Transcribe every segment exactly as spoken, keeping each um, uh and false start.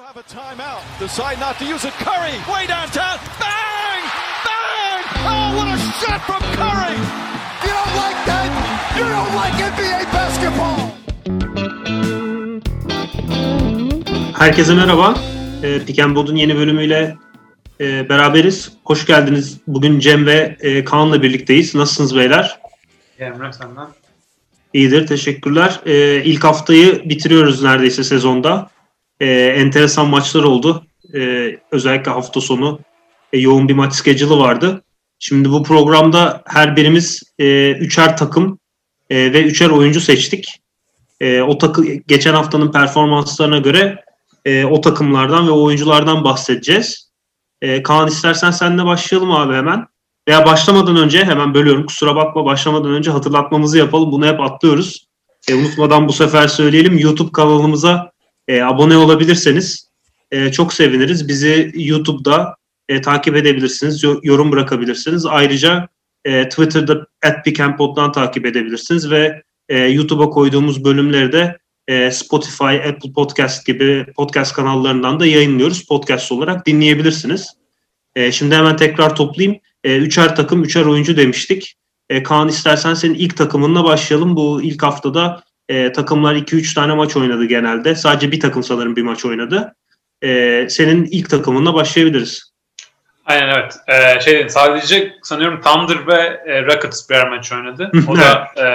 have a timeout. Decide not to use it. Curry, way downtown. Bang! Bang! Oh, what a shot from Curry! You don't like that? You don't like N B A basketball. Herkese merhaba. E, Pick and Pod'un yeni bölümüyle e, beraberiz. Hoş geldiniz. Bugün Cem ve e, Kaan'la birlikteyiz. Nasılsınız beyler? Emre senden. İyidir, teşekkürler. E, ilk haftayı bitiriyoruz neredeyse sezonda. E, enteresan maçlar oldu. E, özellikle hafta sonu e, yoğun bir maç schedule'ı vardı. Şimdi bu programda her birimiz e, üçer takım e, ve üçer oyuncu seçtik. E, o takı geçen haftanın performanslarına göre e, o takımlardan ve oyunculardan bahsedeceğiz. E, Kaan, istersen seninle başlayalım abi hemen. Veya başlamadan önce, hemen bölüyorum kusura bakma, başlamadan önce hatırlatmamızı yapalım. Bunu hep atlıyoruz. E, unutmadan bu sefer söyleyelim. YouTube kanalımıza e, abone olabilirseniz e, çok seviniriz. Bizi YouTube'da e, takip edebilirsiniz. Yorum bırakabilirsiniz. Ayrıca e, Twitter'da at pick and pod'dan takip edebilirsiniz ve e, YouTube'a koyduğumuz bölümleri de e, Spotify, Apple Podcast gibi podcast kanallarından da yayınlıyoruz. Podcast olarak dinleyebilirsiniz. E, şimdi hemen tekrar toplayayım. E, üçer takım, üçer oyuncu demiştik. E, Kaan, istersen senin ilk takımınla başlayalım. Bu ilk haftada e, takımlar iki üç tane maç oynadı genelde. Sadece bir takım sanırım bir maç oynadı. E, senin ilk takımınla başlayabiliriz. Aynen evet. Ee, şey sadece sanıyorum Thunder ve e, Rockets birer maç oynadı. O da e,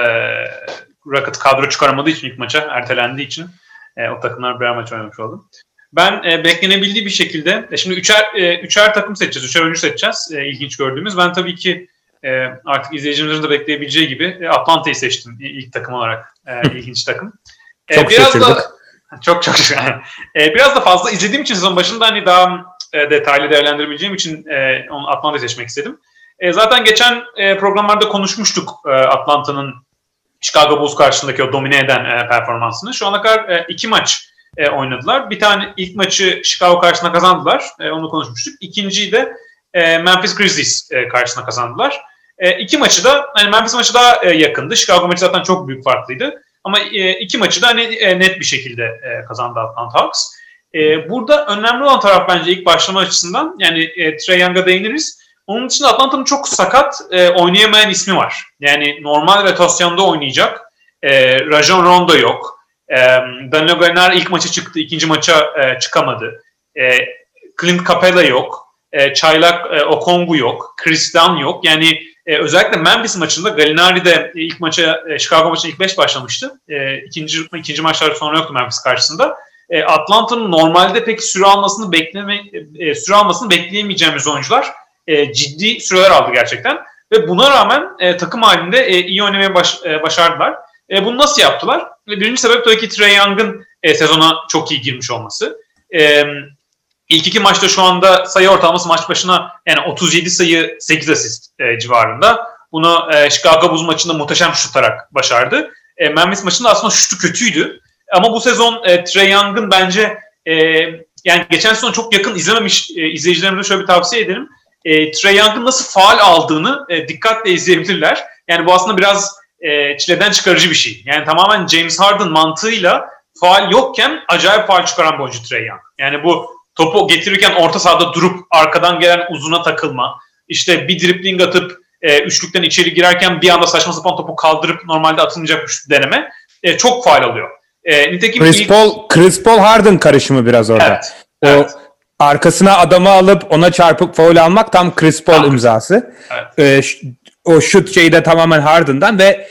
Rockets kadro çıkaramadığı için ilk maça ertelendiği için e, o takımlar birer maç oynamış oldu. Ben e, beklenebildiği bir şekilde e, şimdi üçer e, üçer takım seçeceğiz, üçer oyuncu seçeceğiz. E, ilginç gördüğümüz. Ben tabii ki e, artık izleyicilerin de bekleyebileceği gibi e, Atlanta'yı seçtim ilk takım olarak. E, ilginç takım. E, çok biraz şaşırdık. da çok çok e, biraz da fazla izlediğim için sezon başında hani daha e, detaylı değerlendirebileceğim için e, onu Atlanta'yı seçmek istedim. E, zaten geçen e, programlarda konuşmuştuk e, Atlanta'nın Chicago Bulls karşısındaki o domine eden e, performansını. Şu ana kadar e, iki maç e, oynadılar. Bir tane ilk maçı Chicago karşısında kazandılar. E, onu konuşmuştuk. İkinciyi de e, Memphis Grizzlies e, karşısında kazandılar. E, iki maçı da hani Memphis maçı daha e, yakındı. Chicago maçı zaten çok büyük farklıydı. Ama e, iki maçı da hani e, net bir şekilde e, kazandı Atlanta Hawks. E, burada önemli olan taraf bence ilk başlama açısından yani e, Trae Young'a değiniriz. Onun dışında Atlanta'nın çok sakat e, oynayamayan ismi var. Yani normal rotasyonda oynayacak. E, Rajon Rondo yok. E, Danilo Gallinari ilk maça çıktı, ikinci maça e, çıkamadı. E, Clint Capela yok. E, Çaylak e, Okongwu yok. Chris Dunn yok. Yani e, özellikle Memphis maçında Gallinari de ilk maça, e, Chicago maçına ilk beş başlamıştı. E, ikinci ikinci maçlar sonra yoktu Memphis karşısında. E, Atlanta'nın normalde pek süre almasını bekleme e, süre almasını bekleyemeyeceğimiz oyuncular e, ciddi süreler aldı gerçekten. Ve buna rağmen e, takım halinde e, iyi oynamaya baş, e, başardılar. E, bunu nasıl yaptılar? E, birinci sebep tabii ki Trae Young'ın e, sezona çok iyi girmiş olması. E, ilk iki maçta şu anda sayı ortalaması maç başına yani otuz yedi sayı sekiz asist e, civarında. Bunu e, Chicago Bulls maçında muhteşem şut tutarak başardı. E, Memphis maçında aslında şutu kötüydü. Ama bu sezon e, Trae Young'ın bence e, yani geçen sezon çok yakın izlememiş e, izleyicilerimize şöyle bir tavsiye edelim. E, Trae Young'ın nasıl faul aldığını e, dikkatle izleyebilirler. Yani bu aslında biraz e, çileden çıkarıcı bir şey. Yani tamamen James Harden mantığıyla faul yokken acayip faul çıkaran bir oyuncu Trae Young. Yani bu topu getirirken orta sahada durup arkadan gelen uzuna takılma, işte bir dribbling atıp e, üçlükten içeri girerken bir anda saçma sapan topu kaldırıp normalde atılmayacakmış deneme e, çok faul alıyor. E, nitekim Chris ilk... Paul, Chris Paul Harden karışımı biraz orada. Evet, o evet. Arkasına adamı alıp ona çarpıp faul almak tam Chris Paul evet. imzası. Evet. Ee, ş- o şut şeyi de tamamen Harden'dan ve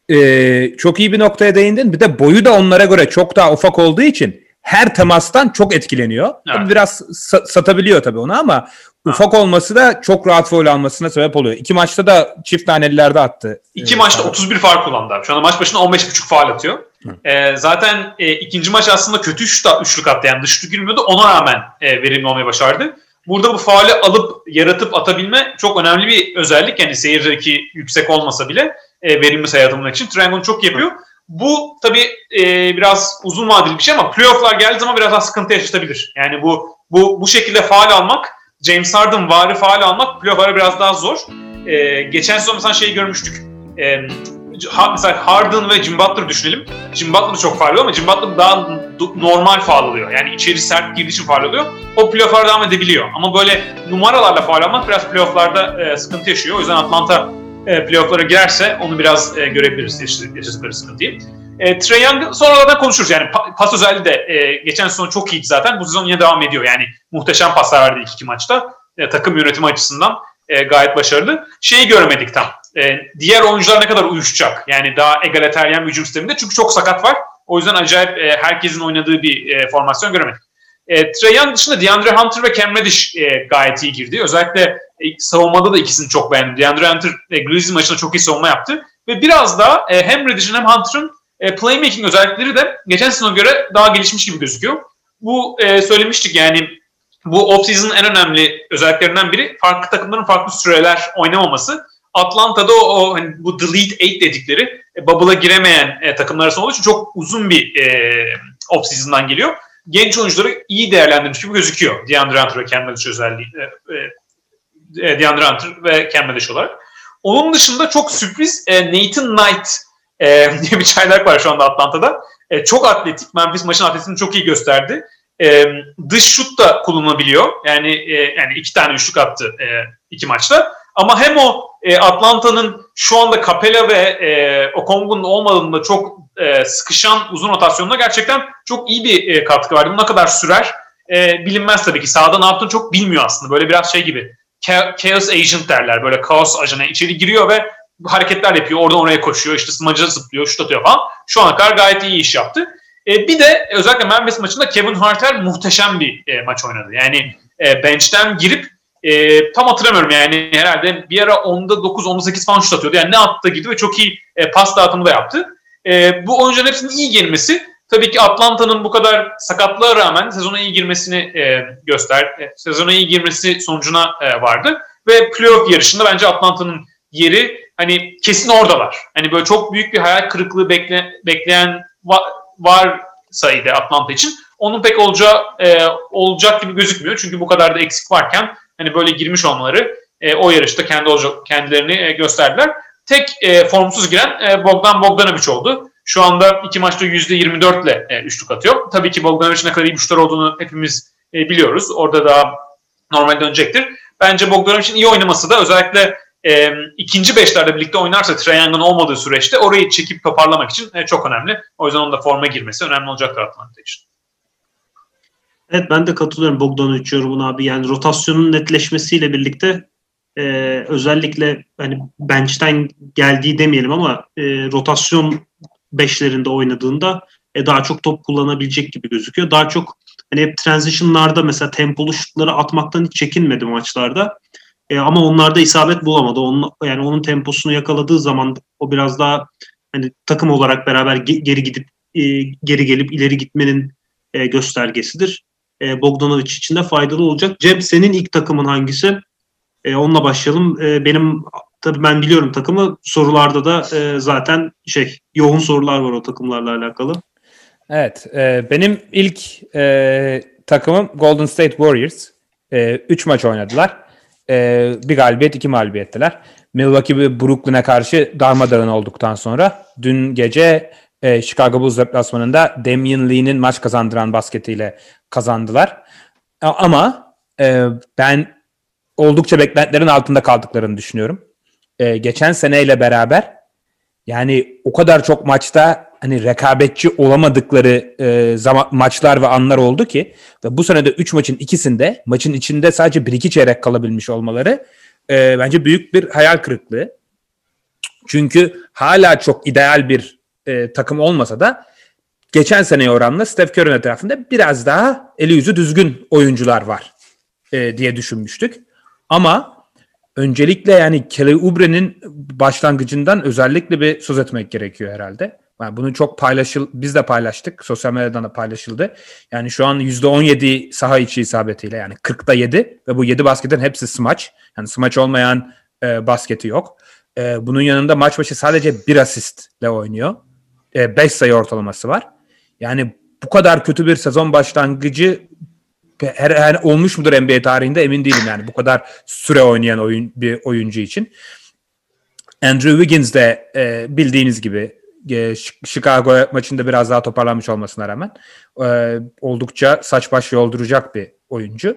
e, çok iyi bir noktaya değindin. Bir de boyu da onlara göre çok daha ufak olduğu için her temastan çok etkileniyor. Evet. Biraz sa- satabiliyor tabii onu ama evet. ufak olması da çok rahat faul almasına sebep oluyor. İki maçta da çift tanelilerde attı. İki ee, maçta otuz bir faul kullandı. Şu anda maç başına on beş buçuk faul atıyor. Ee, zaten e, ikinci maç aslında kötü şut, üçlük attı. Yani dış şutu girmiyordu. Ona rağmen e, verimli olmayı başardı. Burada bu faulü alıp yaratıp atabilme çok önemli bir özellik. Yani seyir zevki yüksek olmasa bile e, verimli sayı atabilmek için Trae Young çok yapıyor. Bu tabii e, biraz uzun vadeli bir şey ama playoff'lar geldiği zaman biraz daha sıkıntı yaşatabilir. Yani bu bu bu şekilde faul almak, James Harden vari faul almak playoff'lara biraz daha zor. E, geçen sezon mesela şeyi görmüştük. E, mesela Harden ve Jim Butler düşünelim. Jim Butler çok faul ama Jim Butler daha normal faul oluyor. Yani içeri sert girdiği için faul oluyor. O playoff'larda devam edebiliyor. Ama böyle numaralarla faul almak biraz playoff'larda e, sıkıntı yaşıyor. O yüzden Atlanta e, playoff'lara girerse onu biraz e, görebiliriz yaşadıkları sıkıntıyı. E, Trae Young sonradan konuşuruz. Yani pa- pas özelliği de e, geçen sezon çok iyiydi zaten. Bu sezon yine devam ediyor. Yani muhteşem paslar verdi ilk iki maçta. E, takım yönetimi açısından e, gayet başarılı. Şeyi görmedik tam. E, diğer oyuncular ne kadar uyuşacak? Yani daha egalitarian bir hücum sisteminde. Çünkü çok sakat var. O yüzden acayip e, herkesin oynadığı bir e, formasyon göremedik. E, Trae Young dışında DeAndre Hunter ve Cam Reddish e, gayet iyi girdi. Özellikle e, savunmada da ikisini çok beğendim. DeAndre Hunter e, Grizzlies maçında çok iyi savunma yaptı. Ve biraz da e, hem Reddish'in hem Hunter'ın e, playmaking özellikleri de geçen sezona göre daha gelişmiş gibi gözüküyor. Bu e, söylemiştik yani bu off-season'ın en önemli özelliklerinden biri farklı takımların farklı süreler oynamaması. Atlanta'da o, o hani bu Delete eight dedikleri e, bubble'a giremeyen e, takımlar arasında olduğu için çok uzun bir e, off-season'dan geliyor. Genç oyuncuları iyi değerlendirmiş gibi gözüküyor. DeAndre Hunter ve Cam Reddish özelliği. E, e, DeAndre Hunter ve Cam Reddish olarak. Onun dışında çok sürpriz e, Nathan Knight e, diye bir çaylak var şu anda Atlanta'da. E, çok atletik. Memphis maçın atletizmini çok iyi gösterdi. E, dış şut da kullanılabiliyor. Yani e, yani iki tane üçlük attı e, iki maçta. Ama hem o e, Atlanta'nın şu anda Capela ve e, Okongwu'nun olmadığında çok e, sıkışan uzun rotasyonuna gerçekten çok iyi bir e, katkı verdi. Bu ne kadar sürer e, bilinmez tabii ki. Sahada ne yaptığını çok bilmiyor aslında. Böyle biraz şey gibi. Chaos Agent derler. Böyle kaos ajanı içeri giriyor ve hareketler yapıyor. Oradan oraya koşuyor. İşte smaca zıplıyor, şut atıyor falan. Şu ana kadar gayet iyi iş yaptı. E, bir de özellikle Memphis maçında Kevin Huerter muhteşem bir e, maç oynadı. Yani e, bench'ten girip e, tam hatırlamıyorum yani herhalde bir ara onda dokuz onda sekiz falan şut atıyordu. Yani ne attı gibi ve çok iyi e, pas dağıtımı da yaptı. E, bu oyuncuların hepsinin iyi gelmesi tabii ki Atlanta'nın bu kadar sakatlığa rağmen sezona iyi girmesini e, göster, e, sezona iyi girmesi sonucuna e, vardı. Ve playoff yarışında bence Atlanta'nın yeri hani kesin oradalar. Hani böyle çok büyük bir hayal kırıklığı bekle, bekleyen va, var sayıda Atlanta için. Onun pek olacağı e, olacak gibi gözükmüyor. Çünkü bu kadar da eksik varken hani böyle girmiş olmaları e, o yarışta kendi olacak, kendilerini e, gösterdiler. Tek e, formsuz giren e, Bogdan Bogdanović oldu. Şu anda iki maçta yüzde yirmi dört ile e, üçlük atıyor. Tabii ki Bogdanovic'in ne kadar iyi bir şutör olduğunu hepimiz e, biliyoruz. Orada daha normal dönecektir. Bence Bogdanovic'in iyi oynaması da özellikle e, ikinci beşlerde birlikte oynarsa Trae Young'ın olmadığı süreçte orayı çekip toparlamak için e, çok önemli. O yüzden onun da forma girmesi önemli olacaktır Atlanta için. Evet, ben de katılıyorum Bogdanović yorumuna abi. Yani rotasyonun netleşmesiyle birlikte e, özellikle hani bench'ten geldiği demeyelim ama e, rotasyon beşlerinde oynadığında e, daha çok top kullanabilecek gibi gözüküyor. Daha çok hani hep transition'larda mesela tempolu şutları atmaktan hiç çekinmedi maçlarda. E, ama onlarda isabet bulamadı. Onun, yani onun temposunu yakaladığı zaman o biraz daha hani takım olarak beraber ge- geri gidip e, geri gelip ileri gitmenin e, göstergesidir. E, Bogdanović için de faydalı olacak. Cem, senin ilk takımın hangisi? E, onunla başlayalım. E, benim tabii ben biliyorum takımı. Sorularda da e, zaten şey yoğun sorular var o takımlarla alakalı. Evet. E, benim ilk e, takımım Golden State Warriors. Üç e, maç oynadılar. E, bir galibiyet, iki mağlubiyettiler. Milwaukee ve Brooklyn'e karşı darmadağın olduktan sonra dün gece e, Chicago Bulls deplasmanında Damian Lee'nin maç kazandıran basketiyle kazandılar. Ama e, ben oldukça beklentilerin altında kaldıklarını düşünüyorum. Ee, geçen seneyle beraber yani o kadar çok maçta hani rekabetçi olamadıkları e, zaman, maçlar ve anlar oldu ki ve bu sene de üç maçın ikisinde maçın içinde sadece bir iki çeyrek kalabilmiş olmaları e, bence büyük bir hayal kırıklığı. Çünkü hala çok ideal bir e, takım olmasa da geçen seneye oranla Steph Curry'nin etrafında biraz daha eli yüzü düzgün oyuncular var e, diye düşünmüştük. Ama öncelikle yani Kelly Oubre'nin başlangıcından özellikle bir söz etmek gerekiyor herhalde. Yani bunu çok paylaşıl, biz de paylaştık. Sosyal medyadan da paylaşıldı. Yani şu an yüzde on yedi saha içi isabetiyle yani kırkta yedi ve bu yedi basketin hepsi smaç. Yani smaç olmayan e, basketi yok. E, bunun yanında maç başı sadece bir asistle oynuyor. E, beş sayı ortalaması var. Yani bu kadar kötü bir sezon başlangıcı her, her olmuş mudur N B A tarihinde emin değilim yani bu kadar süre oynayan oyun, bir oyuncu için. Andrew Wiggins de e, bildiğiniz gibi e, Chicago maçında biraz daha toparlanmış olmasına rağmen e, oldukça saç baş yolduracak bir oyuncu.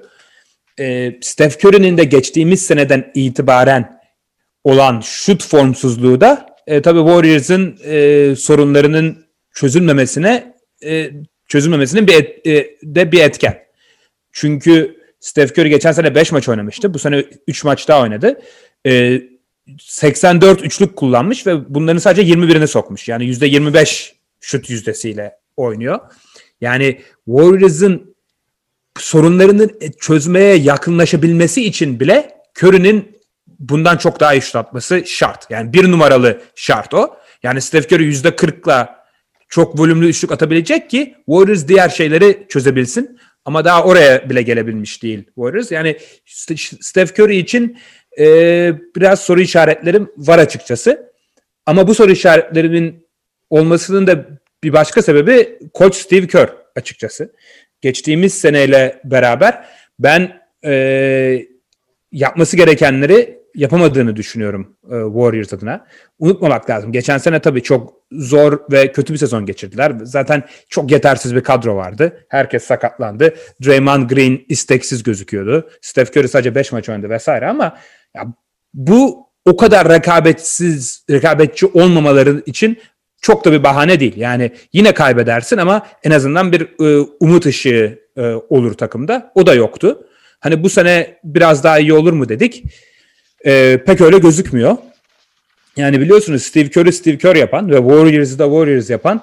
E, Steph Curry'nin de geçtiğimiz seneden itibaren olan şut formsuzluğu da e, tabii Warriors'ın e, sorunlarının çözülmemesine e, çözülmemesinin bir et, e, de bir etken. Çünkü Steph Curry geçen sene beş maç oynamıştı. Bu sene üç maç daha oynadı. E, seksen dört üçlük kullanmış ve bunların sadece yirmi birini sokmuş. Yani yüzde yirmi beş şut yüzdesiyle oynuyor. Yani Warriors'ın sorunlarını çözmeye yakınlaşabilmesi için bile Curry'nin bundan çok daha iyi şut atması şart. Yani bir numaralı şart o. Yani Steph Curry yüzde kırkla çok volümlü üçlük atabilecek ki Warriors diğer şeyleri çözebilsin. Ama daha oraya bile gelebilmiş değil Warriors. Yani Steph Curry için e, biraz soru işaretlerim var açıkçası. Ama bu soru işaretlerinin olmasının da bir başka sebebi Koç Steve Kerr açıkçası. Geçtiğimiz seneyle beraber ben e, yapması gerekenleri yapamadığını düşünüyorum e, Warriors adına. Unutmamak lazım. Geçen sene tabii çok zor ve kötü bir sezon geçirdiler. Zaten çok yetersiz bir kadro vardı. Herkes sakatlandı. Draymond Green isteksiz gözüküyordu. Steph Curry sadece beş maç oynadı vesaire ama ya, bu o kadar rekabetsiz, rekabetçi olmamaları için çok da bir bahane değil. Yani yine kaybedersin ama en azından bir e, umut ışığı e, olur takımda. O da yoktu. Hani bu sene biraz daha iyi olur mu dedik. Ee, pek öyle gözükmüyor. Yani biliyorsunuz Steve Kerr'ü Steve Kerr yapan ve Warriors'ı da Warriors yapan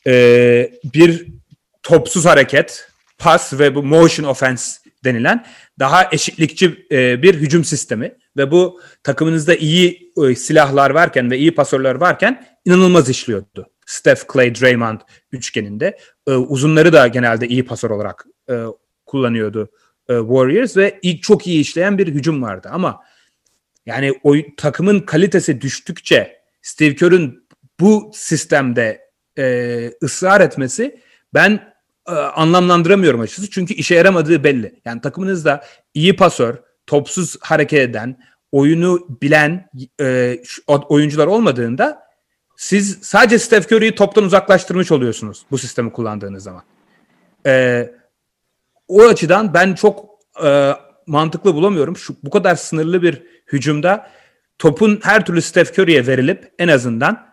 e, bir topsuz hareket, pas ve bu motion offense denilen daha eşitlikçi e, bir hücum sistemi ve bu takımınızda iyi e, silahlar varken ve iyi pasörler varken inanılmaz işliyordu. Steph, Clay, Draymond üçgeninde. E, uzunları da genelde iyi pasör olarak e, kullanıyordu e, Warriors ve ilk çok iyi işleyen bir hücum vardı ama yani o takımın kalitesi düştükçe Steve Kerr'ün bu sistemde e, ısrar etmesi ben e, anlamlandıramıyorum açıkçası. Çünkü işe yaramadığı belli. Yani takımınızda iyi pasör, topsuz hareket eden, oyunu bilen e, oyuncular olmadığında siz sadece Steph Curry'yi toptan uzaklaştırmış oluyorsunuz bu sistemi kullandığınız zaman. E, o açıdan ben çok e, mantıklı bulamıyorum. Şu bu kadar sınırlı bir hücumda topun her türlü Steph Curry'ye verilip en azından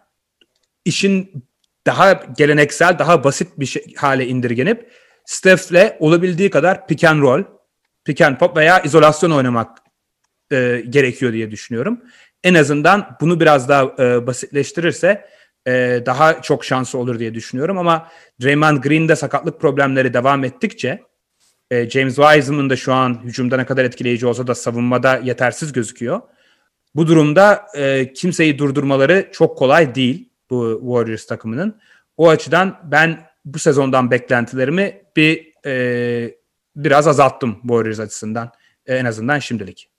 işin daha geleneksel, daha basit bir şey, hale indirgenip Steph'le olabildiği kadar pick and roll, pick and pop veya izolasyon oynamak e, gerekiyor diye düşünüyorum. En azından bunu biraz daha e, basitleştirirse e, daha çok şansı olur diye düşünüyorum ama Draymond Green'de sakatlık problemleri devam ettikçe James Wiseman da şu an hücumda ne kadar etkileyici olsa da savunmada yetersiz gözüküyor. Bu durumda e, kimseyi durdurmaları çok kolay değil bu Warriors takımının. O açıdan ben bu sezondan beklentilerimi bir e, biraz azalttım Warriors açısından e, en azından şimdilik.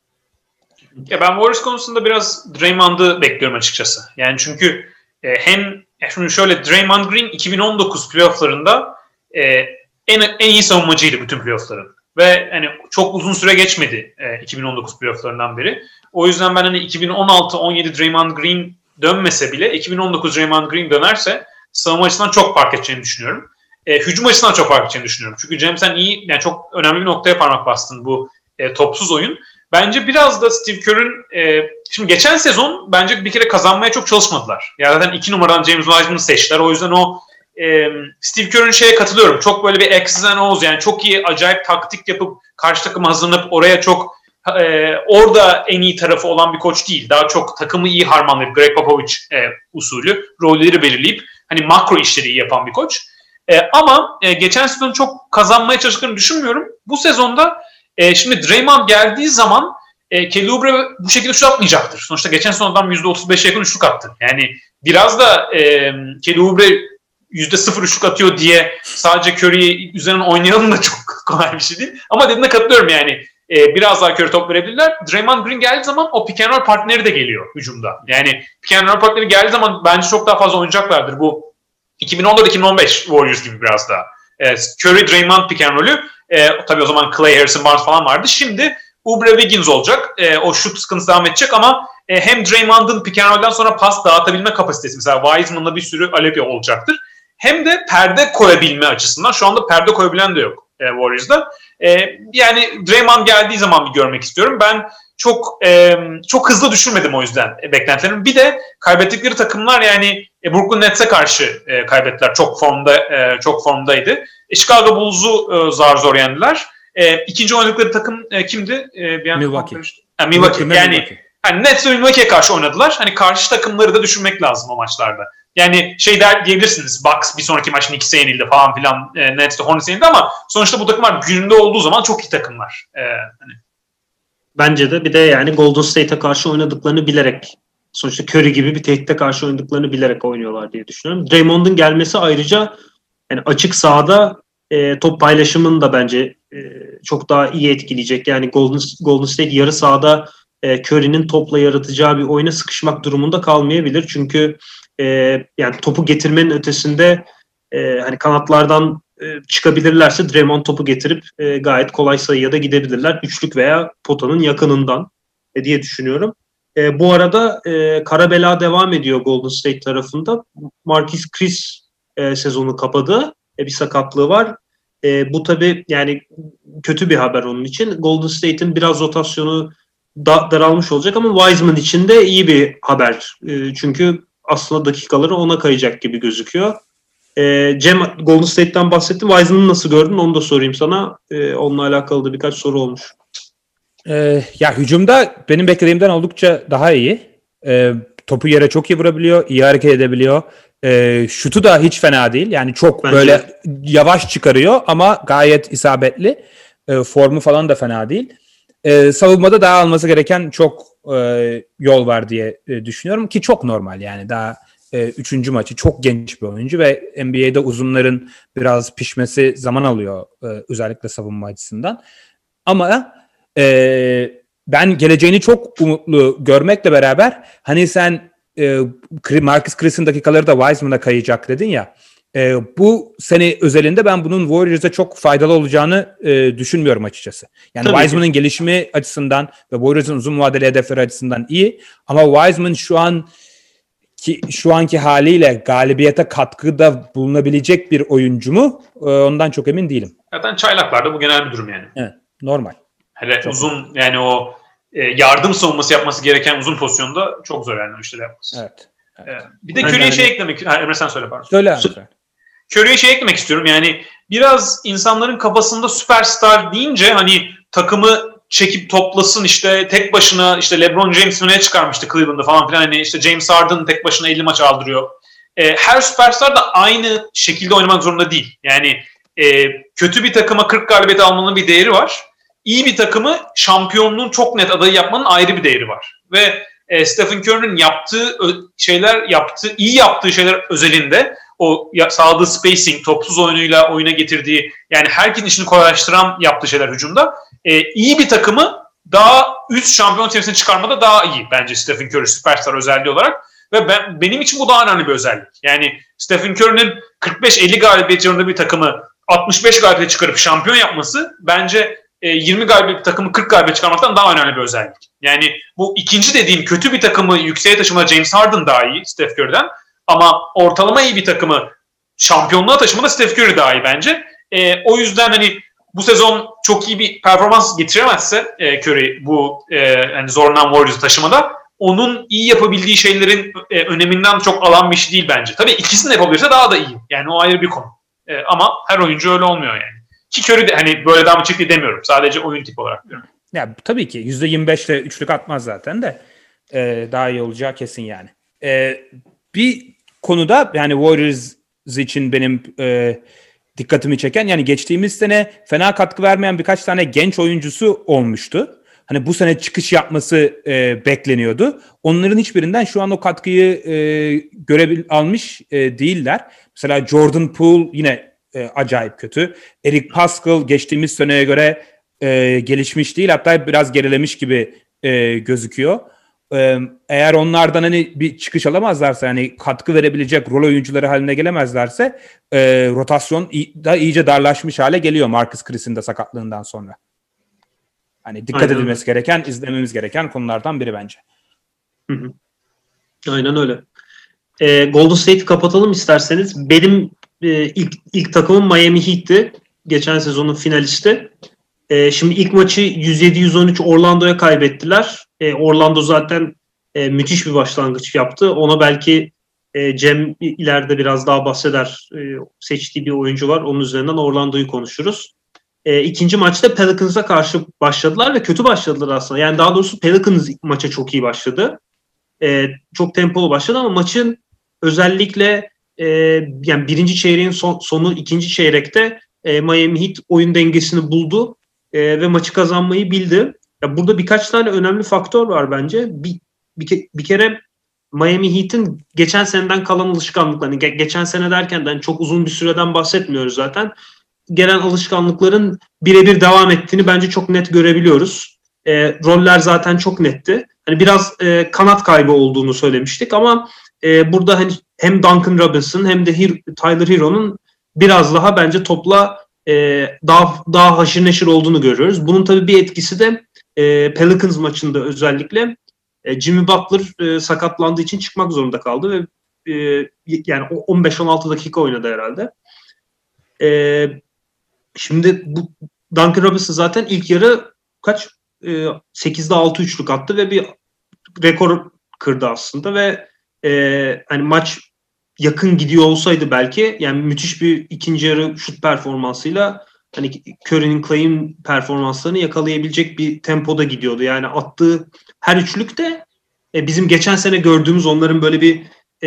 Ya ben Warriors konusunda biraz Draymond'ı bekliyorum açıkçası. Yani çünkü e, hem şimdi şöyle Draymond Green iki bin on dokuz playofflarında e, En, en iyi savunmacıydı bütün playoff'ların. Ve hani çok uzun süre geçmedi e, iki bin on dokuz playoff'larından beri. O yüzden ben hani iki bin on altı on yedi Draymond Green dönmese bile iki bin on dokuz Draymond Green dönerse savunma açısından çok fark edeceğini düşünüyorum. E, hücum açısından çok fark edeceğini düşünüyorum. Çünkü Cem sen iyi, yani çok önemli bir noktaya parmak bastın bu e, topsuz oyun. Bence biraz da Steve Kerr'ün e, şimdi geçen sezon bence bir kere kazanmaya çok çalışmadılar. Yani zaten iki numaradan James Wiseman'ı seçtiler. O yüzden o Ee, Steve Kerr'ün şeye katılıyorum. Çok böyle bir X's and O's, yani çok iyi acayip taktik yapıp karşı takımı hazırlanıp oraya çok e, orada en iyi tarafı olan bir koç değil. Daha çok takımı iyi harmanlayıp Greg Popovich e, usulü rolleri belirleyip hani makro işleri iyi yapan bir koç. E, ama e, geçen sezon çok kazanmaya çalıştıklarını düşünmüyorum. Bu sezonda e, şimdi Draymond geldiği zaman e, Kelly Oubre bu şekilde şut atmayacaktır. Sonuçta geçen sezondan yüzde otuz beşe yakın üçlük attı. Yani biraz da e, Kelly Oubre yüzde sıfır üçlük atıyor diye sadece Curry'i üzerinden oynayalım da çok kolay bir şey değil. Ama dediğine katılıyorum yani. E, biraz daha Curry top verebilirler. Draymond Green geldiği zaman o pick and roll partneri de geliyor hücumda. Yani pick and roll partneri geldiği zaman bence çok daha fazla oynayacaklardır. Bu iki bin on dört iki bin on beş Warriors gibi biraz daha. E, Curry, Draymond pick and roll'ü. E, tabii o zaman Clay, Harrison Barnes falan vardı. Şimdi Oubre, Wiggins olacak. E, o şut sıkıntısı devam edecek ama e, hem Draymond'ın pick and roll'dan sonra pas dağıtabilme kapasitesi, mesela Wiseman'la bir sürü Aleppo olacaktır. Hem de perde koyabilme açısından. Şu anda perde koyabilen de yok e, Warriors'da. E, yani Draymond geldiği zaman bir görmek istiyorum. Ben çok e, çok hızlı düşürmedim o yüzden e, beklentilerimi. Bir de kaybettikleri takımlar, yani e, Brooklyn Nets'e karşı e, kaybettiler. Çok formda e, çok formdaydı. E, Chicago Bulls'u e, zar zor yendiler. E, ikinci oynadıkları takım e, kimdi? E, bir Milwaukee. Ha, Milwaukee. Milwaukee. Yani Milwaukee. hani Nets ve Milwaukee'ye karşı oynadılar. Hani karşı takımları da düşünmek lazım o maçlarda. Yani şey der diyebilirsiniz, Bucks bir sonraki maç Knicks'e yenildi falan filan, e, Nets de Hornets'e yenildi, ama sonuçta bu takımlar gününde olduğu zaman çok iyi takımlar. E, hani. Bence de bir de yani Golden State'e karşı oynadıklarını bilerek, sonuçta Curry gibi bir tehditte karşı oynadıklarını bilerek oynuyorlar diye düşünüyorum. Draymond'un gelmesi ayrıca yani açık sahada e, top paylaşımını da bence e, çok daha iyi etkileyecek. Yani Golden, Golden State yarı sahada e, Curry'nin topla yaratacağı bir oyuna sıkışmak durumunda kalmayabilir. Çünkü e, yani topu getirmenin ötesinde e, hani kanatlardan e, çıkabilirlerse Draymond topu getirip e, gayet kolay sayıya da gidebilirler. Üçlük veya potanın yakınından e, diye düşünüyorum. E, bu arada e, kara bela devam ediyor Golden State tarafında. Marquise Chris e, sezonu kapadı. E, bir sakatlığı var. E, bu tabii yani kötü bir haber onun için. Golden State'in biraz rotasyonu da, daralmış olacak ama Wiseman için de iyi bir haber. E, çünkü aslında dakikaları ona kayacak gibi gözüküyor. E, Cem, Golden State'ten bahsettim. Wiseman'ı nasıl gördün? Onu da sorayım sana. E, onunla alakalı da birkaç soru olmuş. Ee, ya hücumda benim beklediğimden oldukça daha iyi. Ee, topu yere çok iyi vurabiliyor, iyi hareket edebiliyor. Ee, şutu da hiç fena değil. Yani çok Bence böyle yavaş çıkarıyor ama gayet isabetli. Ee, formu falan da fena değil. Ee, savunmada daha alması gereken çok e, yol var diye e, düşünüyorum ki çok normal yani. Daha e, üçüncü maçı, çok genç bir oyuncu ve N B A'de uzunların biraz pişmesi zaman alıyor e, özellikle savunma açısından. Ama e, ben geleceğini çok umutlu görmekle beraber hani sen e, Marcus Chris'in dakikaları da Wiseman'a kayacak dedin ya, e, bu sene özelinde ben bunun Warriors'a çok faydalı olacağını e, düşünmüyorum açıkçası. Yani Tabii Wiseman'ın ki. gelişimi açısından ve Warriors'ın uzun vadeli hedefleri açısından iyi ama Wiseman şu an ki şu anki haliyle galibiyete katkıda bulunabilecek bir oyuncu mu? E, ondan çok emin değilim. Zaten çaylaklarda bu genel bir durum yani. Evet, normal. Hele Çok uzun yani o e, yardım savunması yapması gereken uzun pozisyonda çok zor yani o işleri yapması. Evet. evet. E, bir de Ben Curry'e yani- şey eklemek, ha, Emre sen söyle pardon. Söyle abi. Curry'e şey eklemek istiyorum, yani biraz insanların kafasında süperstar deyince hani takımı çekip toplasın, işte tek başına, işte LeBron James öne çıkarmıştı Cleveland'da falan filan, hani işte James Harden tek başına elli maç aldırıyor. E, her süperstar da aynı şekilde oynamak zorunda değil. Yani e, kötü bir takıma kırk galibiyet almanın bir değeri var. İyi bir takımı şampiyonluğun çok net adayı yapmanın ayrı bir değeri var. Ve e, Stephen Curry'nin yaptığı şeyler, yaptığı iyi yaptığı şeyler özelinde o sağladığı spacing, topsuz oyunuyla oyuna getirdiği, yani herkesin işini kolaylaştıran yaptığı şeyler hücumda. E, iyi bir takımı daha üst şampiyon seviyesine çıkarmada daha iyi bence Stephen Curry süperstar özelliği olarak. Ve ben, benim için bu daha önemli bir özellik. Yani Stephen Curry'nin kırk beş elli galibiyet civarında bir takımı altmış beş galibiyet çıkarıp şampiyon yapması bence e, yirmi galibiyet bir takımı kırk galibiyet çıkarmaktan daha önemli bir özellik. Yani bu ikinci dediğim kötü bir takımı yükseğe taşımada James Harden daha iyi Steph Curry'den. Ama ortalama iyi bir takımı şampiyonluğa taşımada Steph Curry daha iyi bence. E, o yüzden hani bu sezon çok iyi bir performans getiremezse e, Curry bu e, yani zorlanan Warriors'ı taşımada, onun iyi yapabildiği şeylerin e, öneminden çok alan bir şey değil bence. Tabii ikisini de yapabilirse daha da iyi. Yani o ayrı bir konu. E, ama her oyuncu öyle olmuyor yani. Ki Curry de hani böyle daha mı çıktı demiyorum. Sadece oyun tipi olarak diyorum. Ya tabii ki yüzde yirmi beşle üçlük atmaz zaten de e, daha iyi olacağı kesin yani. E, bir konuda yani Warriors için benim e, dikkatimi çeken, yani geçtiğimiz sene fena katkı vermeyen birkaç tane genç oyuncusu olmuştu. Hani bu sene çıkış yapması e, bekleniyordu. Onların hiçbirinden şu an o katkıyı e, görebil almış e, değiller. Mesela Jordan Poole yine e, acayip kötü. Eric Paschall geçtiğimiz seneye göre e, gelişmiş değil, hatta biraz gerilemiş gibi e, gözüküyor. E, eğer onlardan hani bir çıkış alamazlarsa, hani katkı verebilecek rol oyuncuları haline gelemezlerse e, rotasyon da iyice darlaşmış hale geliyor Marcus Chris'in de sakatlığından sonra. Hani dikkat Aynen. edilmesi gereken, izlememiz gereken konulardan biri bence. Hı hı. Aynen öyle. E, Golden State'i kapatalım isterseniz. Benim e, ilk ilk takımım Miami Heat'ti. Geçen sezonun finalisti. E, şimdi ilk maçı yüz yedi yüz on üç Orlando'ya kaybettiler. E, Orlando zaten e, müthiş bir başlangıç yaptı. Ona belki e, Cem ileride biraz daha bahseder. E, seçtiği bir oyuncu var. Onun üzerinden Orlando'yu konuşuruz. E, ikinci maçta Pelicans'a karşı başladılar ve kötü başladılar aslında. Yani daha doğrusu Pelicans maça çok iyi başladı. E, çok tempolu başladı ama maçın özellikle e, yani birinci çeyreğin son, sonu ikinci çeyrekte e, Miami Heat oyun dengesini buldu e, ve maçı kazanmayı bildi. Ya burada birkaç tane önemli faktör var bence. Bir, bir, bir kere Miami Heat'in geçen seneden kalan alışkanlıklarını, ge- geçen sene derken de yani çok uzun bir süreden bahsetmiyoruz zaten. Gelen alışkanlıkların birebir devam ettiğini bence çok net görebiliyoruz. E, roller zaten çok netti. Hani biraz e, kanat kaybı olduğunu söylemiştik ama e, burada hani hem Duncan Robinson hem de Hir- Tyler Hero'nun biraz daha bence topla e, daha daha haşır neşir olduğunu görüyoruz. Bunun tabii bir etkisi de e, Pelicans maçında özellikle e, Jimmy Butler e, sakatlandığı için çıkmak zorunda kaldı ve e, yani on beş on altı dakika oynadı herhalde. E, şimdi bu Duncan Robinson zaten ilk yarı kaç e, sekizde altı üçlük attı ve bir rekor kırdı aslında ve e, hani maç yakın gidiyor olsaydı belki yani müthiş bir ikinci yarı şut performansıyla hani Curry'nin Clay'in performanslarını yakalayabilecek bir tempoda gidiyordu. Yani attığı her üçlük de e, bizim geçen sene gördüğümüz onların böyle bir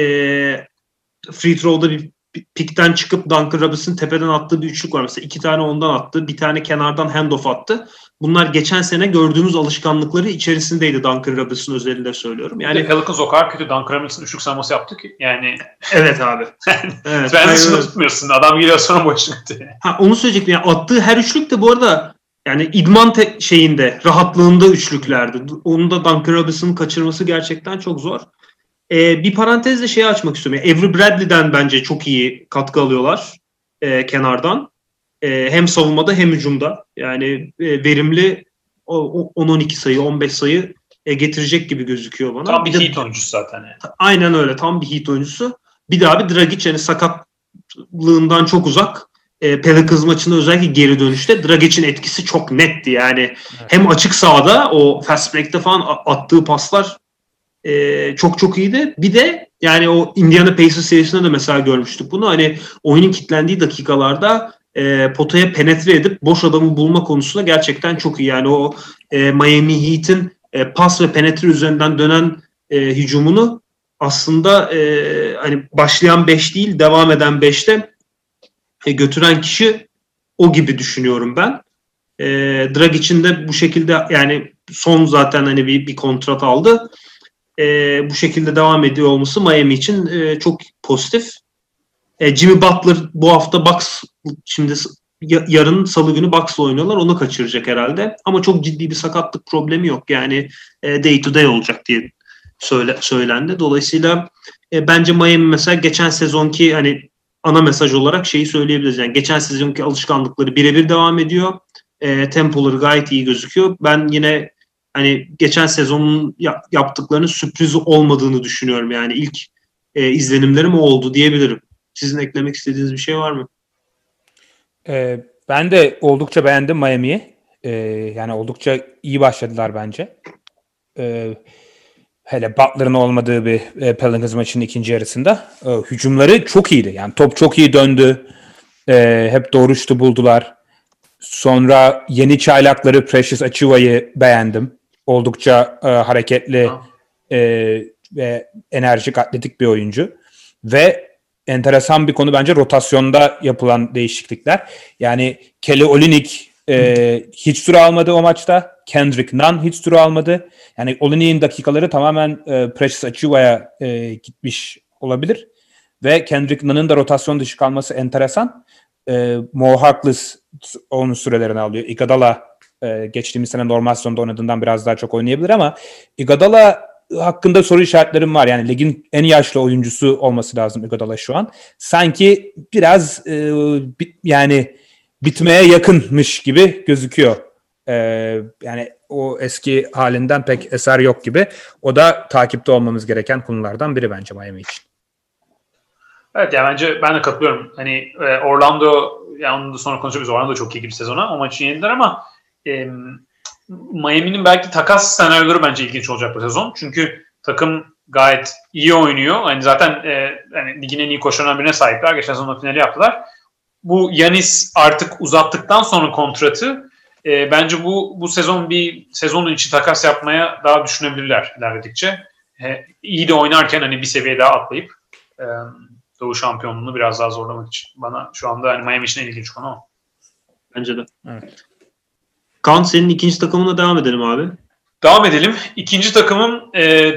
e, free throw'da bir pikten çıkıp Duncan Robinson tepeden attığı bir üçlük var. Mesela iki tane ondan attı. Bir tane kenardan handoff attı. Bunlar geçen sene gördüğümüz alışkanlıkları içerisindeydi Duncan Robinson özelinde söylüyorum. Yani Pelicans o kadar kötü Duncan Robinson üçlük savunması yaptı ki yani. Evet abi. Evet, ben de şunu tutmuyorsun. Adam geliyor sonra boş gitti. Ha, onu söyleyecektim. Yani attığı her üçlük de bu arada yani idman te- şeyinde rahatlığında üçlüklerdi. Onu da Duncan Robinson'ın kaçırması gerçekten çok zor. Ee, bir parantezle şeyi açmak istiyorum. Yani Avery Bradley'den bence çok iyi katkı alıyorlar e, kenardan. E, hem savunmada hem hücumda. Yani e, verimli on on iki sayı, on beş sayı e, getirecek gibi gözüküyor bana. Tam bir, bir Heat de, oyuncusu zaten. Yani. Aynen öyle. Tam bir Heat oyuncusu. Bir de abi Dragic yani sakatlığından çok uzak. E, Pelicans maçında özellikle geri dönüşte Dragic'in etkisi çok netti. Yani evet. Hem açık sahada o fast break'te falan attığı paslar Ee, çok çok iyiydi. Bir de yani o Indiana Pacers serisinde de mesela görmüştük bunu. Hani oyunun kilitlendiği dakikalarda e, potaya penetre edip boş adamı bulma konusunda gerçekten çok iyi. Yani o e, Miami Heat'in e, pas ve penetre üzerinden dönen e, hücumunu aslında e, hani başlayan beş değil devam eden beşte e, götüren kişi o gibi düşünüyorum ben. E, Dragic'in de bu şekilde yani son zaten hani bir, bir kontrat aldı. E, bu şekilde devam ediyor olması Miami için e, çok pozitif. E, Jimmy Butler bu hafta Bucks şimdi yarın Salı günü Bucks'la oynuyorlar. Onu kaçıracak herhalde. Ama çok ciddi bir sakatlık problemi yok. Yani e, day to day olacak diye söyle, söylendi. Dolayısıyla e, bence Miami mesela geçen sezonki hani ana mesaj olarak şeyi söyleyebiliriz. Yani geçen sezonki alışkanlıkları birebir devam ediyor. E, tempoları gayet iyi gözüküyor. Ben yine hani geçen sezonun yaptıklarının sürpriz olmadığını düşünüyorum. Yani ilk e, izlenimlerim o oldu diyebilirim. Sizin eklemek istediğiniz bir şey var mı? Ee, ben de oldukça beğendim Miami'yi. Ee, yani oldukça iyi başladılar bence. Ee, hele Butler'ın olmadığı bir e, Pelicans maçının ikinci yarısında e, hücumları çok iyiydi. Yani top çok iyi döndü. E, hep doğru şutu buldular. Sonra yeni çaylakları Precious Achiva'yı beğendim. Oldukça e, hareketli e, ve enerjik, atletik bir oyuncu. Ve enteresan bir konu bence rotasyonda yapılan değişiklikler. Yani Kelly Olynyk e, hiç süre almadı o maçta. Kendrick Nunn hiç süre almadı. Yani Olynyk'in dakikaları tamamen e, Precious Achiva'ya e, gitmiş olabilir. Ve Kendrick Nunn'ın da rotasyon dışı kalması enteresan. E, Mo Harkless onun sürelerini alıyor. Iguodala e, geçtiğimiz sene normal sezonda oynadığından biraz daha çok oynayabilir ama Iguodala hakkında soru işaretlerim var. Yani ligin en yaşlı oyuncusu olması lazım Iguodala şu an. Sanki biraz e, bit, yani bitmeye yakınmış gibi gözüküyor E, yani o eski halinden pek eser yok gibi. O da takipte olmamız gereken konulardan biri bence Miami için. Evet yani bence ben de katılıyorum. Hani Orlando, yani onu da sonra konuşabiliriz. Orlando çok iyi gibi sezona. O maçı yenildiler ama e, Miami'nin belki takas senaryoları bence ilginç olacak bu sezon. Çünkü takım gayet iyi oynuyor. Hani zaten e, hani ligin en iyi koşularından birine sahipler. Geçen sezon finali yaptılar. Bu Giannis artık uzattıktan sonra kontratı e, bence bu bu sezon bir sezonun içi takas yapmaya daha düşünebilirler ilerledikçe. E, iyi de oynarken hani bir seviye daha atlayıp e, Doğu şampiyonluğunu biraz daha zorlamak için. Bana şu anda hani Miami için en ilginç konu o. Bence de. Evet. Kaan, senin ikinci takımına devam edelim abi. Devam edelim. İkinci takımım e,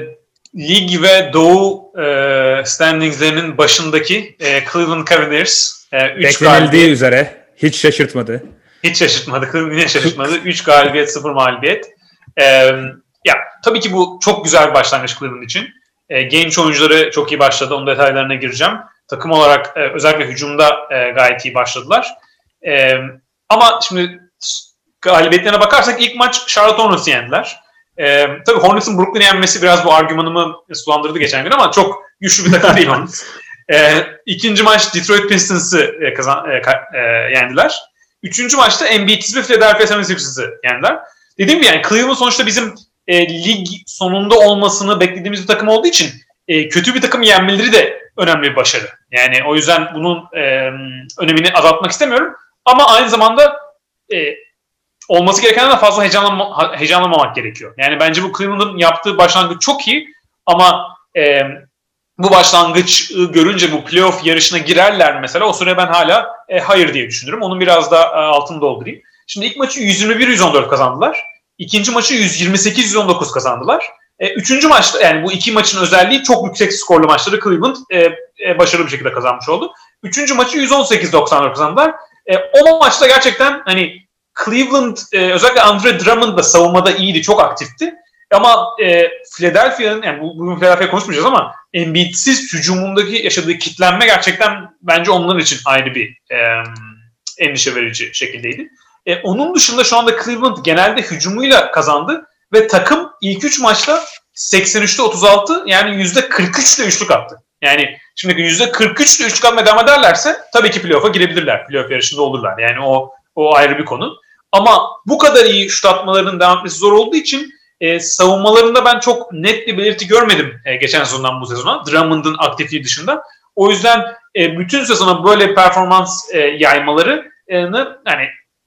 lig ve Doğu e, standingslerinin başındaki e, Cleveland Cavaliers. E, Beklenildiği galibiyet. üzere hiç şaşırtmadı. Hiç şaşırtmadı. Cleveland yine şaşırtmadı. üç galibiyet, sıfır mağlubiyet. E, ya tabii ki bu çok güzel bir başlangıç Cleveland için. E, genç oyuncuları çok iyi başladı. Onun detaylarına gireceğim. Takım olarak e, özellikle hücumda e, gayet iyi başladılar. E, ama şimdi galibiyetlerine bakarsak ilk maç Charlotte Hornets'ı yendiler. E, tabii Hornets'ın Brooklyn'i yenmesi biraz bu argümanımı sulandırdı geçen gün ama çok güçlü bir takım değil Hornets. E, ikinci maç Detroit Pistons'ı e, kazan, e, e, yendiler. Üçüncü maçta Embiid'siz ve Philadelphia seventy-sixers'ı yendiler. Dediğim gibi yani Cleveland sonuçta bizim e, lig sonunda olmasını beklediğimiz bir takım olduğu için e, kötü bir takım yenmeleri de önemli bir başarı. Yani o yüzden bunun e, önemini azaltmak istemiyorum. Ama aynı zamanda e, olması gerekenden de fazla heyecanlanma, heyecanlanmamak gerekiyor. Yani bence bu Cleveland'ın yaptığı başlangıç çok iyi ama e, bu başlangıç görünce bu playoff yarışına girerler mesela o süre ben hala e, hayır diye düşünürüm. Onun biraz da e, altını doldurayım. Şimdi ilk maçı yüz yirmi bir yüz on dört kazandılar. İkinci maçı yüz yirmi sekiz yüz on dokuz kazandılar. E, üçüncü maçta yani bu iki maçın özelliği çok yüksek skorlu maçları Cleveland e, e, başarılı bir şekilde kazanmış oldu. Üçüncü maçı yüz on sekiz doksan dört kazandılar. E, o maçta gerçekten hani Cleveland e, özellikle Andre Drummond da savunmada iyiydi, çok aktifti. Ama e, Philadelphia'nın, yani bugün Philadelphia konuşmayacağız ama Embiid'siz hücumundaki yaşadığı kitlenme gerçekten bence onlar için ayrı bir e, endişe verici şekildeydi. E, onun dışında şu anda Cleveland genelde hücumuyla kazandı ve takım ilk üç maçta seksen üçte otuz altı yani yüzde kırk üçle üçlük attı. Yani şimdi yüzde kırk üçle üçlük atmaya devam ederlerse tabii ki playoff'a girebilirler. Playoff yarışında olurlar. Yani o o ayrı bir konu. Ama bu kadar iyi şut atmalarının devam etmesi zor olduğu için e, savunmalarında ben çok net bir belirti görmedim e, geçen sezondan bu sezona. Drummond'un aktifliği dışında. O yüzden e, bütün sezona böyle bir performans e, yaymalarını yani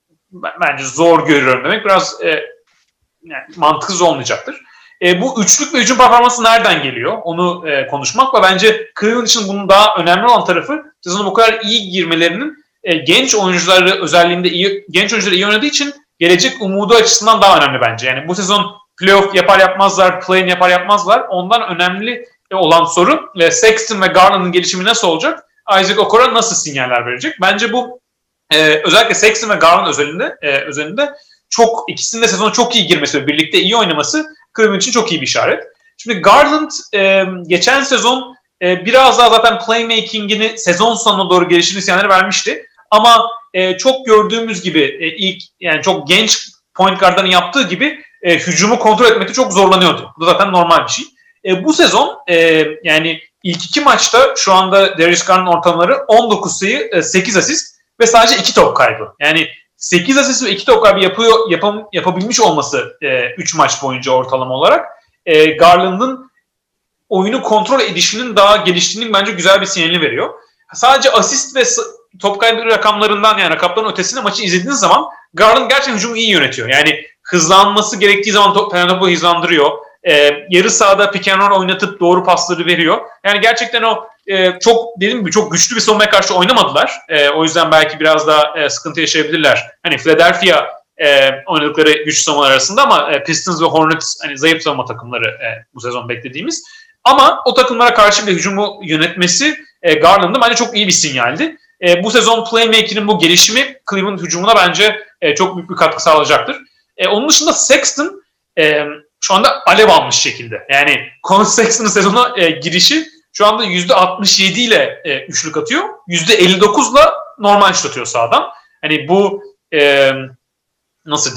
bence zor görüyorum demek biraz e, yani mantıksız olmayacaktır. E, bu üçlük ve hücum performansı nereden geliyor? Onu e, konuşmakla bence Cleveland için bunun daha önemli olan tarafı sezona bu kadar iyi girmelerinin e, genç oyuncuları özelliğinde iyi genç oyuncuları iyi oynadığı için gelecek umudu açısından daha önemli bence. Yani bu sezon playoff yapar yapmazlar, play-in yapar yapmazlar. Ondan önemli olan soru e, Sexton ve Garland'ın gelişimi nasıl olacak? Isaac Okoro nasıl sinyaller verecek? Bence bu e, özellikle Sexton ve Garland özelinde e, özelinde çok ikisinin de sezona çok iyi girmesi ve birlikte iyi oynaması Cleveland için çok iyi bir işaret. Şimdi Garland e, geçen sezon e, biraz daha zaten playmaking'ini sezon sonuna doğru gelişini sinyalleri vermişti. Ama e, çok gördüğümüz gibi e, ilk yani çok genç point guard'ların yaptığı gibi e, hücumu kontrol etmekte çok zorlanıyordu. Bu da zaten normal bir şey. E, bu sezon e, yani ilk iki maçta şu anda Darius Garland'ın ortalamaları on dokuz sayı, e, sekiz asist ve sadece iki top kaybı. Yani sekiz asist ve iki top kaybı yapıyor, yapam, yapabilmiş olması e, üç maç boyunca ortalama olarak e, Garland'ın oyunu kontrol edişinin daha geliştiğinin bence güzel bir sinyalini veriyor. Sadece asist ve top kaybı rakamlarından yani rakamların ötesinde maçı izlediğiniz zaman Garland gerçekten hücumu iyi yönetiyor. Yani hızlanması gerektiği zaman top, topu hızlandırıyor. E, yarı sahada pick and roll oynatıp doğru pasları veriyor. Yani gerçekten o e, çok dediğim gibi çok güçlü bir savunmaya karşı oynamadılar. E, o yüzden belki biraz daha e, sıkıntı yaşayabilirler. Hani Philadelphia e, oynadıkları güçlü savunmalar arasında ama e, Pistons ve Hornets hani zayıf savunma takımları e, bu sezon beklediğimiz. Ama o takımlara karşı bir hücumu yönetmesi e, Garland'ın bence çok iyi bir sinyaldi. E, bu sezon playmaker'in bu gelişimi Cleveland hücumuna bence e, çok büyük bir katkı sağlayacaktır. E, onun dışında Sexton e, şu anda alev almış şekilde. Yani Colin Sexton'ın sezona e, girişi şu anda yüzde altmış yedi ile e, üçlük atıyor. yüzde elli dokuz ile normal şut atıyor sahadan. Hani bu e, nasıl diyeyim?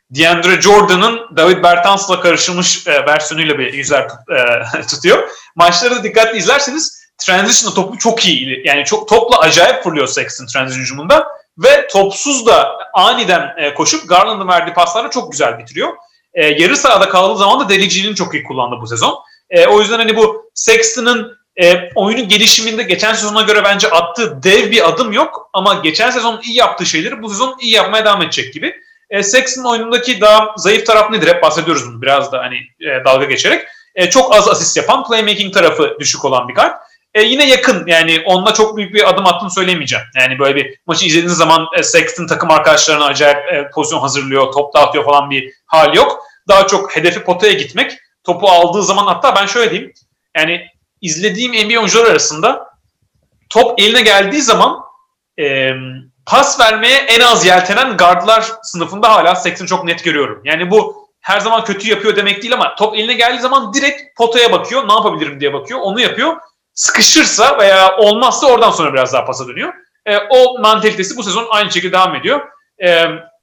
DeAndre Jordan'ın David Bertans'la karışılmış e, versiyonuyla bir yüzler e, tutuyor. Maçları da dikkatli izlerseniz transition'da topu çok iyi. Yani çok topla acayip fırlıyor Sexton transition hücumunda ve topsuz da aniden e, koşup Garland'ın verdiği paslarla çok güzel bitiriyor. E, yarı sahada kaldığı zaman da deliciğini çok iyi kullandı bu sezon. E, o yüzden hani bu Sexton'ın e, oyunun gelişiminde geçen sezona göre bence attığı dev bir adım yok ama geçen sezon iyi yaptığı şeyleri bu sezon iyi yapmaya devam edecek gibi. E, Sexton'ın oyunundaki daha zayıf taraf nedir? Hep bahsediyoruz bunu biraz da hani e, dalga geçerek. E, çok az asist yapan, playmaking tarafı düşük olan bir kart. E, yine yakın yani onda çok büyük bir adım attığını söyleyemeyeceğim. Yani böyle bir maçı izlediğiniz zaman e, Sexton takım arkadaşlarına acayip e, pozisyon hazırlıyor, top dağıtıyor falan bir hal yok. Daha çok hedefi potaya gitmek. Topu aldığı zaman hatta ben şöyle diyeyim. Yani izlediğim N B A oyuncular arasında top eline geldiği zaman e, pas vermeye en az yeltenen guardlar sınıfında hala Sexton'ı çok net görüyorum. Yani bu her zaman kötü yapıyor demek değil ama top eline geldiği zaman direkt potaya bakıyor. Ne yapabilirim diye bakıyor. Onu yapıyor. Sıkışırsa veya olmazsa oradan sonra biraz daha pasa dönüyor. E, o mantalitesi bu sezon aynı şekilde devam ediyor. E,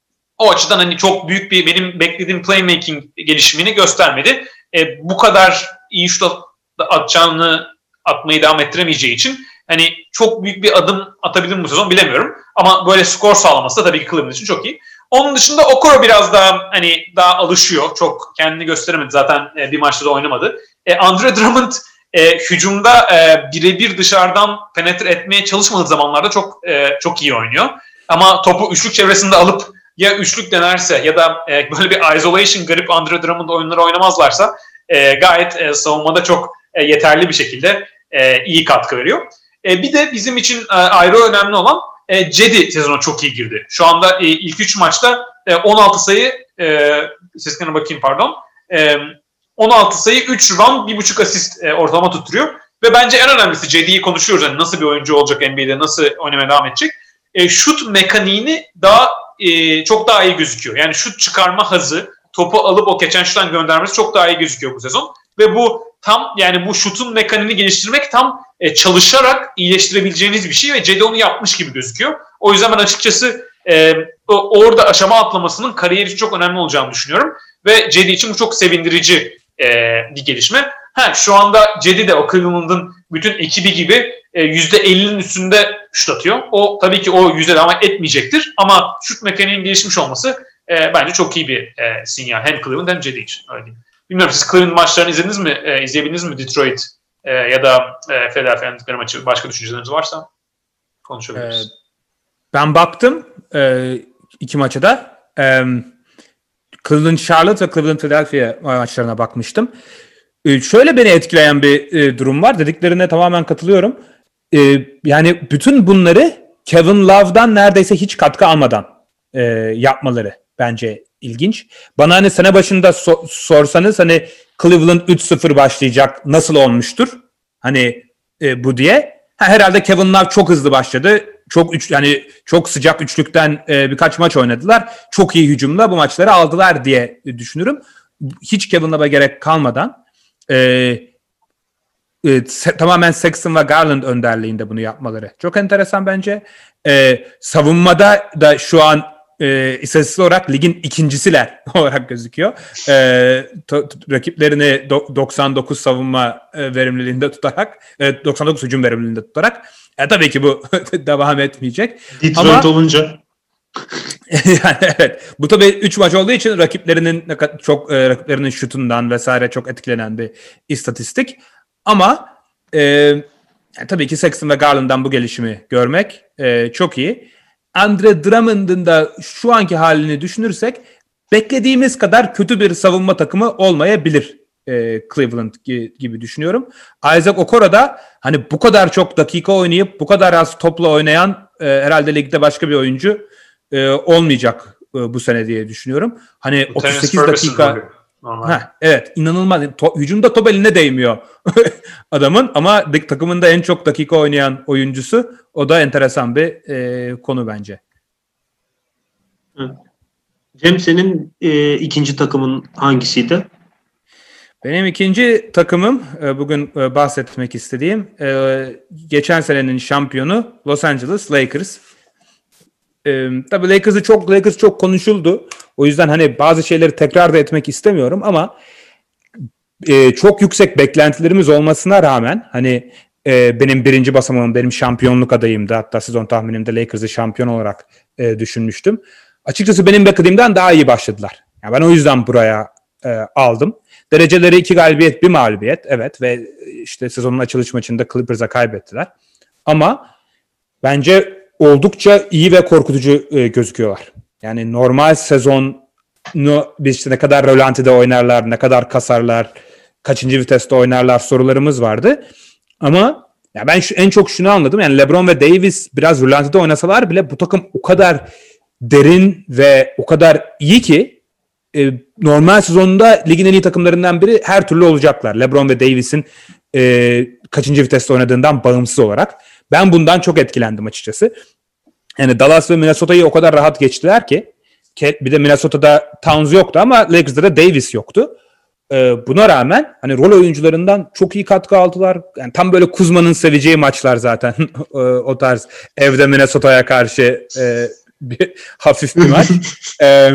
o açıdan hani çok büyük bir benim beklediğim playmaking gelişimini göstermedi. E, bu kadar iyi şut atacağını atmayı devam ettiremeyeceği için hani çok büyük bir adım atabilir mi bu sezon bilemiyorum. Ama böyle skor sağlaması da tabii ki Cleveland için çok iyi. Onun dışında Okoro biraz daha hani daha alışıyor. Çok kendini gösteremedi. Zaten e, bir maçta da oynamadı. E, Andre Drummond e, hücumda e, birebir dışarıdan penetre etmeye çalışmadığı zamanlarda çok e, çok iyi oynuyor. Ama topu üçlük çevresinde alıp ya üçlük denerse ya da e, böyle bir isolation garip Andre Drummond oyunları oynamazlarsa e, gayet e, savunmada çok e, yeterli bir şekilde e, iyi katkı veriyor. E, bir de bizim için e, ayrı önemli olan e, Cedi sezona çok iyi girdi. Şu anda e, ilk üç maçta e, on altı sayı e, sesine bakayım pardon e, on altı sayı, üç rebound, bir buçuk asist e, ortalama tutturuyor. Ve bence en önemlisi Cedi'yi konuşuyoruz. Yani nasıl bir oyuncu olacak N B A'de, nasıl oynamaya devam edecek. E, şut mekaniğini daha e, çok daha iyi gözüküyor. Yani şut çıkarma hızı, topu alıp o geçen şuttan göndermesi çok daha iyi gözüküyor bu sezon. Ve bu tam yani bu şutun mekaniğini geliştirmek tam e, çalışarak iyileştirebileceğiniz bir şey ve Cedi onu yapmış gibi gözüküyor. O yüzden ben açıkçası e, orada aşama atlamasının kariyeri için çok önemli olacağını düşünüyorum. Ve Cedi için bu çok sevindirici e, bir gelişme. Ha, şu anda Cedi de o Cleveland'ın bütün ekibi gibi e, yüzde ellinin üstünde şut atıyor. O tabii ki o yüzde devam etmeyecektir. Ama şut mekaniğinin gelişmiş olması e, bence çok iyi bir e, sinyal. Hem Cleveland hem Cedi için. Öyle diyeyim. Bilmiyorum siz Cleveland maçlarını izlediniz mi? E, izleyebildiniz mi Detroit e, ya da e, Philadelphia'nın maçı? Başka düşünceleriniz varsa konuşabiliriz. Ee, ben baktım e, iki maça da. E, Cleveland Charlotte ve Cleveland Philadelphia maçlarına bakmıştım. E, şöyle beni etkileyen bir e, durum var. Dediklerine tamamen katılıyorum. E, yani bütün bunları Kevin Love'dan neredeyse hiç katkı almadan e, yapmaları bence ilginç. Bana hani sene başında so- sorsanız hani Cleveland üç sıfır başlayacak nasıl olmuştur? Hani e, bu diye. Ha, herhalde Kevin Love çok hızlı başladı. Çok üç yani çok sıcak üçlükten e, birkaç maç oynadılar. Çok iyi hücumla bu maçları aldılar diye düşünürüm. Hiç Kevin Love'a gerek kalmadan e, e, se- tamamen Sexton ve Garland önderliğinde bunu yapmaları çok enteresan bence. E, savunmada da şu an e, istatistik olarak ligin ikincisiler olarak gözüküyor. E, to- to- rakiplerini do- doksan dokuz savunma e, verimliliğinde tutarak, e, doksan dokuz hücum verimliliğinde tutarak. E, tabii ki bu devam etmeyecek. Detroit Ama, olunca. yani evet. Bu tabii üç maç olduğu için rakiplerinin ne kadar çok e, rakiplerinin şutundan vesaire çok etkilenen bir istatistik. Ama e, yani tabii ki Sexton ve Garland'dan bu gelişimi görmek e, çok iyi. Andre Drummond'un da şu anki halini düşünürsek beklediğimiz kadar kötü bir savunma takımı olmayabilir e, Cleveland gibi düşünüyorum. Isaac Okoro da hani bu kadar çok dakika oynayıp bu kadar az topla oynayan e, herhalde ligde başka bir oyuncu e, olmayacak e, bu sene diye düşünüyorum. Hani Bu otuz sekiz dakika ha, evet inanılmaz. To- hücumda top eline değmiyor adamın ama takımında en çok dakika oynayan oyuncusu. O da enteresan bir e, konu bence. Cem senin e, ikinci takımın hangisiydi? Benim ikinci takımım e, bugün e, bahsetmek istediğim e, geçen senenin şampiyonu Los Angeles Lakers. E, tabii Lakers'ı çok Lakers çok konuşuldu. O yüzden hani bazı şeyleri tekrar da etmek istemiyorum ama e, çok yüksek beklentilerimiz olmasına rağmen hani e, benim birinci basamağım, benim şampiyonluk adayımdı. Hatta sezon tahminimde Lakers'ı şampiyon olarak e, düşünmüştüm. Açıkçası benim beklediğimden daha iyi başladılar. Yani ben o yüzden buraya e, aldım. Dereceleri iki galibiyet, bir mağlubiyet. Evet ve işte sezonun açılış maçında Clippers'a kaybettiler. Ama bence oldukça iyi ve korkutucu e, gözüküyorlar. Yani normal sezonu biz işte ne kadar rölantide oynarlar, ne kadar kasarlar, kaçıncı viteste oynarlar sorularımız vardı. Ama ya ben şu, en çok şunu anladım. Yani LeBron ve Davis biraz rölantide oynasalar bile bu takım o kadar derin ve o kadar iyi ki e, normal sezonunda ligin en iyi takımlarından biri her türlü olacaklar. LeBron ve Davis'in e, kaçıncı viteste oynadığından bağımsız olarak. Ben bundan çok etkilendim açıkçası. Yani Dallas ve Minnesota'yı o kadar rahat geçtiler ki, bir de Minnesota'da Towns yoktu ama Lakers'da da Davis yoktu. Ee, buna rağmen hani rol oyuncularından çok iyi katkı aldılar. Yani tam böyle Kuzma'nın seveceği maçlar zaten. O tarz evde Minnesota'ya karşı e, bir hafif bir maç. ee,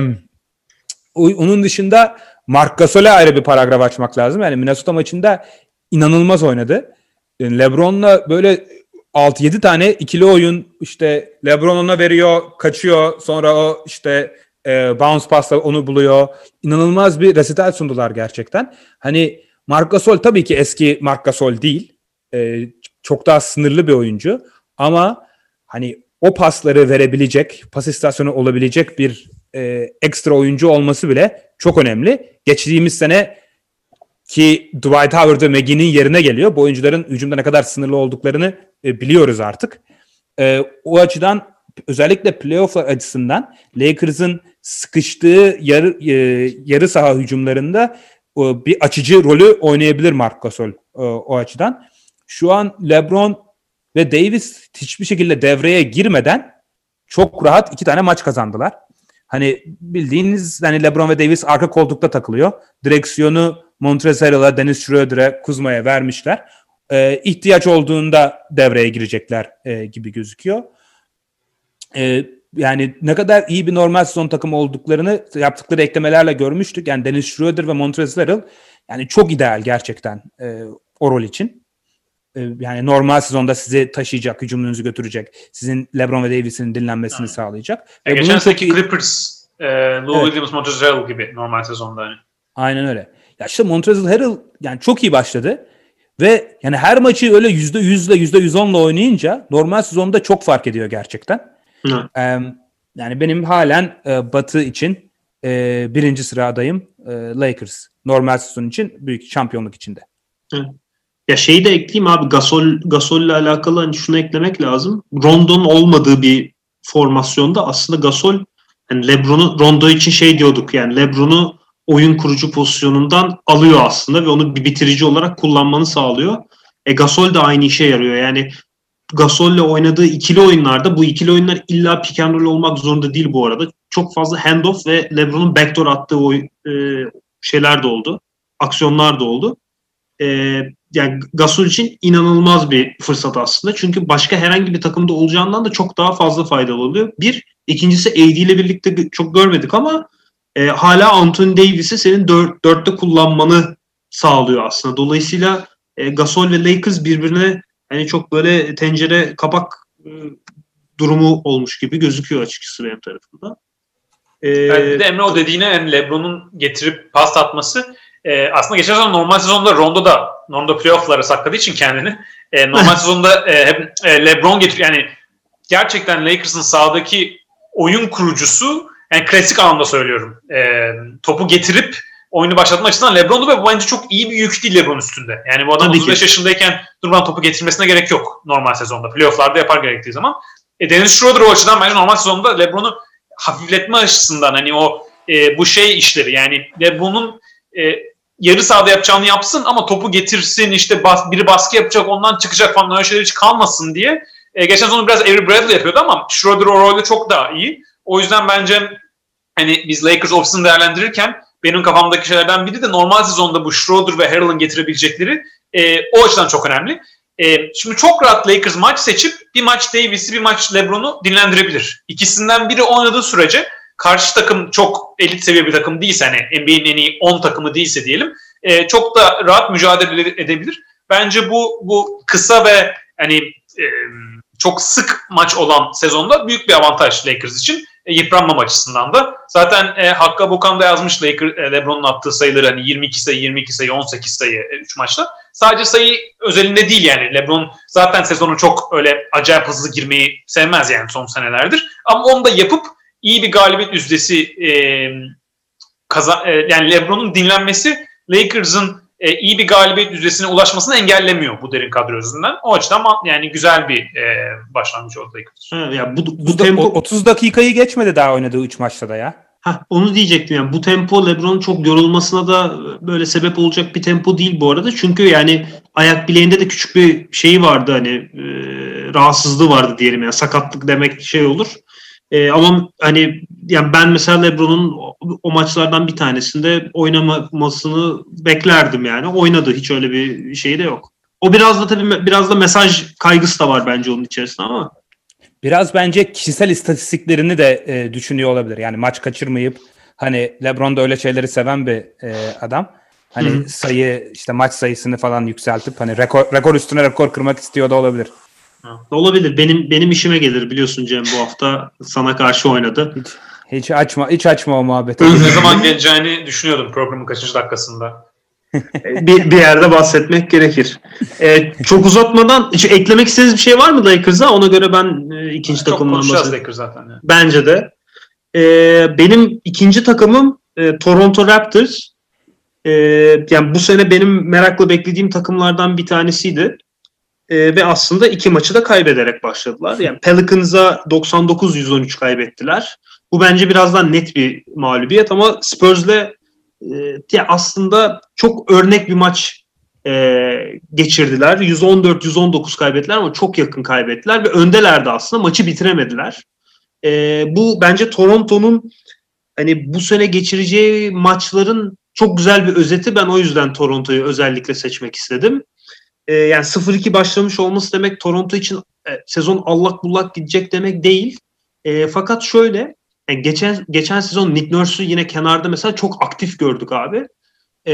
onun dışında Marc Gasol'e ayrı bir paragraf açmak lazım. Yani Minnesota maçında inanılmaz oynadı. Yani LeBron'la böyle altı yedi tane ikili oyun, işte LeBron ona veriyor, kaçıyor, sonra o işte e, bounce pass'la onu buluyor. İnanılmaz bir resital sundular gerçekten. Hani Marc Gasol tabii ki eski Marc Gasol değil. E, çok daha sınırlı bir oyuncu. Ama hani o pasları verebilecek, pas istasyonu olabilecek bir e, ekstra oyuncu olması bile çok önemli. Geçtiğimiz sene ki Dwight Howard ve McGee'nin yerine geliyor. Bu oyuncuların hücumda ne kadar sınırlı olduklarını e, biliyoruz artık. E, o açıdan özellikle playoff'lar açısından Lakers'ın sıkıştığı yarı, e, yarı saha hücumlarında e, bir açıcı rolü oynayabilir Marc Gasol e, o açıdan. Şu an LeBron ve Davis hiçbir şekilde devreye girmeden çok rahat iki tane maç kazandılar. Hani bildiğiniz hani LeBron ve Davis arka koltukta takılıyor. Direksiyonu Montrezl Harrell'a, Dennis Schroeder'e, Kuzma'ya vermişler. Ee, ihtiyaç olduğunda devreye girecekler e, gibi gözüküyor. Ee, yani ne kadar iyi bir normal sezon takımı olduklarını yaptıkları eklemelerle görmüştük. Yani Dennis Schroeder ve Montrezl Harrell yani çok ideal gerçekten e, o rol için. E, yani normal sezonda sizi taşıyacak, hücumunuzu götürecek, sizin LeBron ve Davis'in dinlenmesini evet. sağlayacak. E, geçen seneki iyi... Clippers, e, Lou evet. Williams, Montrezl Harrell gibi normal sezonda. Yani. Aynen öyle. Ya işte Montrezl Harrell yani çok iyi başladı ve yani her maçı öyle yüzde yüzle yüzde yüz onla oynayınca normal sezonda çok fark ediyor gerçekten. Ee, yani benim halen e, Batı için e, birinci sıra adayım e, Lakers. Normal sezon için, büyük şampiyonluk içinde. Hı. Ya şeyi de ekleyeyim abi, Gasol Gasol'le alakalı hani şunu eklemek lazım. Rondo'nun olmadığı bir formasyonda aslında Gasol hani LeBron'u, Rondo için şey diyorduk yani LeBron'u oyun kurucu pozisyonundan alıyor aslında ve onu bir bitirici olarak kullanmanı sağlıyor. E Gasol de aynı işe yarıyor. Yani Gasol'le oynadığı ikili oyunlarda, bu ikili oyunlar illa pick and roll olmak zorunda değil bu arada. Çok fazla handoff ve LeBron'un backdoor attığı o e, şeyler de oldu. Aksiyonlar da oldu. E, yani Gasol için inanılmaz bir fırsat aslında. Çünkü başka herhangi bir takımda olacağından da çok daha fazla faydalı oluyor. Bir, ikincisi A D ile birlikte çok görmedik ama E, hala Anthony Davis'i senin dört, dörtte kullanmanı sağlıyor aslında. Dolayısıyla e, Gasol ve Lakers birbirine hani çok böyle tencere kapak e, durumu olmuş gibi gözüküyor açıkçası benim tarafımda. E, yani de Emre o dediğine yani LeBron'un getirip pas atması e, aslında geçen sezon normal sezonda Rondo da Rondo playoff'lara sakladığı için kendini e, normal sezonda e, hep e, LeBron getiriyor. Yani gerçekten Lakers'ın sahadaki oyun kurucusu, yani klasik anlamda söylüyorum. E, topu getirip oyunu başlatma açısından LeBron'du ve bu bence çok iyi bir yük değil LeBron üstünde. Yani bu adam Tabii otuz beş ki. yaşındayken durmadan topu getirmesine gerek yok normal sezonda. Playoff'larda yapar gerektiği zaman. E, Dennis Schroeder o açıdan bence normal sezonda LeBron'u hafifletme açısından hani o e, bu şey işleri yani LeBron'un e, yarı sahada yapacağını yapsın ama topu getirsin, işte bas, biri baskı yapacak, ondan çıkacak falan, öyle şeyler hiç kalmasın diye. E, geçen sezonu biraz Avery Bradley yapıyordu ama Schroeder o rolde çok daha iyi. O yüzden bence hani biz Lakers ofisini değerlendirirken benim kafamdaki şeylerden biri de normal sezonda bu Schroeder ve Harrell'ın getirebilecekleri e, o açıdan çok önemli. E, şimdi çok rahat Lakers maç seçip bir maç Davis'i, bir maç LeBron'u dinlendirebilir. İkisinden biri oynadığı sürece karşı takım çok elit seviye bir takım değilse, hani N B A'nin en iyi on takımı değilse diyelim, e, çok da rahat mücadele edebilir. Bence bu bu kısa ve hani e, çok sık maç olan sezonda büyük bir avantaj Lakers için. E, yıpranmama açısından da. Zaten e, Hakka Bokan da yazmış Lakers, e, LeBron'un attığı sayıları hani yirmi iki sayı, yirmi iki sayı, on sekiz sayı e, üç maçta. Sadece sayı özelinde değil yani. LeBron zaten sezonu çok öyle acayip hızlı girmeyi sevmez yani son senelerdir. Ama onu da yapıp iyi bir galibiyet yüzdesi e, kaza, e, yani LeBron'un dinlenmesi Lakers'ın e, iyi bir galibiyet yüzdesine ulaşmasını engellemiyor bu derin kadro yüzünden. O açıdan yani güzel bir e, başlangıç oldu Lakers. Ha, ya bu, bu otuz, tempo otuz dakikayı geçmedi daha oynadığı üç maçta da ya. Ha, onu diyecektim yani. Bu tempo LeBron'un çok yorulmasına da böyle sebep olacak bir tempo değil bu arada. Çünkü yani ayak bileğinde de küçük bir şeyi vardı, hani e, rahatsızlığı vardı diyelim yani, sakatlık demek şey olur. E, ama hani yani ben mesela LeBron'un o, o maçlardan bir tanesinde oynamasını beklerdim yani. Oynadı, hiç öyle bir şey de yok. O biraz da tabii biraz da mesaj kaygısı da var bence onun içerisinde ama. Biraz bence kişisel istatistiklerini de e, düşünüyor olabilir. Yani maç kaçırmayıp, hani LeBron da öyle şeyleri seven bir e, adam. Hani Hı-hı. sayı işte maç sayısını falan yükseltip hani rekor rekor üstüne rekor kırmak istiyor da olabilir. Olabilir. Benim benim işime gelir biliyorsun Cem, bu hafta sana karşı oynadı. Hiç hiç açma hiç açma o muhabbeti. Ne zaman geleceğini düşünüyordum programın kaçıncı dakikasında. bir, bir yerde bahsetmek gerekir. Ee, çok uzatmadan hiç eklemek istediğiniz bir şey var mı Lakers'a? Ona göre ben e, ikinci çok takımdan bahsedeyim. Lakers zaten. Yani. Bence de. Ee, benim ikinci takımım e, Toronto Raptors. Ee, yani bu sene benim merakla beklediğim takımlardan bir tanesiydi. Ee, ve aslında iki maçı da kaybederek başladılar. Yani Pelicans'a doksan dokuz yüz on üç kaybettiler. Bu bence birazdan net bir mağlubiyet ama Spurs'le e, aslında çok örnek bir maç e, geçirdiler. yüz on dört yüz on dokuz kaybettiler ama çok yakın kaybettiler ve öndelerdi aslında. Maçı bitiremediler. E, bu bence Toronto'nun hani bu sene geçireceği maçların çok güzel bir özeti. Ben o yüzden Toronto'yu özellikle seçmek istedim. E, yani sıfır iki başlamış olması demek Toronto için e, sezon allak bullak gidecek demek değil. E, fakat şöyle, yani geçen geçen sezon Nick Nurse'u yine kenarda mesela çok aktif gördük abi. E,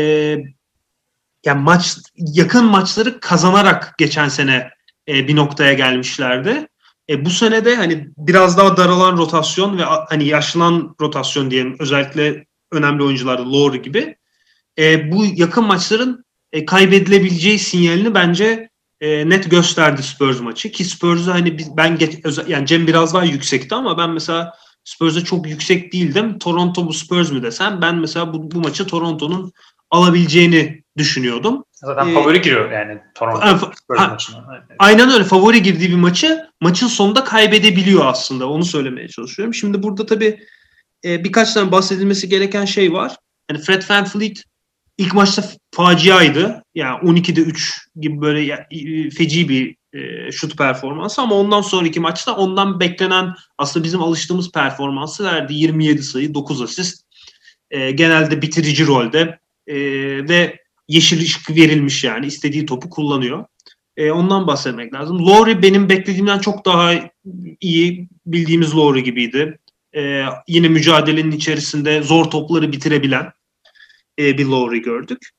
yani maç yakın maçları kazanarak geçen sene e, bir noktaya gelmişlerdi. E, bu sene de hani biraz daha daralan rotasyon ve hani yaşlanan rotasyon diyelim, özellikle önemli oyuncularda Lowry gibi. E, bu yakın maçların e, kaybedilebileceği sinyalini bence e, net gösterdi Spurs maçı. Ki Spurs'u hani ben geç, yani Cem biraz daha yüksekti ama ben mesela Spurs'e çok yüksek değildim. Toronto mu Spurs mu desem, ben mesela bu, bu maçı Toronto'nun alabileceğini düşünüyordum. Zaten ee, favori giriyor yani Toronto Spurs a- maçına. Aynen öyle, favori girdiği bir maçı maçın sonunda kaybedebiliyor aslında. Onu söylemeye çalışıyorum. Şimdi burada tabii e, birkaç tane bahsedilmesi gereken şey var. Yani Fred VanVleet ilk maçta faciaydı. Yani on ikide üç gibi böyle ya, feci bir e, şut performansı ama ondan sonraki maçta ondan beklenen, aslında bizim alıştığımız performansı verdi. yirmi yedi sayı, dokuz asist. E, genelde bitirici rolde e, ve yeşil ışık verilmiş, yani istediği topu kullanıyor. E, ondan bahsetmek lazım. Lowry benim beklediğimden çok daha iyi, bildiğimiz Lowry gibiydi. E, yine mücadelenin içerisinde zor topları bitirebilen e, bir Lowry gördük.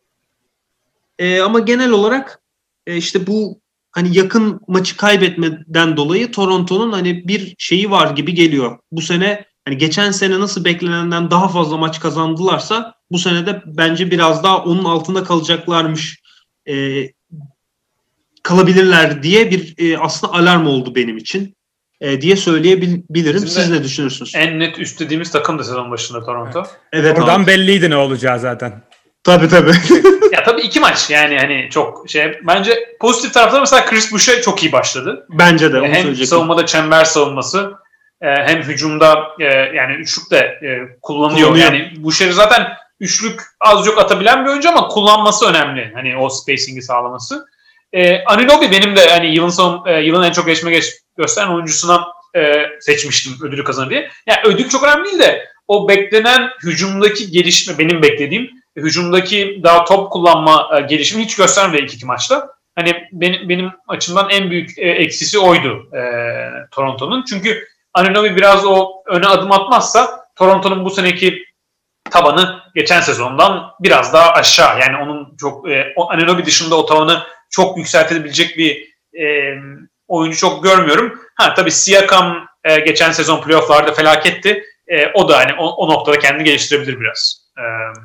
E, ama genel olarak e, işte bu hani yakın maçı kaybetmeden dolayı Toronto'nun hani bir şeyi var gibi geliyor. Bu sene hani geçen sene nasıl beklenenden daha fazla maç kazandılarsa bu sene de bence biraz daha onun altında kalacaklarmış, e, kalabilirler diye bir e, aslında alarm oldu benim için e, diye söyleyebilirim. Siz ne düşünürsünüz? En net üst dediğimiz takım da sezon başında Toronto. Evet, evet oradan abi belliydi ne olacağı zaten. Tabii tabii. Ya tabii iki maç yani hani çok şey, bence pozitif tarafta mesela Chris Boucher çok iyi başladı. Bence de. Hem savunmada çember savunması, hem hücumda yani üçlük de kullanıyor. Kullanıyor. Yani Boucher'i zaten üçlük az çok atabilen bir oyuncu ama kullanması önemli. Hani o spacing'i sağlaması. Ee, Anunoby benim de hani yılın son e, yılın en çok gelişme geç, gösteren oyuncusuna e, seçmiştim ödülü kazanır diye. Yani ödül çok önemli değil de o beklenen hücumdaki gelişme, benim beklediğim hücumdaki daha top kullanma e, gelişimi hiç göstermedi ilk iki maçta. Hani benim benim açımdan en büyük e, eksisi oydu e, Toronto'nun. Çünkü Anunoby biraz o öne adım atmazsa Toronto'nun bu seneki tavanı geçen sezondan biraz daha aşağı. Yani onun çok e, Anunoby dışında o tavanı çok yükseltebilecek bir e, oyuncu çok görmüyorum. Ha tabii Siakam e, geçen sezon playoff'larda felaketti. E, o da hani o, o noktada kendini geliştirebilir biraz. E,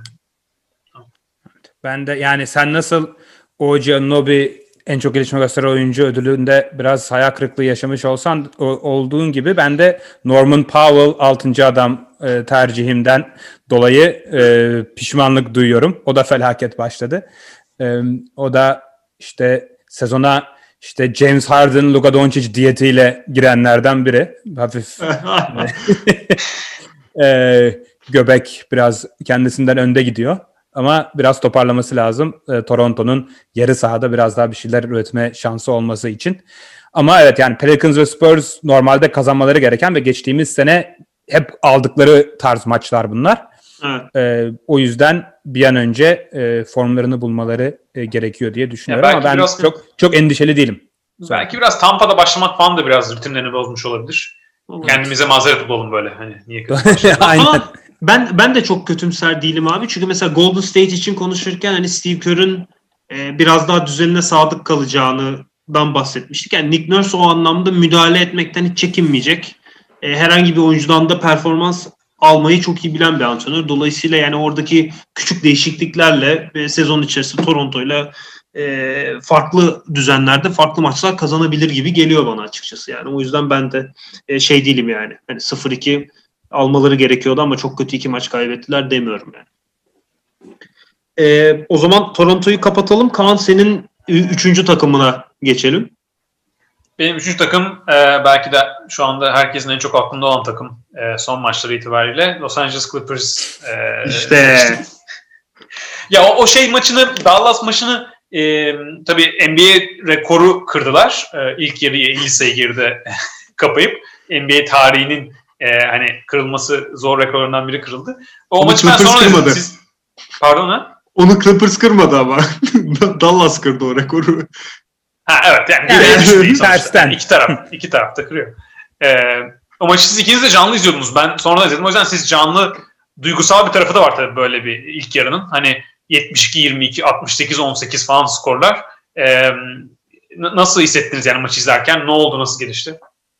Ben de yani sen nasıl O G Anunoby en çok gelişme gösteren oyuncu ödülünde biraz hayal kırıklığı yaşamış olsan o, olduğun gibi ben de Norman Powell altıncı adam e, tercihimden dolayı e, pişmanlık duyuyorum. O da felaket başladı. E, o da işte sezona işte James Harden, Luka Doncic diyetiyle girenlerden biri. Hafif e, göbek biraz kendisinden önde gidiyor. Ama biraz toparlaması lazım. E, Toronto'nun yarı sahada biraz daha bir şeyler üretme şansı olması için. Ama evet yani Pelicans ve Spurs normalde kazanmaları gereken ve geçtiğimiz sene hep aldıkları tarz maçlar bunlar. Evet. E, o yüzden bir an önce e, formlarını bulmaları e, gerekiyor diye düşünüyorum. Ama ben biraz, çok çok endişeli değilim. Belki biraz Tampa'da başlamak falan da biraz ritimlerini bozmuş olabilir. Evet. Kendimize mazeret bulalım böyle. Hani niye kötü Aynen. Ben ben de çok kötümser değilim abi. Çünkü mesela Golden State için konuşurken hani Steve Kerr'ın e, biraz daha düzenine sadık kalacağından bahsetmiştik. Yani Nick Nurse o anlamda müdahale etmekten hiç çekinmeyecek. E, herhangi bir oyuncudan da performans almayı çok iyi bilen bir antrenör. Dolayısıyla yani oradaki küçük değişikliklerle e, sezon içerisinde Toronto'yla e, farklı düzenlerde farklı maçlar kazanabilir gibi geliyor bana açıkçası. Yani o yüzden ben de e, şey değilim yani. Hani sıfır iki almaları gerekiyordu ama çok kötü iki maç kaybettiler demiyorum yani. Ee, o zaman Toronto'yu kapatalım. Kaan senin üçüncü takımına geçelim. Benim üçüncü takım e, belki de şu anda herkesin en çok aklında olan takım e, son maçları itibariyle Los Angeles Clippers. E, işte. Ya o, o şey maçını, Dallas maçını e, tabii N B A rekoru kırdılar. E, ilk yarıya elli sayı geride kapayıp N B A tarihinin Ee, hani kırılması zor rekorlarından biri kırıldı. O Onu maçı ben sonra kırmadı. Siz... Pardon ha? Onu Clippers kırmadı ama. Dallas kırdı o rekoru. Ha evet yani bireye düştü sonuçta. Yani iki taraf, iki taraf da kırıyor. Ee, o maçı siz ikiniz de canlı izliyordunuz. Ben sonradan izledim. O yüzden siz canlı duygusal bir tarafı da var tabii böyle bir ilk yarının. Hani yetmiş iki yirmi iki, altmış sekiz on sekiz falan skorlar. Ee, nasıl hissettiniz yani maçı izlerken? Ne oldu? Nasıl gelişti?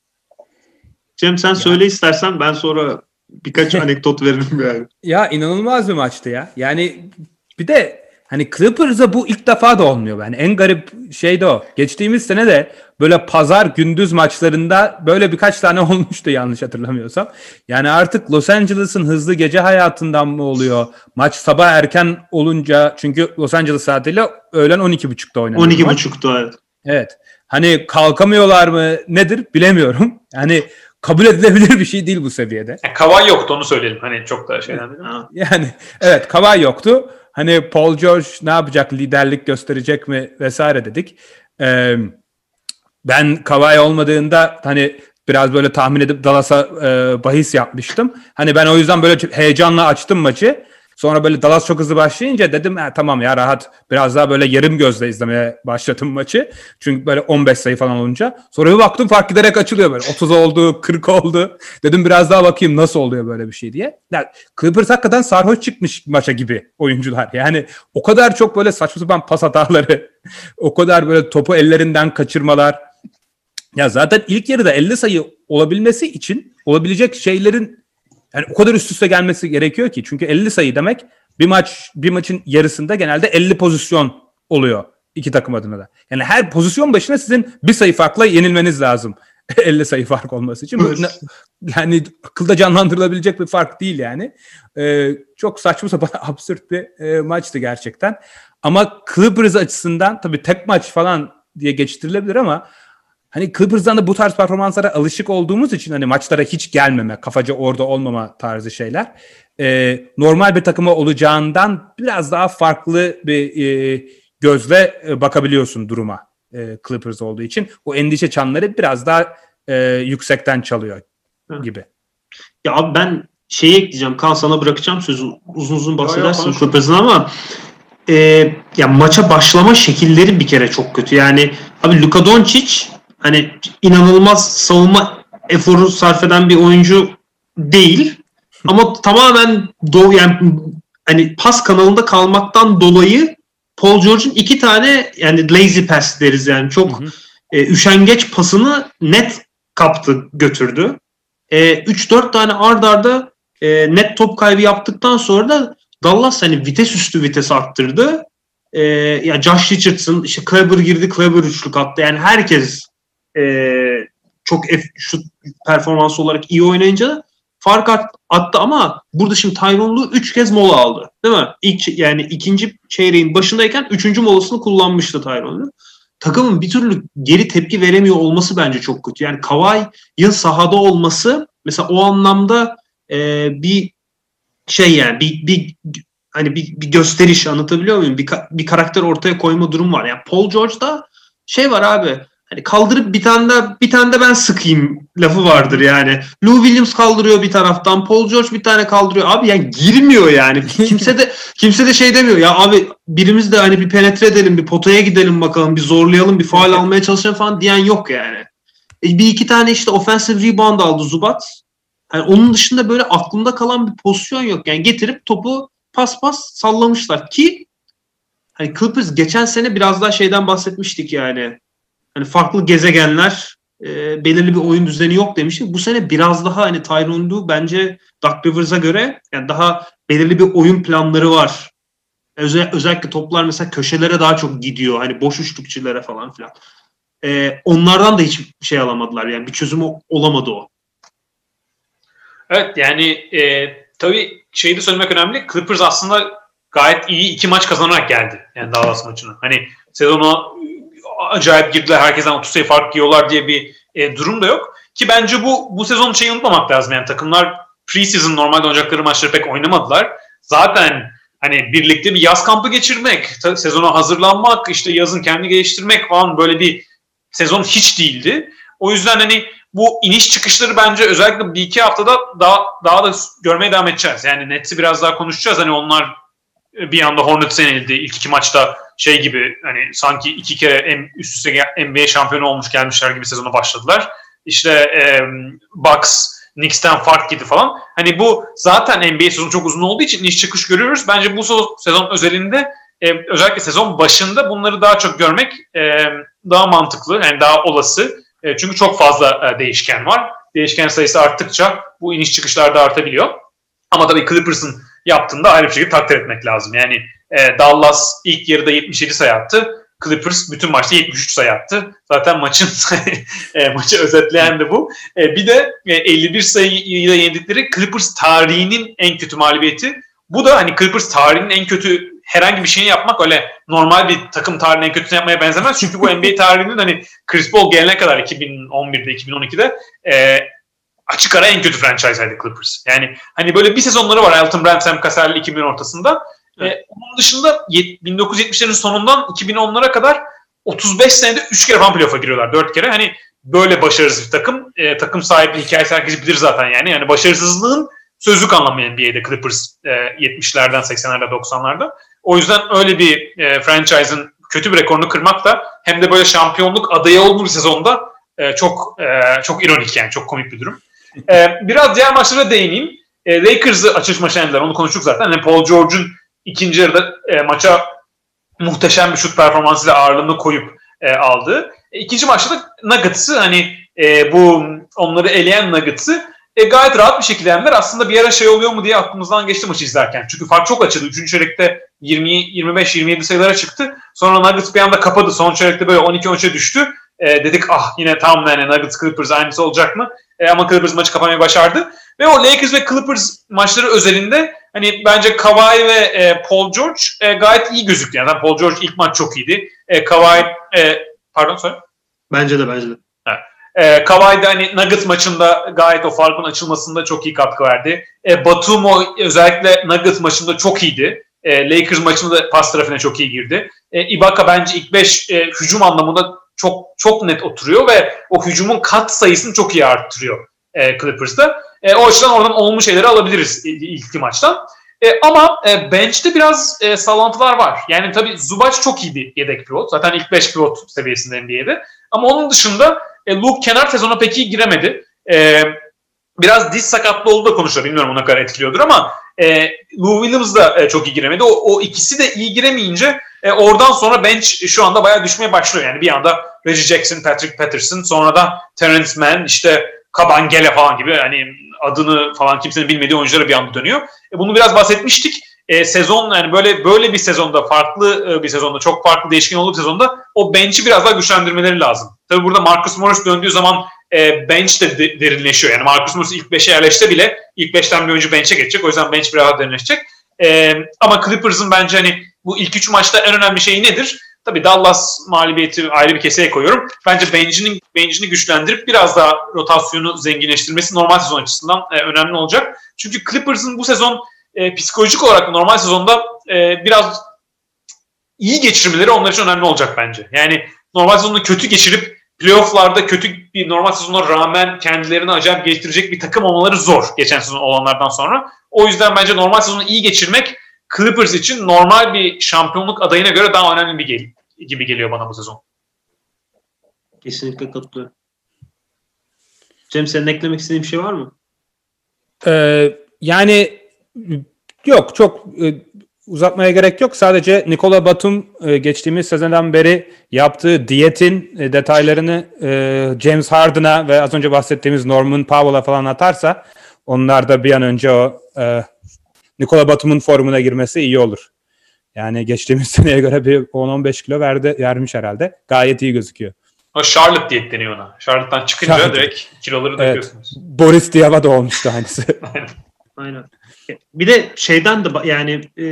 Cem sen ya. Söyle istersen ben sonra birkaç anekdot veririm yani. Ya inanılmaz bir maçtı ya. Yani bir de hani Clippers'a bu ilk defa da olmuyor. Yani en garip şey de o. Geçtiğimiz sene de böyle pazar gündüz maçlarında böyle birkaç tane olmuştu yanlış hatırlamıyorsam. Yani artık Los Angeles'ın hızlı gece hayatından mı oluyor? Maç sabah erken olunca çünkü Los Angeles saatiyle öğlen on iki buçukta oynanıyor. on iki buçukta evet. Evet. Hani kalkamıyorlar mı nedir bilemiyorum. Yani kabul edilebilir bir şey değil bu seviyede. Yani Kawhi yoktu onu söyleyelim. Hani çok da şeyden değil mi? Yani evet Kawhi yoktu. Hani Paul George ne yapacak? Liderlik gösterecek mi? Vesaire dedik. Ee, ben Kawhi olmadığında hani biraz böyle tahmin edip Dallas'a e, bahis yapmıştım. Hani ben o yüzden böyle heyecanla açtım maçı. Sonra böyle Dallas çok hızlı başlayınca dedim tamam ya rahat biraz daha böyle yarım gözle izlemeye başladım maçı. Çünkü böyle on beş sayı falan olunca. Sonra bir baktım fark giderek açılıyor böyle. otuz oldu, kırk oldu. Dedim biraz daha bakayım nasıl oluyor böyle bir şey diye. Yani Clippers hakikaten sarhoş çıkmış maça gibi oyuncular. Yani o kadar çok böyle saçma sapan pas hataları. O kadar böyle topu ellerinden kaçırmalar. Ya zaten ilk yarıda elli sayı olabilmesi için olabilecek şeylerin yani o kadar üst üste gelmesi gerekiyor ki. Çünkü elli sayı demek bir maç bir maçın yarısında genelde elli pozisyon oluyor iki takım adına da. Yani her pozisyon başına sizin bir sayı farkla yenilmeniz lazım. elli sayı fark olması için. Evet. Yani akılda canlandırılabilecek bir fark değil yani. Ee, çok saçma sapan absürt bir e, maçtı gerçekten. Ama Clippers açısından tabii tek maç falan diye geçiştirilebilir ama hani Clippers'dan da bu tarz performanslara alışık olduğumuz için hani maçlara hiç gelmeme, kafaca orada olmama tarzı şeyler e, normal bir takıma olacağından biraz daha farklı bir e, gözle e, bakabiliyorsun duruma e, Clippers olduğu için. O endişe çanları biraz daha e, yüksekten çalıyor gibi. Ya abi ben şeyi ekleyeceğim. Kaan sana bırakacağım sözü. Uzun uzun bahsedersin Clippers'ın ama e, ya maça başlama şekilleri bir kere çok kötü. Yani abi Luka Doncic hani inanılmaz savunma eforu sarf eden bir oyuncu değil. Ama tamamen do yani hani pas kanalında kalmaktan dolayı Paul George'un iki tane yani lazy pass deriz yani çok hı hı. E, üşengeç pasını net kaptı, götürdü. E, üç dört tane ard arda e, net top kaybı yaptıktan sonra da Dallas hani vites üstü vites arttırdı. E, ya Josh Richardson, işte Kleber girdi, Kleber üçlük attı. Yani herkes e, çok F, şu performans olarak iyi oynayınca fark attı ama burada şimdi Tyronn Lue üç kez mola aldı. Değil mi? İlk, yani ikinci çeyreğin başındayken üçüncü molasını kullanmıştı Tyronn Lue. Takımın bir türlü geri tepki veremiyor olması bence çok kötü. Yani Kawhi'nin sahada olması mesela o anlamda e, bir şey yani bir, bir hani bir, bir gösteriş, anlatabiliyor muyum? Bir, bir karakter ortaya koyma durum var. Yani Paul George'da şey var abi. Hani kaldırıp bir tane de bir tane de ben sıkayım lafı vardır yani. Lou Williams kaldırıyor bir taraftan, Paul George bir tane kaldırıyor. Abi yani girmiyor yani. Kimse de kimse de şey demiyor. Ya abi birimiz de hani bir penetre edelim, bir potaya gidelim bakalım, bir zorlayalım, bir faul almaya çalışalım falan diyen yok yani. E bir iki tane işte offensive rebound aldı Zubac. Yani onun dışında böyle aklımda kalan bir pozisyon yok. Yani getirip topu pas pas sallamışlar ki hani Clippers geçen sene biraz daha şeyden bahsetmiştik yani. Hani farklı gezegenler, e, belirli bir oyun düzeni yok demiştik. Bu sene biraz daha hani Tyronn Lue bence Doc Rivers'a göre yani daha belirli bir oyun planları var. Özel, özellikle toplar mesela köşelere daha çok gidiyor. Hani boş üçlükçülere falan filan. E, onlardan da hiçbir şey alamadılar. Yani bir çözüm olamadı o. Evet yani e, tabii şeyi de söylemek önemli. Clippers aslında gayet iyi iki maç kazanarak geldi. Yani Dallas maçına. Hani sezona acayip girdiler, herkesten otuz sayı fark yiyorlar diye bir e, durum da yok. Ki bence bu bu sezon şeyi unutmamak lazım. Yani takımlar pre-season normalde oynayacakları maçları pek oynamadılar. Zaten hani birlikte bir yaz kampı geçirmek, sezona hazırlanmak, işte yazın kendini geliştirmek falan böyle bir sezon hiç değildi. O yüzden hani bu iniş çıkışları bence özellikle bir iki haftada daha daha da görmeye devam edeceğiz. Yani Nets'i biraz daha konuşacağız. Hani onlar bir anda Hornets'e yenildi. İlk iki maçta şey gibi hani sanki iki kere üst üste N B A şampiyonu olmuş gelmişler gibi sezona başladılar. İşte e, Bucks, Knicks'ten fark yedi falan. Hani bu zaten N B A sezonu çok uzun olduğu için iniş çıkış görüyoruz. Bence bu sezon özelinde e, özellikle sezon başında bunları daha çok görmek e, daha mantıklı. Yani daha olası. E, çünkü çok fazla e, değişken var. Değişken sayısı arttıkça bu iniş çıkışlar da artabiliyor. Ama tabii Clippers'ın yaptığında ayrı bir şekilde takdir etmek lazım. Yani e, Dallas ilk yarıda yetmiş yedi sayı attı. Clippers bütün maçta yetmiş üç sayı attı. Zaten maçın e, maçı özetleyen de bu. E, bir de e, elli bir sayıyla yendikleri Clippers tarihinin en kötü mağlubiyeti. Bu da hani Clippers tarihinin en kötü herhangi bir şeyini yapmak öyle normal bir takım tarihinin en kötüsünü yapmaya benzemez. Çünkü bu N B A tarihinin hani Chris Paul gelene kadar iki bin on birde iki bin on ikide e, açık ara en kötü franchise'ydi Clippers. Yani hani böyle bir sezonları var Elton Brand, Sam Cassell'li iki bin ortasında. Evet. Ee, onun dışında bin dokuz yüz yetmişlerin sonundan iki bin onlara kadar otuz beş senede üç kere falan playoff'a giriyorlar. dört kere. Hani böyle başarısız bir takım. Ee, takım sahibi hikayesi herkes bilir zaten yani. Yani başarısızlığın sözlük anlamı N B A'de Clippers e, yetmişlerden seksenlerde doksanlarda. O yüzden öyle bir e, franchise'ın kötü bir rekorunu kırmak da hem de böyle şampiyonluk adayı olduğu bir sezonda e, çok e, çok ironik yani. Çok komik bir durum. e, biraz diğer maçlara değineyim. E, Lakers'ı açılış maçına yendiler. Onu konuştuk zaten. Yani Paul George'un İkinci yarıda e, maça muhteşem bir şut performansıyla ağırlığını koyup e, aldı. E, ikinci maçta da Nuggets'ı hani e, bu onları eleyen Nuggets'ı e, gayet rahat bir şekilde yendiler. Aslında bir ara şey oluyor mu diye aklımızdan geçti maçı izlerken. Çünkü fark çok açıldı. Üçüncü çeyrekte yirmi, yirmi beş yirmi yedi sayılara çıktı. Sonra Nuggets bir anda kapadı. Son çeyrekte böyle on iki on üçe düştü. E, dedik ah yine tam yani Nuggets Clippers aynısı olacak mı? E, ama Clippers maçı kapamayı başardı. Ve o Lakers ve Clippers maçları özelinde hani bence Kawhi ve e, Paul George e, gayet iyi gözüktü. Yani Paul George ilk maç çok iyiydi. E, Kawhi e, pardon söyle. Bence de bence de. Evet. E, Kawhi de hani Nuggets maçında gayet o farkın açılmasında çok iyi katkı verdi. E, Batum o özellikle Nuggets maçında çok iyiydi. E, Lakers maçında da pas trafiğine çok iyi girdi. E, Ibaka bence ilk beş e, hücum anlamında çok çok net oturuyor ve o hücumun kat sayısını çok iyi arttırıyor e, Clippers'ta. E, o açıdan oradan olumlu şeyleri alabiliriz ilk iki maçtan. E, ama e, bench'te biraz e, sallantılar var. Yani tabii Zubac çok iyi bir yedek pivot. Zaten ilk beş pivot seviyesinde N B A'de. Ama onun dışında e, Luke Kennard sezona pek iyi giremedi. E, biraz diz sakatlığı olduğu da konuşuluyor. Bilmiyorum ona kadar etkiliyordur ama e, Lou Williams da e, çok iyi giremedi. O, o ikisi de iyi giremeyince e, oradan sonra bench şu anda bayağı düşmeye başlıyor. Yani bir anda Reggie Jackson, Patrick Patterson, sonra da Terrence Mann, işte Kabangele falan gibi yani adını falan kimsenin bilmediği oyunculara bir anda dönüyor. E, bunu biraz bahsetmiştik. E, sezon yani böyle böyle bir sezonda, farklı e, bir sezonda, çok farklı değişken olduğu bir sezonda o bench'i biraz daha güçlendirmeleri lazım. Tabii burada Marcus Morris döndüğü zaman e, bench de, de derinleşiyor. Yani Marcus Morris ilk beşe yerleşse bile ilk beşten bir oyuncu bench'e geçecek. O yüzden bench biraz daha derinleşecek. E, ama Clippers'ın bence hani bu ilk üç maçta en önemli şey nedir? Tabii Dallas mağlubiyeti ayrı bir keseye koyuyorum. Bence bench'ini bench'ini güçlendirip biraz daha rotasyonu zenginleştirmesi normal sezon açısından e, önemli olacak. Çünkü Clippers'ın bu sezon e, psikolojik olarak normal sezonda e, biraz iyi geçirmeleri onlar için önemli olacak bence. Yani normal sezonu kötü geçirip playoff'larda kötü bir normal sezona rağmen kendilerini acayip geliştirecek bir takım olmaları zor geçen sezon olanlardan sonra. O yüzden bence normal sezonu iyi geçirmek Clippers için normal bir şampiyonluk adayına göre daha önemli bir gel- gibi geliyor bana bu sezon. Kesinlikle katılıyorum. Cem, senin eklemek istediğin bir şey var mı? Ee, yani yok çok e, uzatmaya gerek yok. Sadece Nikola Batum e, geçtiğimiz sezondan beri yaptığı diyetin e, detaylarını e, James Harden'a ve az önce bahsettiğimiz Norman Powell'a falan atarsa onlar da bir an önce o e, Nikola Batum'un formuna girmesi iyi olur. Yani geçtiğimiz seneye göre bir on on beş kilo verdi, vermiş herhalde. Gayet iyi gözüküyor. O Charlotte diyet deniyor ona. Charlotte'tan çıkınca Charlotte. direkt kiloları Evet. döküyorsunuz. Boris Diaw'a da olmuştu aynısı. Aynen. Bir de şeyden de ba- yani e,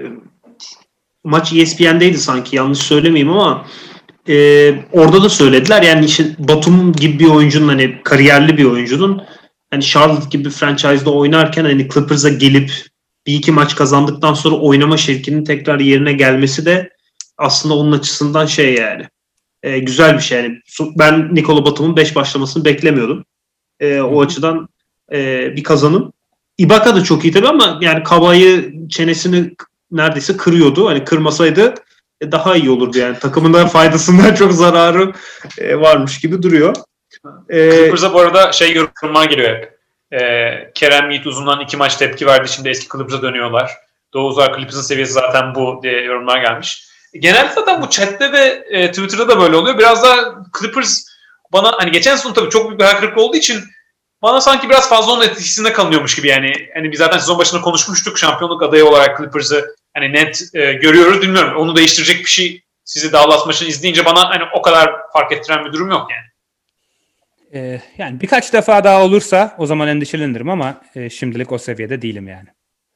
maç E S P N'deydi sanki, yanlış söylemeyeyim ama e, orada da söylediler yani işte Batum gibi bir oyuncunun, hani kariyerli bir oyuncunun hani Charlotte gibi bir franchise'da oynarken hani Clippers'a gelip bir iki maç kazandıktan sonra oynama şevkinin tekrar yerine gelmesi de aslında onun açısından şey yani e, güzel bir şey. Yani ben Nikola Batum'un beş başlamasını beklemiyordum. E, o açıdan e, bir kazanım. Ibaka da çok iyi tabii ama yani Kawhi çenesini neredeyse kırıyordu. Hani kırmasaydı daha iyi olurdu yani. Takımına faydasından çok zararı varmış gibi duruyor. Ee, Clippers'a bu arada şey yorumlar geliyor hep. Ee, Kerem Yiğit uzundan iki maç tepki verdi. Şimdi eski Clippers'a dönüyorlar. Doğu Uzar Clippers'ın seviyesi zaten bu diye yorumlar gelmiş. Genelde zaten bu chatte ve e, Twitter'da da böyle oluyor. Biraz da Clippers bana hani geçen sezon tabii çok büyük bir hayal kırıklığı olduğu için bana sanki biraz fazla onun etkisinde kalıyormuş gibi yani. Hani biz zaten sezon başında konuşmuştuk şampiyonluk adayı olarak Clippers'ı hani net e, görüyoruz. Bilmiyorum onu değiştirecek bir şey sizi Dallas maçını izleyince bana hani o kadar fark ettiren bir durum yok yani. Ee, yani birkaç defa daha olursa o zaman endişelenirim ama e, şimdilik o seviyede değilim yani.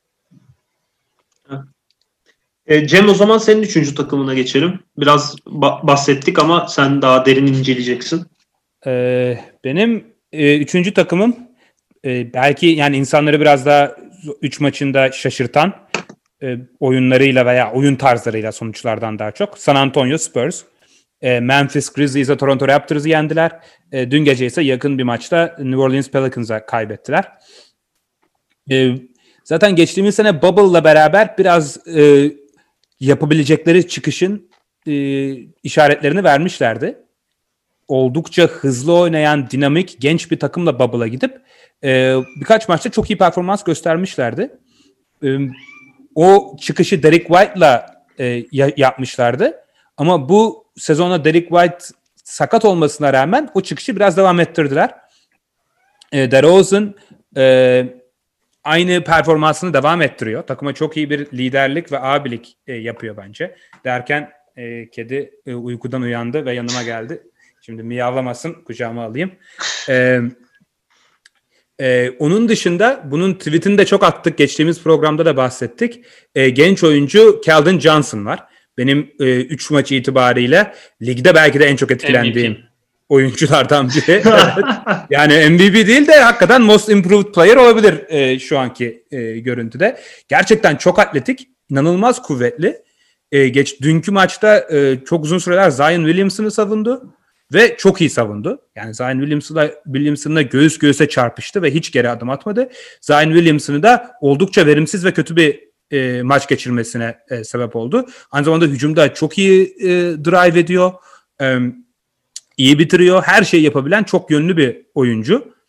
E, Cem, o zaman senin üçüncü takımına geçelim. Biraz ba- bahsettik ama sen daha derin inceleyeceksin. Ee, benim e, üçüncü takımım e, belki yani insanları biraz daha üç maçında şaşırtan e, oyunlarıyla veya oyun tarzlarıyla sonuçlardan daha çok San Antonio Spurs. E, Memphis Grizzlies'e Toronto Raptors'ı yendiler. E, dün gece ise yakın bir maçta New Orleans Pelicans'a kaybettiler. E, zaten geçtiğimiz sene Bubble'la beraber biraz e, yapabilecekleri çıkışın e, işaretlerini vermişlerdi. Oldukça hızlı oynayan, dinamik, genç bir takımla Bubble'a gidip e, birkaç maçta çok iyi performans göstermişlerdi. E, o çıkışı Derek White'la e, ya- yapmışlardı. Ama bu sezona Derek White sakat olmasına rağmen o çıkışı biraz devam ettirdiler. E, DeRozan e, aynı performansını devam ettiriyor. Takıma çok iyi bir liderlik ve abilik e, yapıyor bence. Derken e, kedi e, uykudan uyandı ve yanıma geldi. Şimdi miyavlamasın, kucağıma alayım. Ee, e, onun dışında bunun tweetini de çok attık. Geçtiğimiz programda da bahsettik. E, genç oyuncu Keldon Johnson var. Benim üç e, maç itibariyle ligde belki de en çok etkilendiğim M V P oyunculardan biri. Evet. Yani M V P değil de hakikaten Most Improved Player olabilir e, şu anki e, görüntüde. Gerçekten çok atletik, inanılmaz kuvvetli. E, geç dünkü maçta e, çok uzun süreler Zion Williamson'ı savundu. Ve çok iyi savundu. Yani Zion Williamson'la, Williamson'la göğüs göğüse çarpıştı ve hiç geri adım atmadı. Zion Williamson'ı da oldukça verimsiz ve kötü bir e, maç geçirmesine e, sebep oldu. Aynı zamanda hücumda çok iyi e, drive ediyor. E, iyi bitiriyor. Her şeyi yapabilen çok yönlü bir oyuncu.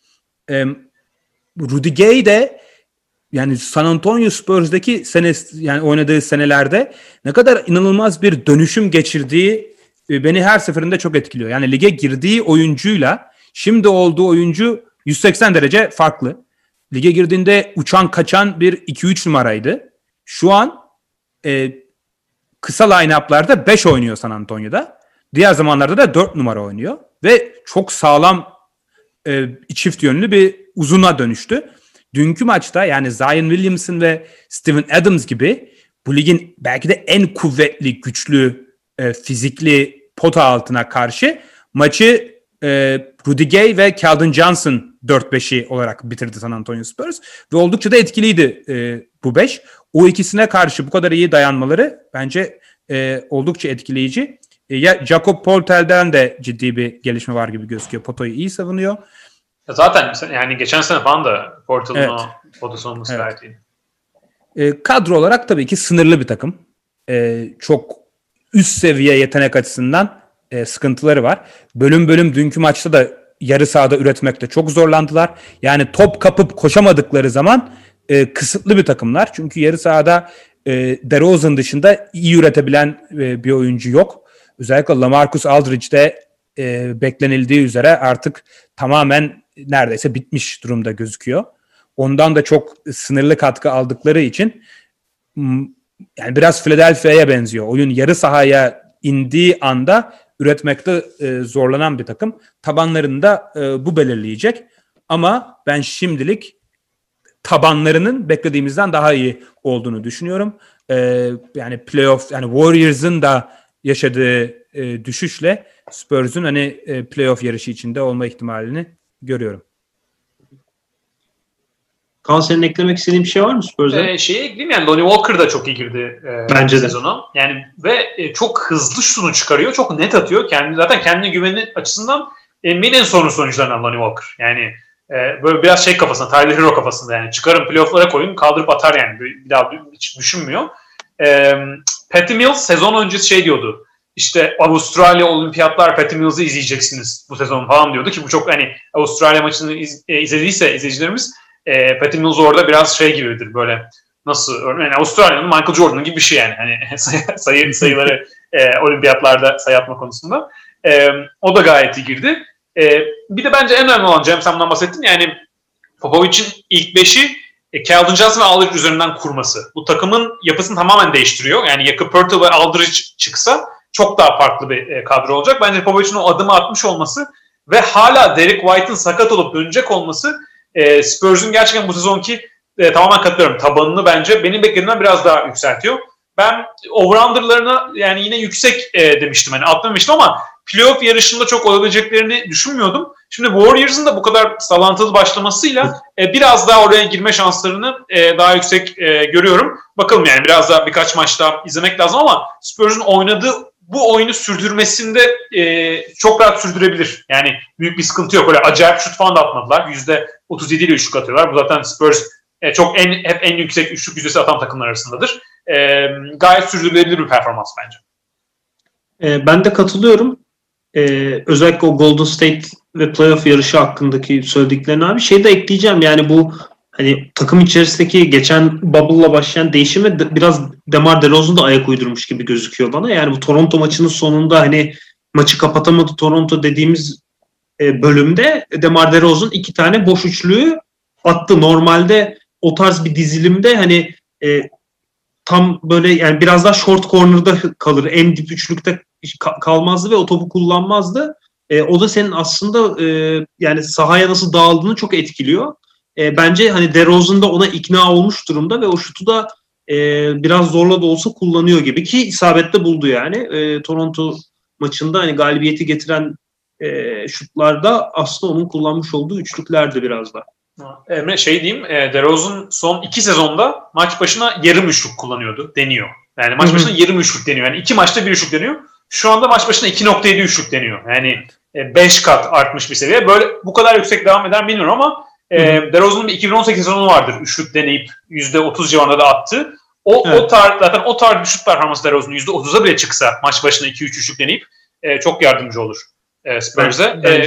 e, Rudy Gay de yani San Antonio Spurs'daki sene, yani oynadığı senelerde ne kadar inanılmaz bir dönüşüm geçirdiği e, beni her seferinde çok etkiliyor. Yani lige girdiği oyuncuyla şimdi olduğu oyuncu yüz seksen derece farklı. Lige girdiğinde uçan kaçan bir iki üç numaraydı. Şu an e, kısa line-up'larda beş oynuyor San Antonio'da. Diğer zamanlarda da dört numara oynuyor. Ve çok sağlam e, çift yönlü bir uzuna dönüştü. Dünkü maçta yani Zion Williamson ve Steven Adams gibi bu ligin belki de en kuvvetli, güçlü, e, fizikli pota altına karşı maçı e, Rudy Gay ve Keldon Johnson dört beşi olarak bitirdi San Antonio Spurs. Ve oldukça da etkiliydi e, bu beş. O ikisine karşı bu kadar iyi dayanmaları bence e, oldukça etkileyici. E, ya Jakob Poeltl'den de ciddi bir gelişme var gibi gözüküyor. Potoyu iyi savunuyor. Zaten yani geçen sene falan da Portal'ın Evet. o potası olması Evet. gayet iyi. E, kadro olarak tabii ki sınırlı bir takım. E, çok üst seviye yetenek açısından e, sıkıntıları var. Bölüm bölüm dünkü maçta da yarı sahada üretmekte çok zorlandılar. Yani top kapıp koşamadıkları zaman e, kısıtlı bir takımlar. Çünkü yarı sahada e, DeRozan dışında iyi üretebilen e, bir oyuncu yok. Özellikle LaMarcus Aldridge de e, beklenildiği üzere artık tamamen neredeyse bitmiş durumda gözüküyor. Ondan da çok sınırlı katkı aldıkları için yani biraz Philadelphia'ya benziyor. Oyun yarı sahaya indiği anda üretmekte e, zorlanan bir takım. Tabanlarını da e, bu belirleyecek. Ama ben şimdilik tabanlarının beklediğimizden daha iyi olduğunu düşünüyorum. E, yani playoff, yani Warriors'ın da yaşadığı e, düşüşle Spurs'un hani e, playoff yarışı içinde olma ihtimalini görüyorum. Kaan, senin eklemek istediğin bir şey var mı Spurs'a? Ee, şeye ekleyeyim yani Lonnie Walker da çok iyi girdi e, Bence de. sezona. Yani ve e, çok hızlı şutunu çıkarıyor. Çok net atıyor. Kendi zaten kendine güveni açısından N B A'nin en sorunlu oyuncularından Lonnie Walker. Yani e, böyle biraz şey kafasında, Tyler Hero kafasında yani çıkarın playoff'lara koyun, kaldırıp atar yani. Bir daha hiç düşünmüyor. E, Patty Mills sezon öncesi şey diyordu. İşte Avustralya Olimpiyatlar, Patty Mills'ı izleyeceksiniz bu sezon falan diyordu ki bu çok hani Avustralya maçını iz, e, izlediyse izleyicilerimiz E, Patty Mills orada biraz şey gibidir böyle nasıl örneğin yani Avustralya'nın Michael Jordan gibi bir şey yani hani sayı sayıları e, olimpiyatlarda sayı atma konusunda e, o da gayet iyi girdi. E, bir de bence en önemli olan Cem sen bundan bahsettin yani Popovic'in ilk beşi e, Keldon Johnson ve Aldridge üzerinden kurması. Bu takımın yapısını tamamen değiştiriyor. Yani Jakob Poeltl ve Aldridge çıksa çok daha farklı bir e, kadro olacak. Bence Popovic'in o adımı atmış olması ve hala Derek White'ın sakat olup dönecek olması E, Spurs'un gerçekten bu sezonki e, tamamen katılıyorum. Tabanını bence benim beklediğimden biraz daha yükseltiyor. Ben over-under'larına yani yine yüksek e, demiştim. Hani atlamıştım ama playoff yarışında çok olabileceklerini düşünmüyordum. Şimdi Warriors'ın da bu kadar sallantılı başlamasıyla e, biraz daha oraya girme şanslarını e, daha yüksek e, görüyorum. Bakalım yani biraz daha birkaç maç daha izlemek lazım ama Spurs'un oynadığı bu oyunu sürdürmesinde e, çok rahat sürdürebilir. Yani büyük bir sıkıntı yok. Öyle acayip şut falan da atmadılar. yüzde otuz yedi ile üçlük atıyorlar. Bu zaten Spurs e, çok en hep en yüksek üçlük yüzdesi atan takımlar arasındadır. E, gayet sürdürülebilir bir performans bence. E, ben de katılıyorum. E, özellikle o Golden State ve playoff yarışı hakkındaki söylediklerine abi şey de ekleyeceğim. Yani bu hani takım içerisindeki geçen bubble'la başlayan değişime de, biraz DeMar DeRozan da ayak uydurmuş gibi gözüküyor bana. Yani bu Toronto maçının sonunda hani maçı kapatamadı Toronto dediğimiz e, bölümde DeMar DeRozan iki tane boş üçlüğü attı. Normalde o tarz bir dizilimde hani e, tam böyle yani biraz daha short corner'da kalır. En dip üçlükte ka- kalmazdı ve o topu kullanmazdı. E, o da senin aslında e, yani sahaya nasıl dağıldığını çok etkiliyor. E, bence hani DeRozan da ona ikna olmuş durumda ve o şutu da e, biraz zorla da olsa kullanıyor gibi ki isabette buldu yani. E, Toronto maçında hani galibiyeti getiren e, şutlarda aslında onun kullanmış olduğu üçlüklerdi biraz da. Emre şey diyeyim, e, DeRozan son iki sezonda maç başına yarım üçlük kullanıyordu, deniyor. Yani maç başına yarım üçlük deniyor. Yani iki maçta bir üçlük deniyor. Şu anda maç başına iki nokta yedi üçlük deniyor. Yani beş kat artmış bir seviye. Böyle bu kadar yüksek devam eder bilmiyorum ama e, DeRozan'ın bir iki bin on sekiz sezonu vardır. Üçlük deneyip yüzde otuz civarında da attı. O, evet. o tar zaten o tarz bir şut performansı DeRozan'ın yüzde otuza bile çıksa maç başına iki üç üçlük deneyip e, çok yardımcı olur e, Spurs'e. Evet, e,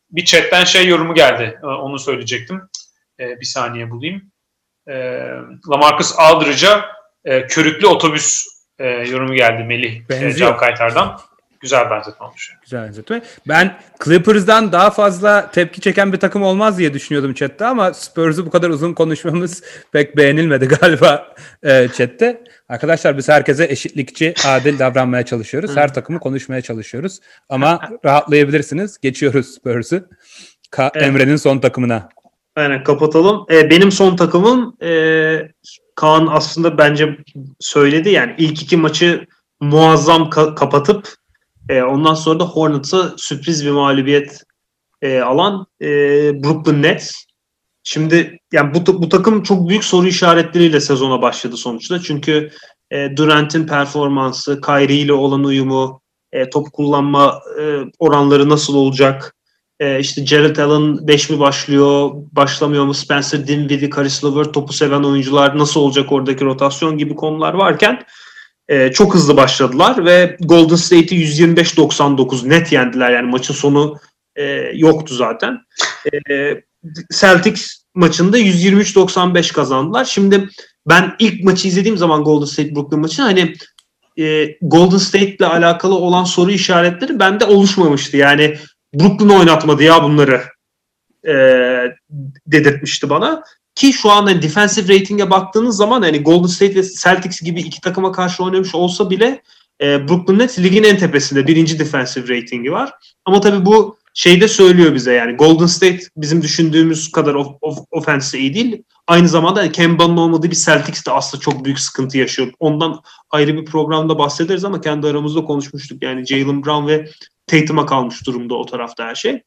bir chatten şey yorumu geldi. Onu söyleyecektim. E, bir saniye bulayım. E, LaMarcus Aldridge'a e, körüklü otobüs e, yorumu geldi Melih e, Can Kaytar'dan. Güzel benzetme olmuş. Güzel benzetme. Ben Clippers'dan daha fazla tepki çeken bir takım olmaz diye düşünüyordum chatte ama Spurs'u bu kadar uzun konuşmamız pek beğenilmedi galiba e, chatte. Arkadaşlar biz herkese eşitlikçi, adil davranmaya çalışıyoruz. Her takımı konuşmaya çalışıyoruz. Ama rahatlayabilirsiniz. Geçiyoruz Spurs'u. Ka- evet. Emre'nin son takımına. Aynen kapatalım. Ee, benim son takımım e, Kaan aslında bence söyledi. Yani ilk iki maçı muazzam ka- kapatıp e, ondan sonra da Hornets'a sürpriz bir mağlubiyet e, alan e, Brooklyn Nets. Şimdi yani bu, bu takım çok büyük soru işaretleriyle sezona başladı sonuçta. Çünkü e, Durant'in performansı, Kyrie ile olan uyumu, e, top kullanma e, oranları nasıl olacak? E, işte Jared Allen beş mi başlıyor, başlamıyor mu? Spencer Dinwiddie, Caris LeVert topu seven oyuncular nasıl olacak oradaki rotasyon gibi konular varken e, çok hızlı başladılar ve Golden State'i yüz yirmi beş doksan dokuz net yendiler. Yani maçın sonu e, yoktu zaten. E, Celtics maçında yüz yirmi üç doksan beş kazandılar. Şimdi ben ilk maçı izlediğim zaman Golden State Brooklyn maçı hani e, Golden State ile alakalı olan soru işaretleri bende oluşmamıştı. Yani Brooklyn oynatmadı ya bunları e, dedirtmişti bana. Ki şu an hani defensive rating'e baktığınız zaman hani Golden State ve Celtics gibi iki takıma karşı oynamış olsa bile e, Brooklyn Nets ligin en tepesinde birinci defensive ratingi var. Ama tabii bu şey de söylüyor bize yani Golden State bizim düşündüğümüz kadar of, of, offense iyi değil. Aynı zamanda yani Kemba'nın olmadığı bir Celtics de aslında çok büyük sıkıntı yaşıyor. Ondan ayrı bir programda bahsederiz ama kendi aramızda konuşmuştuk. Yani Jaylen Brown ve Tatum'a kalmış durumda o tarafta her şey.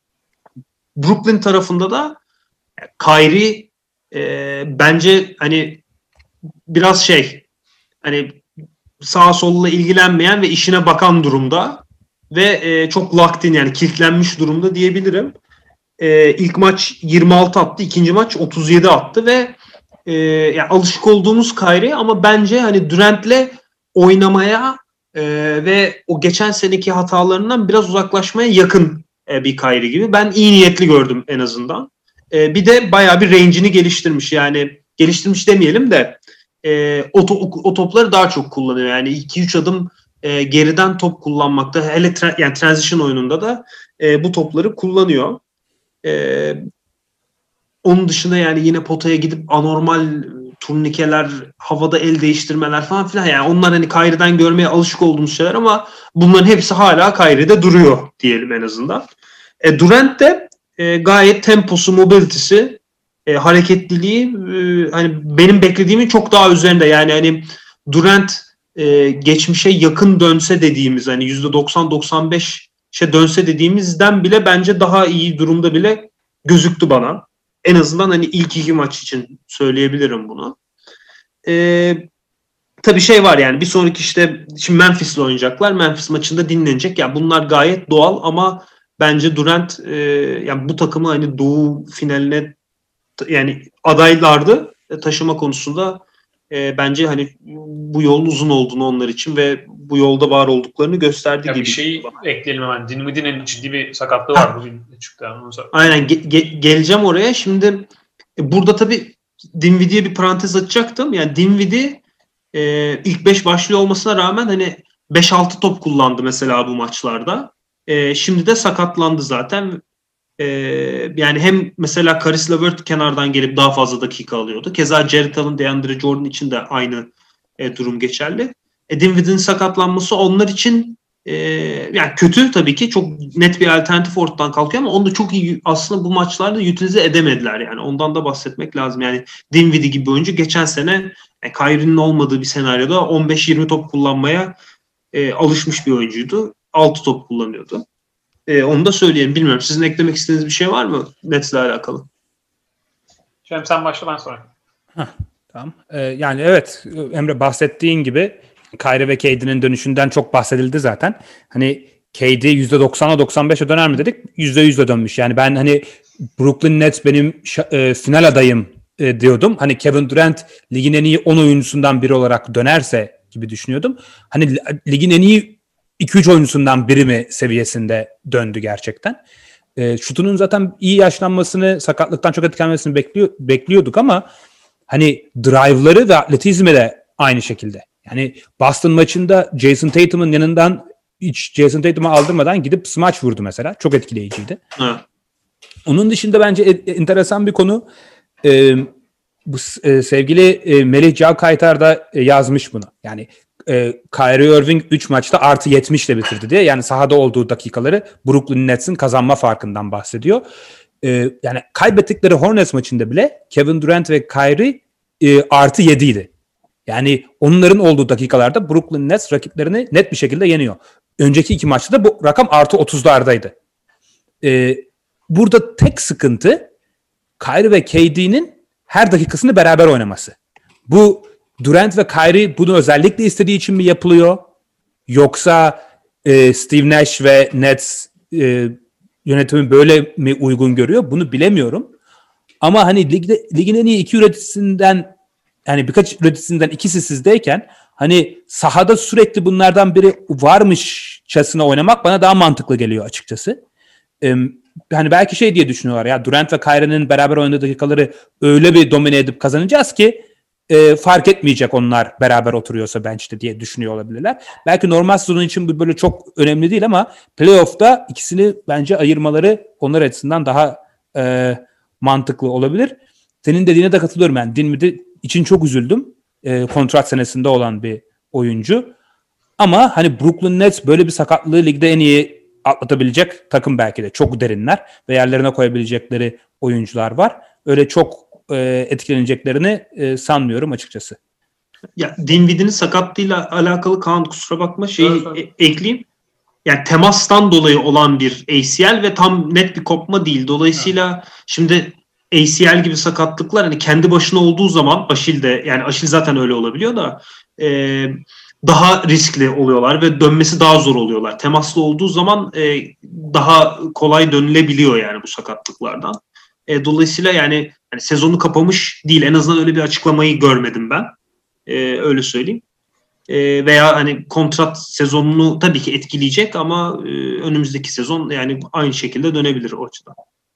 Brooklyn tarafında da Kyrie e, bence hani biraz şey hani sağa solla ilgilenmeyen ve işine bakan durumda ve e, çok locked in yani kilitlenmiş durumda diyebilirim. E, ilk maç yirmi altı attı, ikinci maç otuz yedi attı ve e, yani alışık olduğumuz Kyrie ama bence hani Durant'le oynamaya e, ve o geçen seneki hatalarından biraz uzaklaşmaya yakın e, bir Kyrie gibi. Ben iyi niyetli gördüm en azından. E, bir de bayağı bir range'ini geliştirmiş yani geliştirmiş demeyelim de e, o, to- o topları daha çok kullanıyor. Yani iki üç adım e, geriden top kullanmakta hele tra- yani transition oyununda da e, bu topları kullanıyor. E, onun dışında yani yine potaya gidip anormal turnikeler, havada el değiştirmeler falan filan yani onlar hani Kyrie'den görmeye alışık olduğumuz şeyler ama bunların hepsi hala Kyrie'de duruyor diyelim en azından. E, Durant de e, gayet temposu, mobility'si, e, hareketliliği e, hani benim beklediğimin çok daha üzerinde. Yani hani Durant e, geçmişe yakın dönse dediğimiz hani yüzde doksan doksan beşe dönse dediğimizden bile bence daha iyi durumda bile gözüktü bana. En azından hani ilk iki maç için söyleyebilirim bunu. E, tabii şey var yani bir sonraki işte şimdi Memphis'le oynayacaklar. Memphis maçında dinlenecek. Yani bunlar gayet doğal ama bence Durant e, yani bu takımı hani Doğu finaline yani adaylardı taşıma konusunda e, bence hani bu yolun uzun olduğunu onlar için ve bu yolda var olduklarını gösterdi ya gibi. Bir şeyi ekleyelim hemen. Dinwiddie'nin ciddi bir sakatlığı var bugün çıktı. Aynen ge- ge- geleceğim oraya. Şimdi e, burada tabii Dinwiddie'ye bir parantez açacaktım. Yani Dinwiddie e, ilk beş başlıyor olmasına rağmen hani beş altı top kullandı mesela bu maçlarda. E, şimdi de sakatlandı zaten. E, yani hem mesela Caris LeVert kenardan gelip daha fazla dakika alıyordu. Keza Jared Allen, DeAndre Jordan için de aynı e, durum geçerli. E, Dinwiddie'nin sakatlanması onlar için e, yani kötü tabii ki. Çok net bir alternatif ortadan kalkıyor ama onu da çok iyi aslında bu maçlarda utilize edemediler. Yani ondan da bahsetmek lazım. Yani Dinwiddie gibi oyuncu geçen sene yani Kyrie'nin olmadığı bir senaryoda on beş yirmi top kullanmaya e, alışmış bir oyuncuydu. altı top kullanıyordu. E, onu da söyleyelim. Bilmiyorum. Sizin eklemek istediğiniz bir şey var mı Nets'le alakalı? Şimdi sen başla ben sonra. Heh, tamam. Ee, yani evet Emre bahsettiğin gibi Kyrie ve K D'nin dönüşünden çok bahsedildi zaten. Hani K D yüzde doksana doksan beşe döner mi dedik? yüzde yüz'e dönmüş. Yani ben hani Brooklyn Nets benim şa- e, final adayım e, diyordum. Hani Kevin Durant ligin en iyi on oyuncusundan biri olarak dönerse gibi düşünüyordum. Hani ligin en iyi iki üç oyuncusundan biri mi seviyesinde döndü gerçekten. E, şutunun zaten iyi yaşlanmasını, sakatlıktan çok etkilenmesini bekliyor, bekliyorduk ama hani drive'ları ve atletizmi de aynı şekilde. Yani Boston maçında Jason Tatum'un yanından hiç Jason Tatum'u aldırmadan gidip smaç vurdu mesela. Çok etkileyiciydi. Evet. Onun dışında bence e- enteresan bir konu. E, bu e, sevgili e, Melih Cavkaytar da e, yazmış bunu. Yani e, Kyrie Irving üç maçta artı yetmiş ile bitirdi diye. Yani sahada olduğu dakikaları Brooklyn Nets'in kazanma farkından bahsediyor. E, yani kaybettikleri Hornets maçında bile Kevin Durant ve Kyrie e, artı yedi idi. Yani onların olduğu dakikalarda Brooklyn Nets rakiplerini net bir şekilde yeniyor. Önceki iki maçta da bu rakam artı otuzlardaydı. Ee, burada tek sıkıntı Kyrie ve K D'nin her dakikasını beraber oynaması. Bu Durant ve Kyrie bunu özellikle istediği için mi yapılıyor? Yoksa e, Steve Nash ve Nets e, yönetimi böyle mi uygun görüyor? Bunu bilemiyorum. Ama hani ligde, ligin en iyi iki üreticisinden yani birkaç üreticisinden ikisi sizdeyken hani sahada sürekli bunlardan biri varmışçasına oynamak bana daha mantıklı geliyor açıkçası. Ee, hani belki şey diye düşünüyorlar ya Durant ve Kyrie'nin beraber oynadığı dakikaları öyle bir domine edip kazanacağız ki e, fark etmeyecek onlar beraber oturuyorsa bench'te diye düşünüyor olabilirler. Belki normal sezon için bu böyle çok önemli değil ama playoff'ta ikisini bence ayırmaları onlar açısından daha e, mantıklı olabilir. Senin dediğine de katılıyorum yani Dinwiddie için çok üzüldüm. E, kontrat senesinde olan bir oyuncu. Ama hani Brooklyn Nets böyle bir sakatlığı ligde en iyi atlatabilecek takım belki de. Çok derinler ve yerlerine koyabilecekleri oyuncular var. Öyle çok e, etkileneceklerini e, sanmıyorum açıkçası. Ya Dinwiddie'nin sakatlığıyla alakalı Kaan kusura bakma şeyi evet, e- ekleyeyim. Yani temastan dolayı olan bir A C L ve tam net bir kopma değil. Dolayısıyla evet. Şimdi A C L gibi sakatlıklar hani kendi başına olduğu zaman Aşil'de yani Aşil zaten öyle olabiliyor da e, daha riskli oluyorlar ve dönmesi daha zor oluyorlar. Temaslı olduğu zaman e, daha kolay dönülebiliyor yani bu sakatlıklardan. E, dolayısıyla yani, yani sezonu kapamış değil. En azından öyle bir açıklamayı görmedim ben. E, öyle söyleyeyim. E, veya hani kontrat sezonunu tabii ki etkileyecek ama e, önümüzdeki sezon yani aynı şekilde dönebilir o açıdan.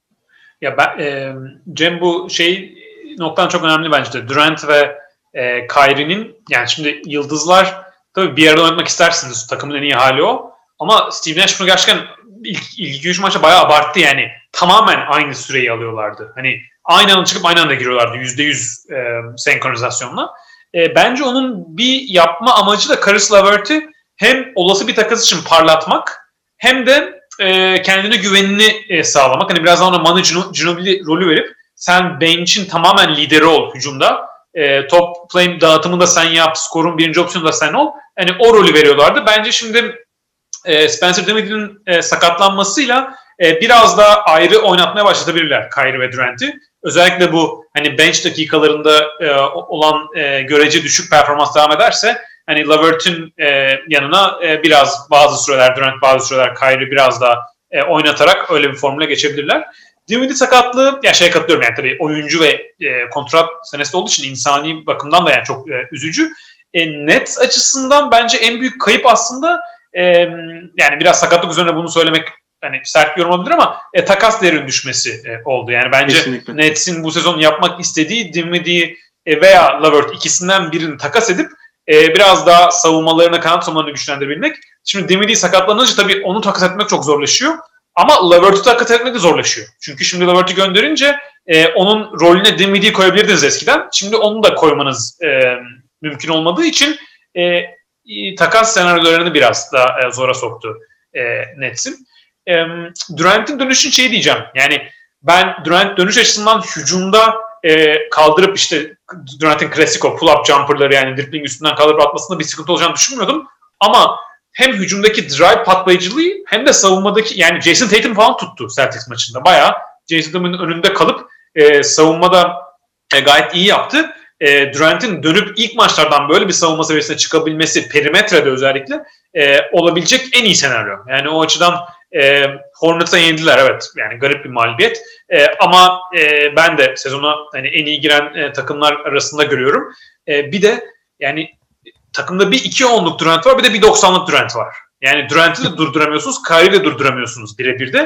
Ya ben e, Cem bu şey noktadan çok önemli bence de. Durant ve e, Kyrie'nin yani şimdi yıldızlar tabii bir arada oynamak istersiniz. Takımın en iyi hali o. Ama Steve Nash bunu gerçekten ilk, ilk iki üç maçta bayağı abarttı yani. Tamamen aynı süreyi alıyorlardı. Hani aynı anda çıkıp aynı anda giriyorlardı. yüzde yüz e, senkronizasyonla. E, bence onun bir yapma amacı da Caris LeVert'i hem olası bir takas için parlatmak hem de e, kendine güvenini e, sağlamak. Hani biraz daha ona Manu Ginobili rolü verip sen bench'in tamamen lideri ol hücumda. E, top play dağıtımını da sen yap, skorun birinci opsiyonu da sen ol. Yani o rolü veriyorlardı. Bence şimdi e, Spencer Dinwiddie'nin e, sakatlanmasıyla e, biraz daha ayrı oynatmaya başlatabilirler Kyrie ve Durant'i. Özellikle bu hani bench dakikalarında e, olan e, görece düşük performans devam ederse hani LeVert'in e, yanına e, biraz bazı süreler Durant, bazı süreler Kyrie biraz daha e, oynatarak öyle bir formüle geçebilirler. Dinwiddie sakatlığı, ya şey katılıyorum yani tabii oyuncu ve e, kontrat senesi olduğu için insani bakımdan da yani çok e, üzücü. E, Nets açısından bence en büyük kayıp aslında e, yani biraz sakatlık üzerine bunu söylemek hani sert bir yorum olabilir ama e, takas değerinin düşmesi e, oldu. Yani bence kesinlikle Nets'in bu sezon yapmak istediği Dinwiddie e, veya LeVert ikisinden birini takas edip e, biraz daha savunmalarını, kanat savunmalarını güçlendirebilmek. Şimdi Dinwiddie sakatlanınca tabii onu takas etmek çok zorlaşıyor. Ama LeVert'i takas etmek de zorlaşıyor. Çünkü şimdi LeVert'i gönderince e, onun rolüne Dinwiddie'yi koyabilirdiniz eskiden. Şimdi onu da koymanız e, mümkün olmadığı için e, e, takas senaryolarını biraz daha e, zora soktu e, Nets'in. E, Durant'in dönüşün şey diyeceğim. Yani ben Durant dönüş açısından hücumda e, kaldırıp işte Durant'in klasik o pull-up jumper'ları yani dribbling üstünden kaldırıp atmasında bir sıkıntı olacağını düşünmüyordum. Ama hem hücumdaki drive patlayıcılığı hem de savunmadaki yani Jason Tatum falan tuttu Celtics maçında. Bayağı Jason Tatum'un önünde kalıp e, savunmada e, gayet iyi yaptı. E, Durant'in dönüp ilk maçlardan böyle bir savunma seviyesine çıkabilmesi perimetrede özellikle e, olabilecek en iyi senaryo. Yani o açıdan e, Hornets'a yenildiler evet. Yani garip bir mağlubiyet. E, ama e, ben de sezona hani en iyi giren e, takımlar arasında görüyorum. E, bir de yani takımda bir iki onluk Durant var bir de bir doksanlık Durant var. Yani Durant'i de durduramıyorsunuz, Kyrie'yi de durduramıyorsunuz birebir de.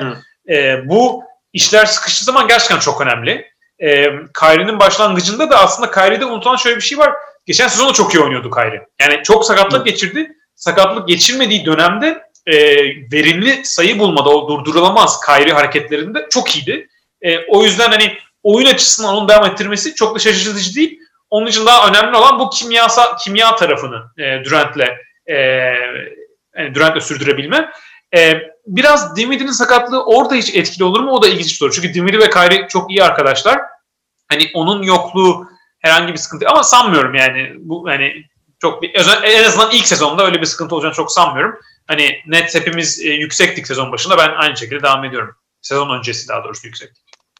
e, bu işler sıkıştığı zaman gerçekten çok önemli. E, Kyrie'nin başlangıcında da aslında Kyrie'de unutulan şöyle bir şey var. Geçen sezon da çok iyi oynuyordu Kyrie. Yani çok sakatlık geçirdi. Sakatlık geçirmediği dönemde e, verimli sayı bulmada, o durdurulamaz Kyrie hareketlerinde çok iyiydi. E, o yüzden hani oyun açısından onu devam ettirmesi çok da şaşırtıcı değil. Onun için daha önemli olan bu kimyasa, kimya tarafını e, Durant'le e, yani Durant'le sürdürebilme. E, biraz Dinwiddie'nin sakatlığı orada hiç etkili olur mu? O da ilginç bir soru. Çünkü Dinwiddie ve Kyrie çok iyi arkadaşlar. Hani onun yokluğu herhangi bir sıkıntı ama sanmıyorum yani bu hani çok bir, en azından ilk sezonda öyle bir sıkıntı olacağını çok sanmıyorum. Hani net hepimiz e, yüksektik sezon başında. Ben aynı şekilde devam ediyorum. Sezon öncesi daha doğrusu yüksektik.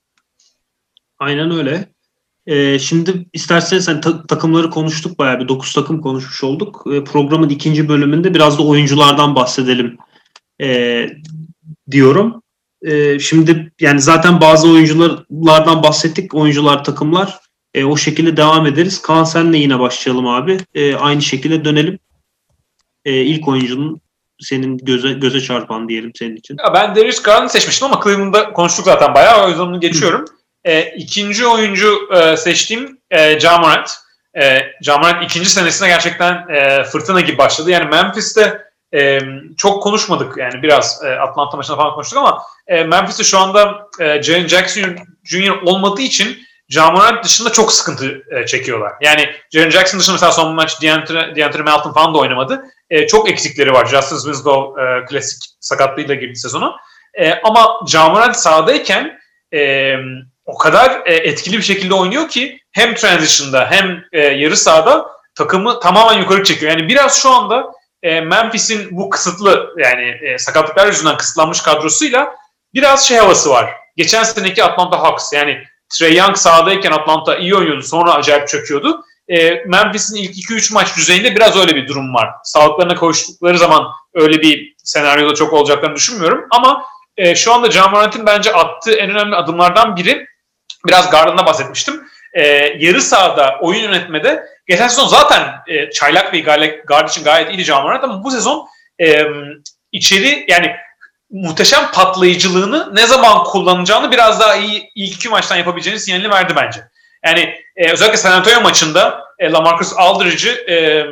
Aynen öyle. Ee, şimdi isterseniz hani ta- takımları konuştuk, bayağı bir dokuz takım konuşmuş olduk. Ee, programın ikinci bölümünde biraz da oyunculardan bahsedelim ee, diyorum. Ee, şimdi yani zaten bazı oyunculardan bahsettik, oyuncular, takımlar. Ee, o şekilde devam ederiz. Kaan, senle yine başlayalım abi. Ee, aynı şekilde dönelim. Ee, ilk oyuncunun senin göze göze çarpan diyelim senin için. Ya ben Darius Garland'ı seçmiştim ama Cleveland'da konuştuk zaten bayağı. O yüzden onu geçiyorum. E, ikinci oyuncu e, seçtiğim e, Ja Morant. E, Ja Morant ikinci senesine gerçekten e, fırtına gibi başladı. Yani Memphis'te e, çok konuşmadık. Yani biraz e, Atlanta maçında falan konuştuk ama e, Memphis'te şu anda e, Jaren Jackson Junior olmadığı için Ja Morant dışında çok sıkıntı e, çekiyorlar. Yani Jaren Jackson dışında mesela son maç DeAndre, DeAndre Melton falan da oynamadı. E, çok eksikleri var. Justice Winslow e, klasik sakatlığıyla girdi sezona. E, ama Ja Morant sahadayken e, o kadar e, etkili bir şekilde oynuyor ki hem transition'da hem e, yarı sahada takımı tamamen yukarı çekiyor. Yani biraz şu anda e, Memphis'in bu kısıtlı yani e, sakatlıklar yüzünden kısıtlanmış kadrosuyla biraz şey havası var. Geçen seneki Atlanta Hawks, yani Trae Young sahadayken Atlanta iyi oynuyordu, sonra acayip çöküyordu. E, Memphis'in ilk iki üç maç düzeyinde biraz öyle bir durum var. Sağlıklarına kavuştukları zaman öyle bir senaryoda çok olacaklarını düşünmüyorum. Ama e, şu anda Ja Morant'in bence attığı en önemli adımlardan biri, biraz Garland'da bahsetmiştim. E, yarı sahada oyun yönetmede geçen sezon zaten e, çaylak bir guard için gayet iyiydi Ja Morant ama bu sezon e, içeri yani muhteşem patlayıcılığını ne zaman kullanacağını biraz daha iyi ilk iki maçtan yapabileceğini sinyalini verdi bence. Yani e, özellikle San Antonio maçında e, LaMarcus Aldridge'ı e,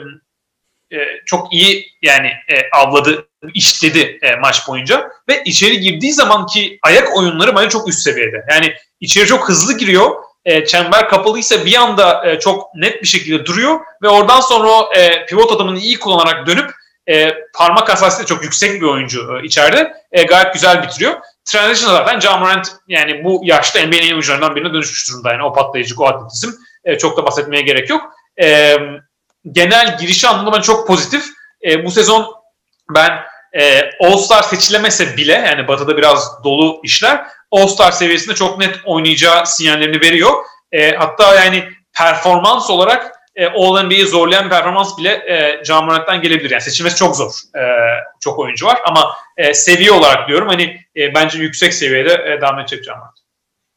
e, çok iyi yani e, avladı, işledi e, maç boyunca ve içeri girdiği zamanki ayak oyunları bence çok üst seviyede. Yani içeri çok hızlı giriyor. E, çember kapalıysa bir anda e, çok net bir şekilde duruyor ve oradan sonra o e, pivot adımını iyi kullanarak dönüp e, parmak hassasiyeti çok yüksek bir oyuncu e, içeride. E, gayet güzel bitiriyor. Transition zaten Ja Morant yani bu yaşta N B A'nin oyuncularından birine dönüşmüş durumda. Yani o patlayıcı, o atletizm. E, çok da bahsetmeye gerek yok. E, genel girişi anlamında ben çok pozitif. E, bu sezon ben e, All-Star seçilemese bile, yani Batı'da biraz dolu işler, All-Star seviyesinde çok net oynayacağı sinyallerini veriyor. E, hatta yani performans olarak e, All-N B A'yi zorlayan bir performans bile e, Ja Morant'tan gelebilir. Yani seçilmesi çok zor. E, çok oyuncu var ama e, seviye olarak diyorum hani e, bence yüksek seviyede e, devam edecek Ja Morant.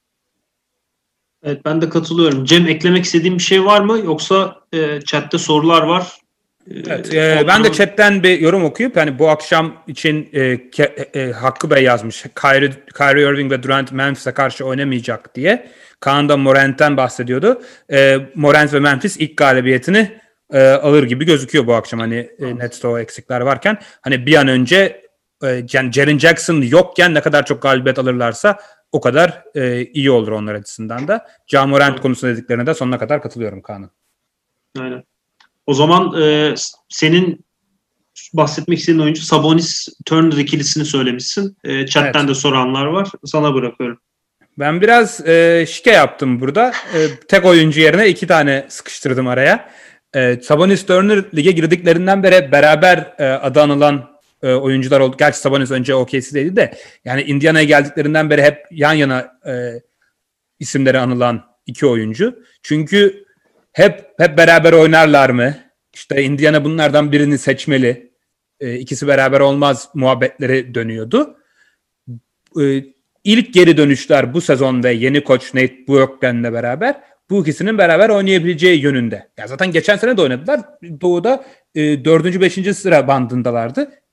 Evet, ben de katılıyorum. Cem, eklemek istediğin bir şey var mı? Yoksa e, chatte sorular var. Evet, e, ben de chatten bir yorum okuyup yani bu akşam için e, ke, e, Hakkı Bey yazmış. Kyrie, Kyrie Irving ve Durant Memphis'e karşı oynamayacak diye. Kaan da Morant'ten bahsediyordu. E, Morant ve Memphis ilk galibiyetini e, alır gibi gözüküyor bu akşam. Hani e, Nets'te o eksikler varken. Hani bir an önce e, Jaren Jackson yokken ne kadar çok galibiyet alırlarsa o kadar e, iyi olur onlar açısından da. Ja Morant konusunda dediklerine de sonuna kadar katılıyorum Kaan'ın. Aynen. O zaman e, senin bahsetmek istediğin oyuncu Sabonis Turner ikilisini söylemişsin. E, chatten evet. de soranlar var. Sana bırakıyorum. Ben biraz e, şike yaptım burada. E, tek oyuncu yerine iki tane sıkıştırdım araya. E, Sabonis Turner lige girdiklerinden beri beraber e, adı anılan e, oyuncular oldu. Gerçi Sabonis önce O K C'deydi de yani Indiana'ya geldiklerinden beri hep yan yana e, isimleri anılan iki oyuncu. Çünkü hep hep beraber oynarlar mı? İşte Indiana bunlardan birini seçmeli. E, ikisi beraber olmaz muhabbetleri dönüyordu. E, ilk geri dönüşler bu sezon ve yeni koç Nate Bjorkgren'le beraber bu ikisinin beraber oynayabileceği yönünde. Ya zaten geçen sene de oynadılar. Doğu'da e, dördüncü beşinci sıra bandındalardı.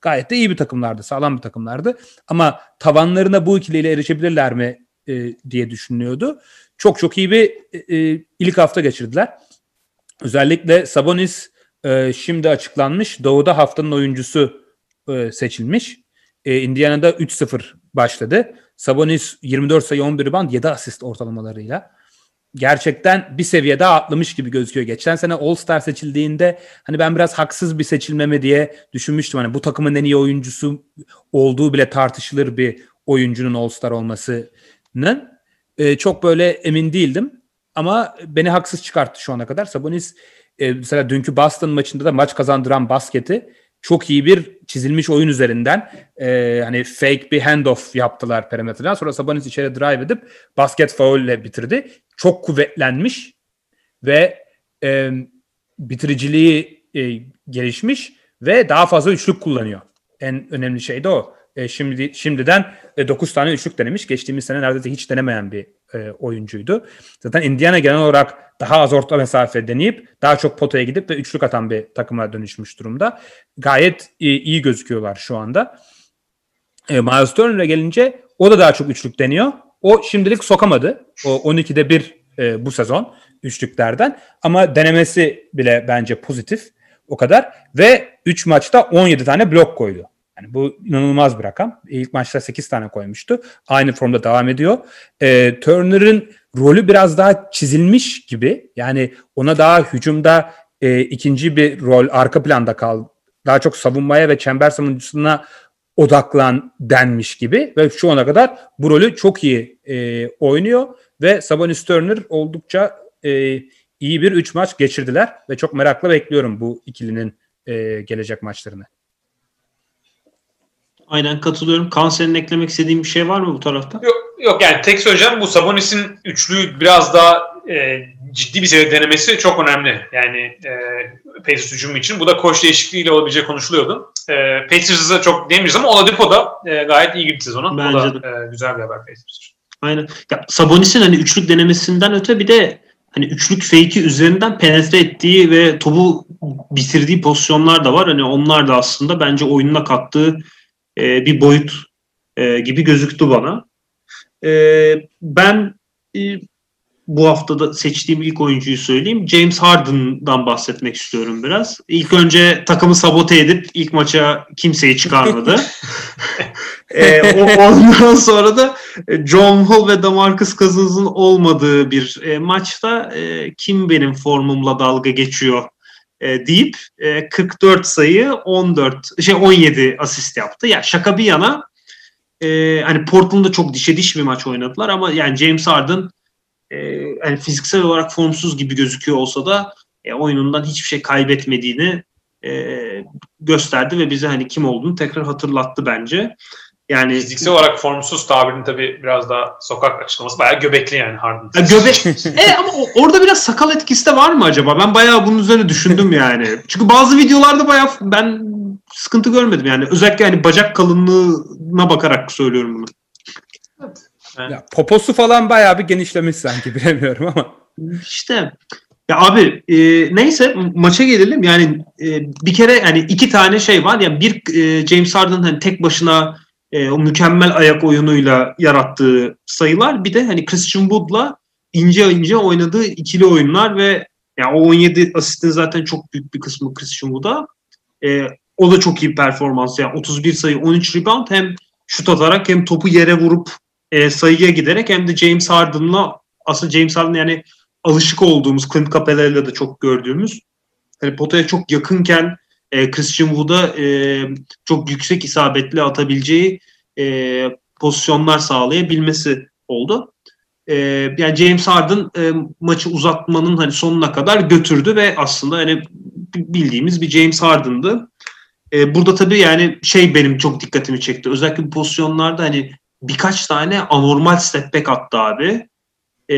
Gayet de iyi bir takımlardı, sağlam bir takımlardı. Ama tavanlarına bu ikiliyle erişebilirler mi e, diye düşünülüyordu. Çok çok iyi bir e, ilk hafta geçirdiler. Özellikle Sabonis e, şimdi açıklanmış. Doğu'da haftanın oyuncusu e, seçilmiş. E, Indiana'da üç sıfır başladı. Sabonis yirmi dört sayı on bir rebound yedi asist ortalamalarıyla. Gerçekten bir seviye daha atlamış gibi gözüküyor. Geçen sene All-Star seçildiğinde hani ben biraz haksız bir seçilme mi diye düşünmüştüm. Hani bu takımın en iyi oyuncusu olduğu bile tartışılır bir oyuncunun All-Star olmasının. Ee, çok böyle emin değildim. Ama beni haksız çıkarttı şu ana kadar. Sabonis e, mesela dünkü Boston maçında da maç kazandıran basketi çok iyi bir çizilmiş oyun üzerinden e, hani fake bir handoff yaptılar perimetreden. Sonra Sabonis içeri drive edip basket foul ile bitirdi. Çok kuvvetlenmiş ve e, bitiriciliği e, gelişmiş ve daha fazla üçlük kullanıyor. En önemli şey de o. E, şimdi şimdiden e, dokuz tane üçlük denemiş. Geçtiğimiz sene neredeyse hiç denemeyen bir e, oyuncuydu. Zaten Indiana genel olarak daha az orta mesafe deneyip daha çok potaya gidip ve üçlük atan bir takıma dönüşmüş durumda. Gayet iyi, iyi gözüküyorlar şu anda. E, Miles Turner'a gelince o da daha çok üçlük deniyor. O şimdilik sokamadı. O on ikide bir e, bu sezon üçlüklerden. Ama denemesi bile bence pozitif. O kadar. Ve üç maçta on yedi tane blok koydu. Yani bu inanılmaz bir rakam. İlk maçta sekiz tane koymuştu. Aynı formda devam ediyor. E, Turner'ın rolü biraz daha çizilmiş gibi. Yani ona daha hücumda e, ikinci bir rol arka planda kaldı. Daha çok savunmaya ve çember savunucusuna odaklan denmiş gibi. Ve şu ana kadar bu rolü çok iyi e, oynuyor. Ve Sabonis Turner oldukça e, iyi bir üç maç geçirdiler. Ve çok merakla bekliyorum bu ikilinin e, gelecek maçlarını. Aynen katılıyorum. Kaan, senin eklemek istediğin bir şey var mı bu tarafta? Yok, yok yani tek söyleyeceğim bu Sabonis'in üçlüyü biraz daha e, ciddi bir seviyede denemesi çok önemli. Yani e, Pacers hücumu için. Bu da koç değişikliğiyle olabileceği konuşuluyordu. E, Pacers'a çok diyemeyeceğiz ama Oladipo da e, gayet iyi gitti sezonu. Bence o da de. E, güzel bir haber Pacers için. Aynen. Ya, Sabonis'in hani üçlük denemesinden öte bir de hani üçlük fake'i üzerinden penetre ettiği ve topu bitirdiği pozisyonlar da var. Hani onlar da aslında bence oyununa kattığı e, bir boyut e, gibi gözüktü bana. E, ben e, bu haftada seçtiğim ilk oyuncuyu söyleyeyim. James Harden'dan bahsetmek istiyorum biraz. İlk önce takımı sabote edip ilk maça kimseyi çıkarmadı. e, ondan sonra da John Wall ve DeMarcus Cousins'ın olmadığı bir e, maçta e, kim benim formumla dalga geçiyor e, deyip e, kırk dört sayı on dört şey on yedi asist yaptı. Ya şaka bir yana e, hani Portland'da çok dişe diş bir maç oynadılar ama yani James Harden e, yani fiziksel olarak formsuz gibi gözüküyor olsa da e, oyunundan hiçbir şey kaybetmediğini e, gösterdi ve bize hani kim olduğunu tekrar hatırlattı bence. Yani fiziksel olarak formsuz tabirini tabii biraz daha sokak açıklaması bayağı göbekli yani Harden. Ya göbek. e ama orada biraz sakal etkisi de var mı acaba? Ben bayağı bunun üzerine düşündüm yani. Çünkü bazı videolarda bayağı ben sıkıntı görmedim yani. Özellikle hani bacak kalınlığına bakarak söylüyorum bunu. Evet. Ya, poposu falan bayağı bir genişlemiş sanki, bilemiyorum ama. İşte ya abi e, neyse maça gelelim. Yani e, bir kere yani iki tane şey var. Yani bir e, James Harden hani tek başına e, o mükemmel ayak oyunuyla yarattığı sayılar. Bir de hani Christian Wood'la ince ince oynadığı ikili oyunlar ve yani o on yedi asistin zaten çok büyük bir kısmı Christian Wood'a. E, o da çok iyi performans. Yani otuz bir sayı, on üç rebound, hem şut atarak hem topu yere vurup e, sayıya giderek hem de James Harden'la aslında James Harden yani alışık olduğumuz Clint Capela'yla da çok gördüğümüz hani potaya çok yakınken e, Christian Wood'a e, çok yüksek isabetli atabileceği e, pozisyonlar sağlayabilmesi oldu. E, yani James Harden e, maçı uzatmanın hani sonuna kadar götürdü ve aslında hani bildiğimiz bir James Harden'dı. E, burada tabii yani şey benim çok dikkatimi çekti. Özellikle bu pozisyonlarda hani birkaç tane anormal step back attı abi. E,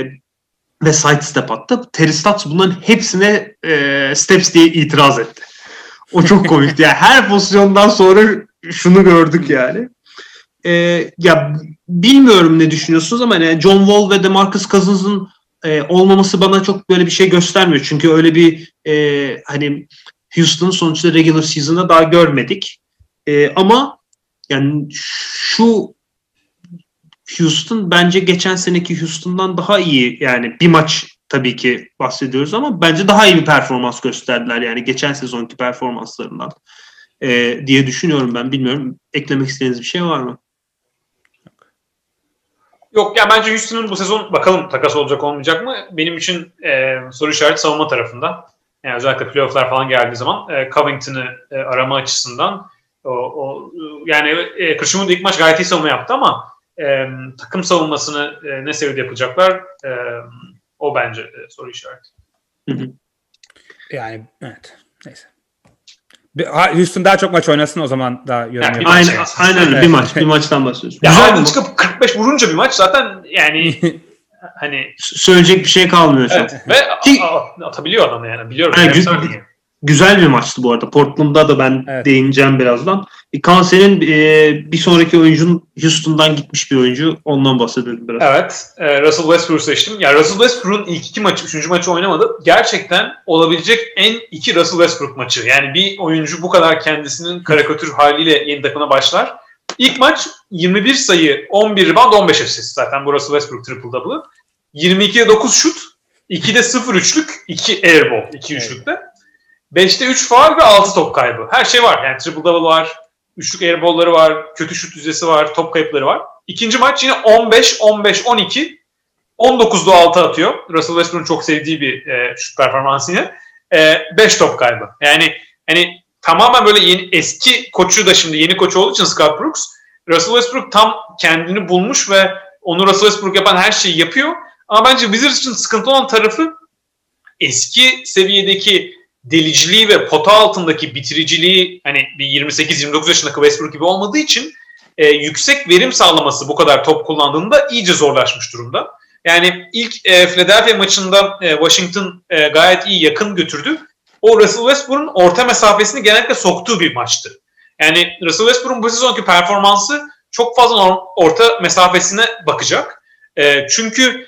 ve side step attı. Terry Stotts bunların hepsine e, steps diye itiraz etti. O çok komikti. Yani her pozisyondan sonra şunu gördük yani. E, ya bilmiyorum ne düşünüyorsunuz ama yani John Wall ve DeMarcus Cousins'ın e, olmaması bana çok böyle bir şey göstermiyor. Çünkü öyle bir e, hani Houston'ın sonuçta regular season'da daha görmedik. E, ama yani şu Houston bence geçen seneki Houston'dan daha iyi. Yani bir maç tabii ki bahsediyoruz ama bence daha iyi bir performans gösterdiler. Yani geçen sezonki performanslarından e, diye düşünüyorum ben. Bilmiyorum. Eklemek istediğiniz bir şey var mı? Yok ya, bence Houston'un bu sezon bakalım takas olacak olmayacak mı? Benim için e, soru işareti savunma tarafında. Yani özellikle playoff'lar falan geldiği zaman e, Covington'ı e, arama açısından o, o yani e, Christian Wood ilk maç gayet iyi savunma yaptı ama e, takım savunmasını e, ne seviyede yapacaklar? E, o bence e, soru işareti. Hı hı. Yani evet. Neyse. Houston daha çok maç oynasın, o zaman daha yorum Yani yapalım. Aynen, aynen öyle. Bir maç. Bir maçtan bahsediyoruz. Ya Güzel altı mi? çıkıp kırk beş vurunca bir maç zaten yani hani Söyleyecek bir şey kalmıyor şu an. evet. Ve Ki- a- a- atabiliyor adam yani. Biliyorum. Yani Efsane gü- oynuyor. Güzel bir maçtı bu arada. Portland'da da ben Evet. değineceğim birazdan. E, Kanser'in e, bir sonraki oyuncunun Houston'dan gitmiş bir oyuncu. Ondan bahsedelim biraz. Evet. E, Russell Westbrook'u seçtim. Ya Russell Westbrook'un ilk iki maçı, üçüncü maçı oynamadı. Gerçekten olabilecek en iki Russell Westbrook maçı. Yani bir oyuncu bu kadar kendisinin karikatür haliyle yeni takımına başlar. İlk maç yirmi bir sayı, on bir rebound, on beş asist. Zaten bu Russell Westbrook triple double'ı. yirmi ikiye dokuz şut, ikide sıfır üçlük, iki airball, iki üçlükte. beşte üç faul ve altı top kaybı. Her şey var. Yani triple double var, üçlük airball'ları var, kötü şut yüzdesi var, top kayıpları var. İkinci maç yine on beş, on beş, on iki, on dokuzda altı atıyor. Russell Westbrook'un çok sevdiği bir e, şut performansı yine. E, beş top kaybı. Yani hani tamamen böyle yeni, eski koçu da şimdi yeni koç olduğu için Scott Brooks, Russell Westbrook tam kendini bulmuş ve onu Russell Westbrook yapan her şeyi yapıyor. Ama bence Wizards için sıkıntı olan tarafı eski seviyedeki deliciliği ve pota altındaki bitiriciliği, hani bir yirmi sekiz yirmi dokuz yaşındaki Westbrook gibi olmadığı için e, yüksek verim sağlaması bu kadar top kullandığında iyice zorlaşmış durumda. Yani ilk e, Philadelphia maçında e, Washington e, gayet iyi yakın götürdü. O Russell Westbrook'un orta mesafesini genellikle soktuğu bir maçtı. Yani Russell Westbrook'un bu sezonki performansı çok fazla orta mesafesine bakacak. E, çünkü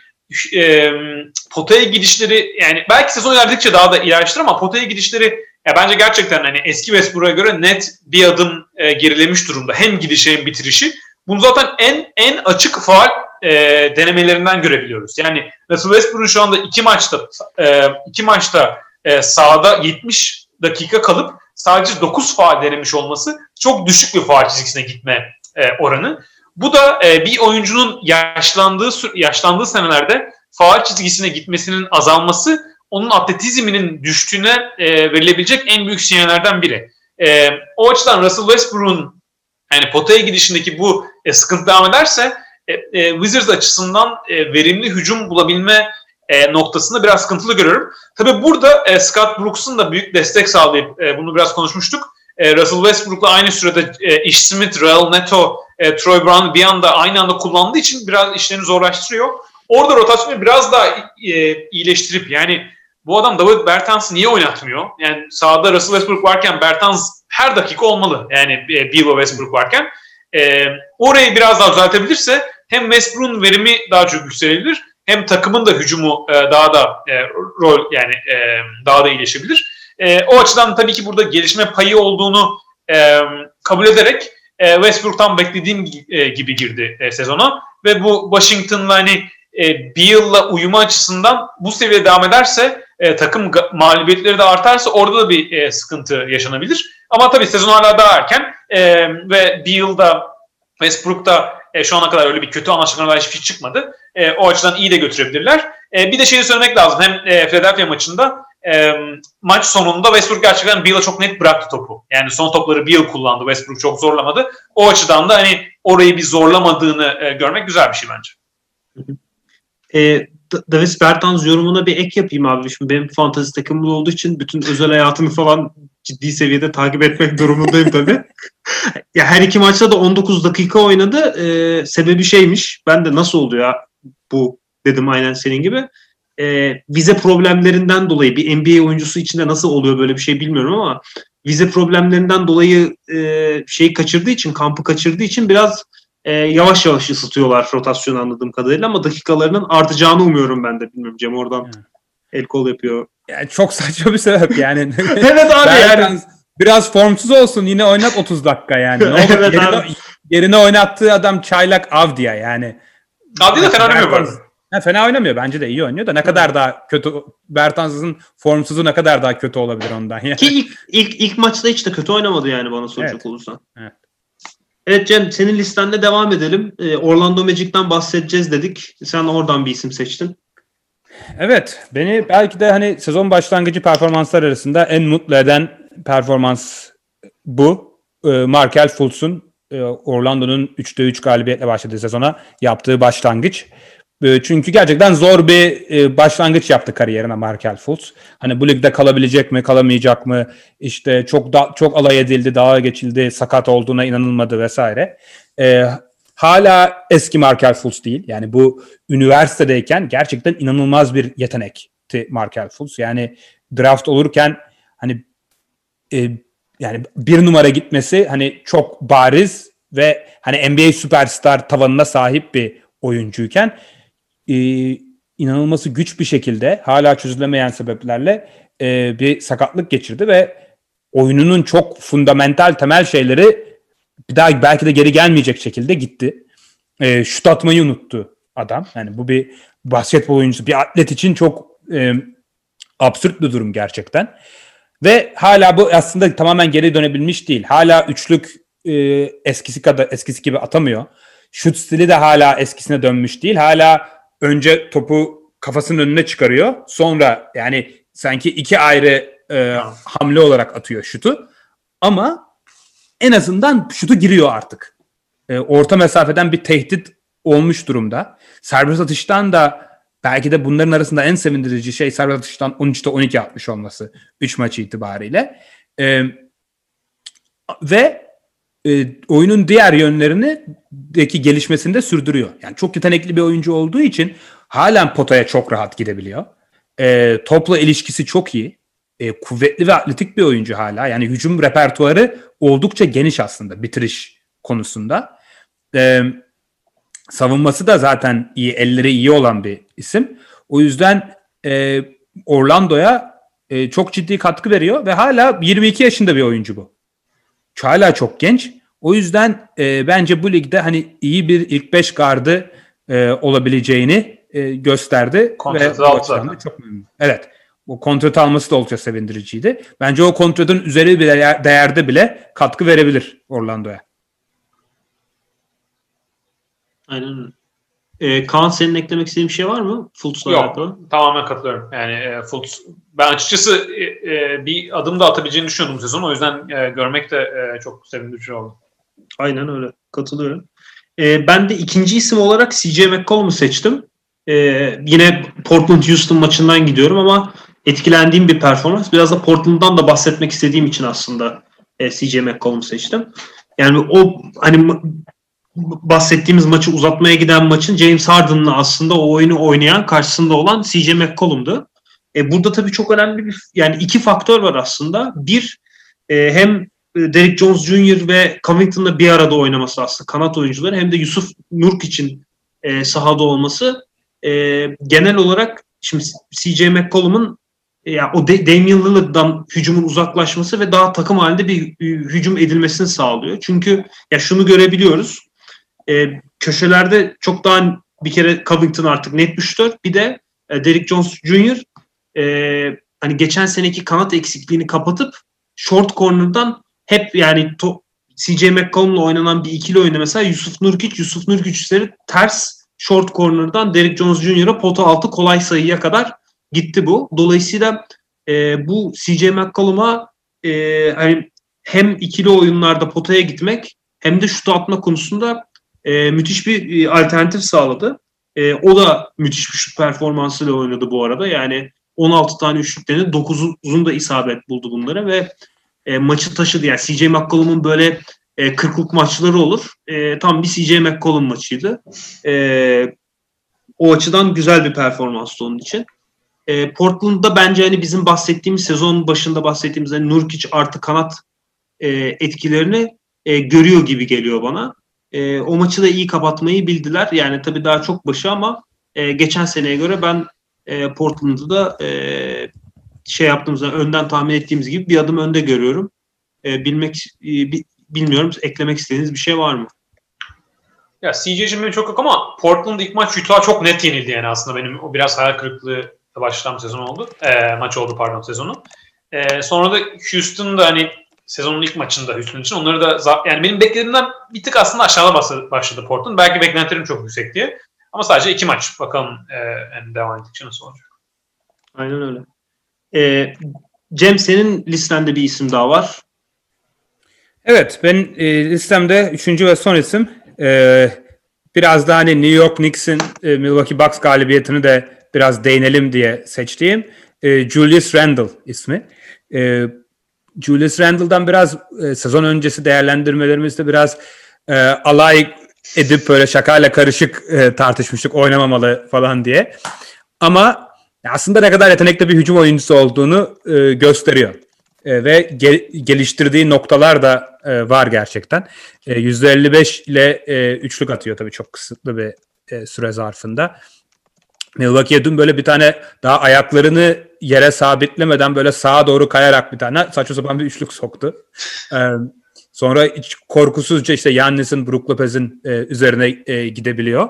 e, potaya gidişleri, yani belki sezon ilerledikçe daha da ilerleştir ama potaya gidişleri ya bence gerçekten hani eski Westbrook'a göre net bir adım e, gerilemiş durumda. Hem gidişi hem bitirişi. Bunu zaten en en açık faul e, denemelerinden görebiliyoruz. Yani Russell Westbrook'un şu anda iki maçta e, iki maçta e, sahada yetmiş dakika kalıp sadece dokuz faul denemiş olması çok düşük bir faul çizgisine gitme e, oranı. Bu da e, bir oyuncunun yaşlandığı yaşlandığı senelerde faul çizgisine gitmesinin azalması, onun atletizminin düştüğüne e, verilebilecek en büyük sinyallerden biri. E, o açıdan Russell Westbrook'un yani potaya gidişindeki bu e, sıkıntı devam ederse e, e, Wizards açısından e, verimli hücum bulabilme e, noktasında biraz sıkıntılı görüyorum. Tabii burada e, Scott Brooks'un da büyük destek sağlayıp e, bunu biraz konuşmuştuk. E, Russell Westbrook'la aynı sürede e, Ish Smith, Raul Neto, e, Troy Brown bir anda aynı anda kullandığı için biraz işlerini zorlaştırıyor. Orada rotasyonu biraz daha e, iyileştirip, yani bu adam David Bertans'ı niye oynatmıyor? Yani sahada Russell Westbrook varken Bertans her dakika olmalı. Yani e, Beal ve Westbrook varken. E, orayı biraz daha düzeltebilirse hem Westbrook'un verimi daha çok yükselebilir, hem takımın da hücumu e, daha da e, rol yani e, daha da iyileşebilir. E, o açıdan tabii ki burada gelişme payı olduğunu e, kabul ederek e, Westbrook tam beklediğim e, gibi girdi e, sezona ve bu Washington'la hani e, Beal'la uyumu açısından bu seviyede devam ederse, e, takım mağlubiyetleri de artarsa orada da bir e, sıkıntı yaşanabilir. Ama tabii sezon hala daha erken e, ve Beal'da Westbrook'ta e, şu ana kadar öyle bir kötü anlaşmalardan hiçbir şey çıkmadı. E, o açıdan iyi de götürebilirler. E, bir de şeyi söylemek lazım. Hem e, Philadelphia maçında e, maç sonunda Westbrook gerçekten Beal'a çok net bıraktı topu. Yani son topları Beal kullandı. Westbrook çok zorlamadı. O açıdan da hani orayı bir zorlamadığını e, görmek güzel bir şey bence. E, Davis Bertans yorumuna bir ek yapayım abi. Şimdi benim fantezi takımım olduğu için bütün özel hayatını falan ciddi seviyede takip etmek durumundayım tabii. Ya her iki maçta da on dokuz dakika oynadı. Ee, sebebi şeymiş. Ben de nasıl oluyor ya bu dedim, aynen senin gibi. Ee, vize problemlerinden dolayı bir N B A oyuncusu içinde nasıl oluyor böyle bir şey bilmiyorum ama vize problemlerinden dolayı e, şeyi kaçırdığı için, kampı kaçırdığı için biraz e, yavaş yavaş ısıtıyorlar rotasyonu anladığım kadarıyla, ama dakikalarının artacağını umuyorum ben de. Bilmiyorum, Cem oradan el kol yapıyor. Yani çok saçma bir sebep yani. Evet abi Bertans, yani. biraz formsuz olsun yine oynat otuz dakika yani. Ne olur, Evet yerine, abi. yerine oynattığı adam Çaylak Avdia yani. Avdia da fena oynamıyor bu arada. Ha, fena oynamıyor. Bence de iyi oynuyor da ne kadar daha kötü, Bertans'ın formsuzu ne kadar daha kötü olabilir ondan yani. Ki ilk, ilk, ilk maçta hiç de kötü oynamadı yani bana soracak Evet. olursan. Evet. Evet Cem, senin listende devam edelim. Ee, Orlando Magic'ten bahsedeceğiz dedik. Sen oradan bir isim seçtin. Evet, beni belki de hani sezon başlangıcı performanslar arasında en mutlu eden performans bu. Ee, Markelle Fultz'un e, Orlando'nun üçte üç galibiyetle başladığı sezona yaptığı başlangıç. E, çünkü gerçekten zor bir e, başlangıç yaptı kariyerine Markelle Fultz. Hani bu ligde kalabilecek mi, kalamayacak mı? İşte çok da, çok alay edildi, dağa geçildi, sakat olduğuna inanılmadı vesaire. E, hala eski Markelle Fultz değil. Yani bu üniversitedeyken gerçekten inanılmaz bir yetenekti Markelle Fultz. Yani draft olurken hani e, yani bir numara gitmesi hani çok bariz ve hani N B A süperstar tavanına sahip bir oyuncuyken e, inanılması güç bir şekilde hala çözülemeyen sebeplerle e, bir sakatlık geçirdi ve oyununun çok fundamental temel şeyleri bir daha belki de geri gelmeyecek şekilde gitti. E, şut atmayı unuttu adam. Yani bu bir basketbol oyuncusu, bir atlet için çok e, absürt bir durum gerçekten. Ve hala bu aslında tamamen geri dönebilmiş değil. Hala üçlük e, eskisi kadar eskisi gibi atamıyor. Şut stili de hala eskisine dönmüş değil. Hala önce topu kafasının önüne çıkarıyor. Sonra yani sanki iki ayrı e, hamle olarak atıyor şutu. Ama en azından şutu giriyor artık. E, orta mesafeden bir tehdit olmuş durumda. Serbest atıştan da belki de bunların arasında en sevindirici şey serbest atıştan on üçte on iki atmış olması üç maç itibariyle. Ee, ve e, oyunun diğer yönlerindeki gelişmesini de sürdürüyor. Yani çok yetenekli bir oyuncu olduğu için halen potaya çok rahat gidebiliyor. Ee, topla ilişkisi çok iyi. Ee, kuvvetli ve atletik bir oyuncu hala. Yani hücum repertuarı oldukça geniş aslında bitiriş konusunda. Ee, Savunması da zaten iyi, elleri iyi olan bir isim. O yüzden e, Orlando'ya e, çok ciddi katkı veriyor ve hala yirmi iki yaşında bir oyuncu bu. Hala çok genç. O yüzden e, bence bu ligde hani iyi bir ilk beş gardı e, olabileceğini e, gösterdi. Kontratı ve aldı zaten. çok memnunum. Evet. O kontratı alması da oldukça sevindiriciydi. Bence o kontratın üzeri bir değerde bile katkı verebilir Orlando'ya. Aynen öyle. Ee, Kaan, senin eklemek istediğin bir şey var mı? Fultz'la Yok, alakalı. tamamen katılıyorum. Yani e, Fultz, ben açıkçası e, e, bir adım da atabileceğini düşünüyordum bu sezon. O yüzden e, görmek de e, çok sevindirici oldu. Aynen öyle. Katılıyorum. Ee, ben de ikinci isim olarak C J McCollum'u seçtim. Ee, yine Portland-Houston maçından gidiyorum ama etkilendiğim bir performans. Biraz da Portland'dan da bahsetmek istediğim için aslında e, C J McCollum'u seçtim. Yani o hani bahsettiğimiz maçı uzatmaya giden maçın James Harden'la aslında o oyunu oynayan, karşısında olan C J McCollum'du. E, burada tabii çok önemli bir yani iki faktör var aslında. Bir, e, hem Derrick Jones Junior ve Covington'la bir arada oynaması aslında kanat oyuncuları, hem de Yusuf Nurkic'in e, sahada olması e, genel olarak şimdi C J McCollum'un e, yani o De- Damian Lillard'dan hücumun uzaklaşması ve daha takım halinde bir, bir hücum edilmesini sağlıyor. Çünkü ya şunu görebiliyoruz. E, köşelerde çok daha bir kere Covington artık net bir şutör. Bir de e, Derrick Jones Junior e, hani geçen seneki kanat eksikliğini kapatıp short corner'dan hep yani to, C J McCollum'la oynanan bir ikili oyunda mesela Yusuf Nurkic, Yusuf Nurkic'leri ters short corner'dan Derrick Jones Junior'a pota altı kolay sayıya kadar gitti bu. Dolayısıyla e, bu C J McCollum'a e, hani hem ikili oyunlarda potaya gitmek hem de şut atma konusunda e, müthiş bir e, alternatif sağladı. E, o da müthiş bir şut performansıyla oynadı bu arada. Yani on altı tane üçlüklerini dokuzun da isabet buldu bunlara ve e, maçı taşıdı. Yani C J McCollum'un böyle e, kırklık maçları olur. E, tam bir C J McCollum maçıydı. E, o açıdan güzel bir performanstı onun için. E, Portland'da bence hani bizim bahsettiğimiz sezon başında bahsettiğimiz hani Nurkic artı kanat e, etkilerini e, görüyor gibi geliyor bana. E, o maçı da iyi kapatmayı bildiler. Yani tabii daha çok başı ama e, geçen seneye göre ben e, Portland'ı da e, şey yaptığımızda önden tahmin ettiğimiz gibi bir adım önde görüyorum. e, bilmek e, bi, bilmiyorum eklemek istediğiniz bir şey var mı? Ya C J'cim benim çok yok ama Portland ilk maç Utah'a çok net yenildi yani aslında benim o biraz hayal kırıklığı başlayan sezon oldu. E, maç oldu pardon sezonu. E, sonra da Houston'da hani sezonun ilk maçında Houston için onları da yani benim beklediğimden bir tık aslında aşağıda başladı Portland. Belki beklentilerim çok yüksek diye. Ama sadece iki maç. Bakalım e, yani devam ettikçe nasıl olacak. Aynen öyle. E, Cem senin listende bir isim daha var. Evet, ben e, listemde üçüncü ve son isim e, biraz daha hani New York Knicks'in e, Milwaukee Bucks galibiyetini de biraz değinelim diye seçtiğim e, Julius Randle ismi. E, Julius Randle'dan biraz e, sezon öncesi değerlendirmelerimizde biraz e, alay edip böyle şakayla karışık e, tartışmıştık oynamamalı falan diye. Ama aslında ne kadar yetenekli bir hücum oyuncusu olduğunu e, gösteriyor. E, ve ge- geliştirdiği noktalar da e, var gerçekten. E, yüzde elli beş ile e, üçlük atıyor tabii çok kısıtlı bir e, süre zarfında. Milwaukee'ye dün böyle bir tane daha ayaklarını yere sabitlemeden böyle sağa doğru kayarak bir tane saçma sapan bir üçlük soktu. E, sonra hiç korkusuzca işte Giannis'in, Brook Lopez'in e, üzerine e, gidebiliyor.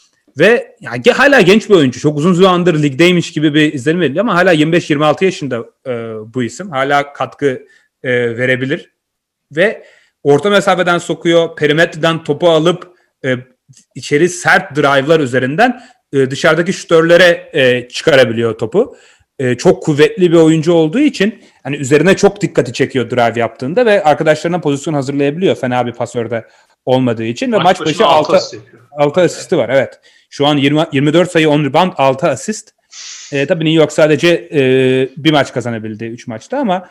Ve yani hala genç bir oyuncu. Çok uzun zamandır ligdeymiş gibi bir izlenim veriliyor ama hala yirmi beş yirmi altı yaşında e, bu isim. Hala katkı e, verebilir. Ve orta mesafeden sokuyor. Perimetreden topu alıp e, içeri sert drive'lar üzerinden e, dışarıdaki şütörlere e, çıkarabiliyor topu. E, çok kuvvetli bir oyuncu olduğu için hani üzerine çok dikkati çekiyor drive yaptığında ve arkadaşlarına pozisyon hazırlayabiliyor. Fena bir pasörde olmadığı için ve maç, maç başı altı asisti var. Evet. Şu an yirmi, yirmi dört sayı on rebound altı asist. E, tabii New York sadece e, bir maç kazanabildi üç maçta ama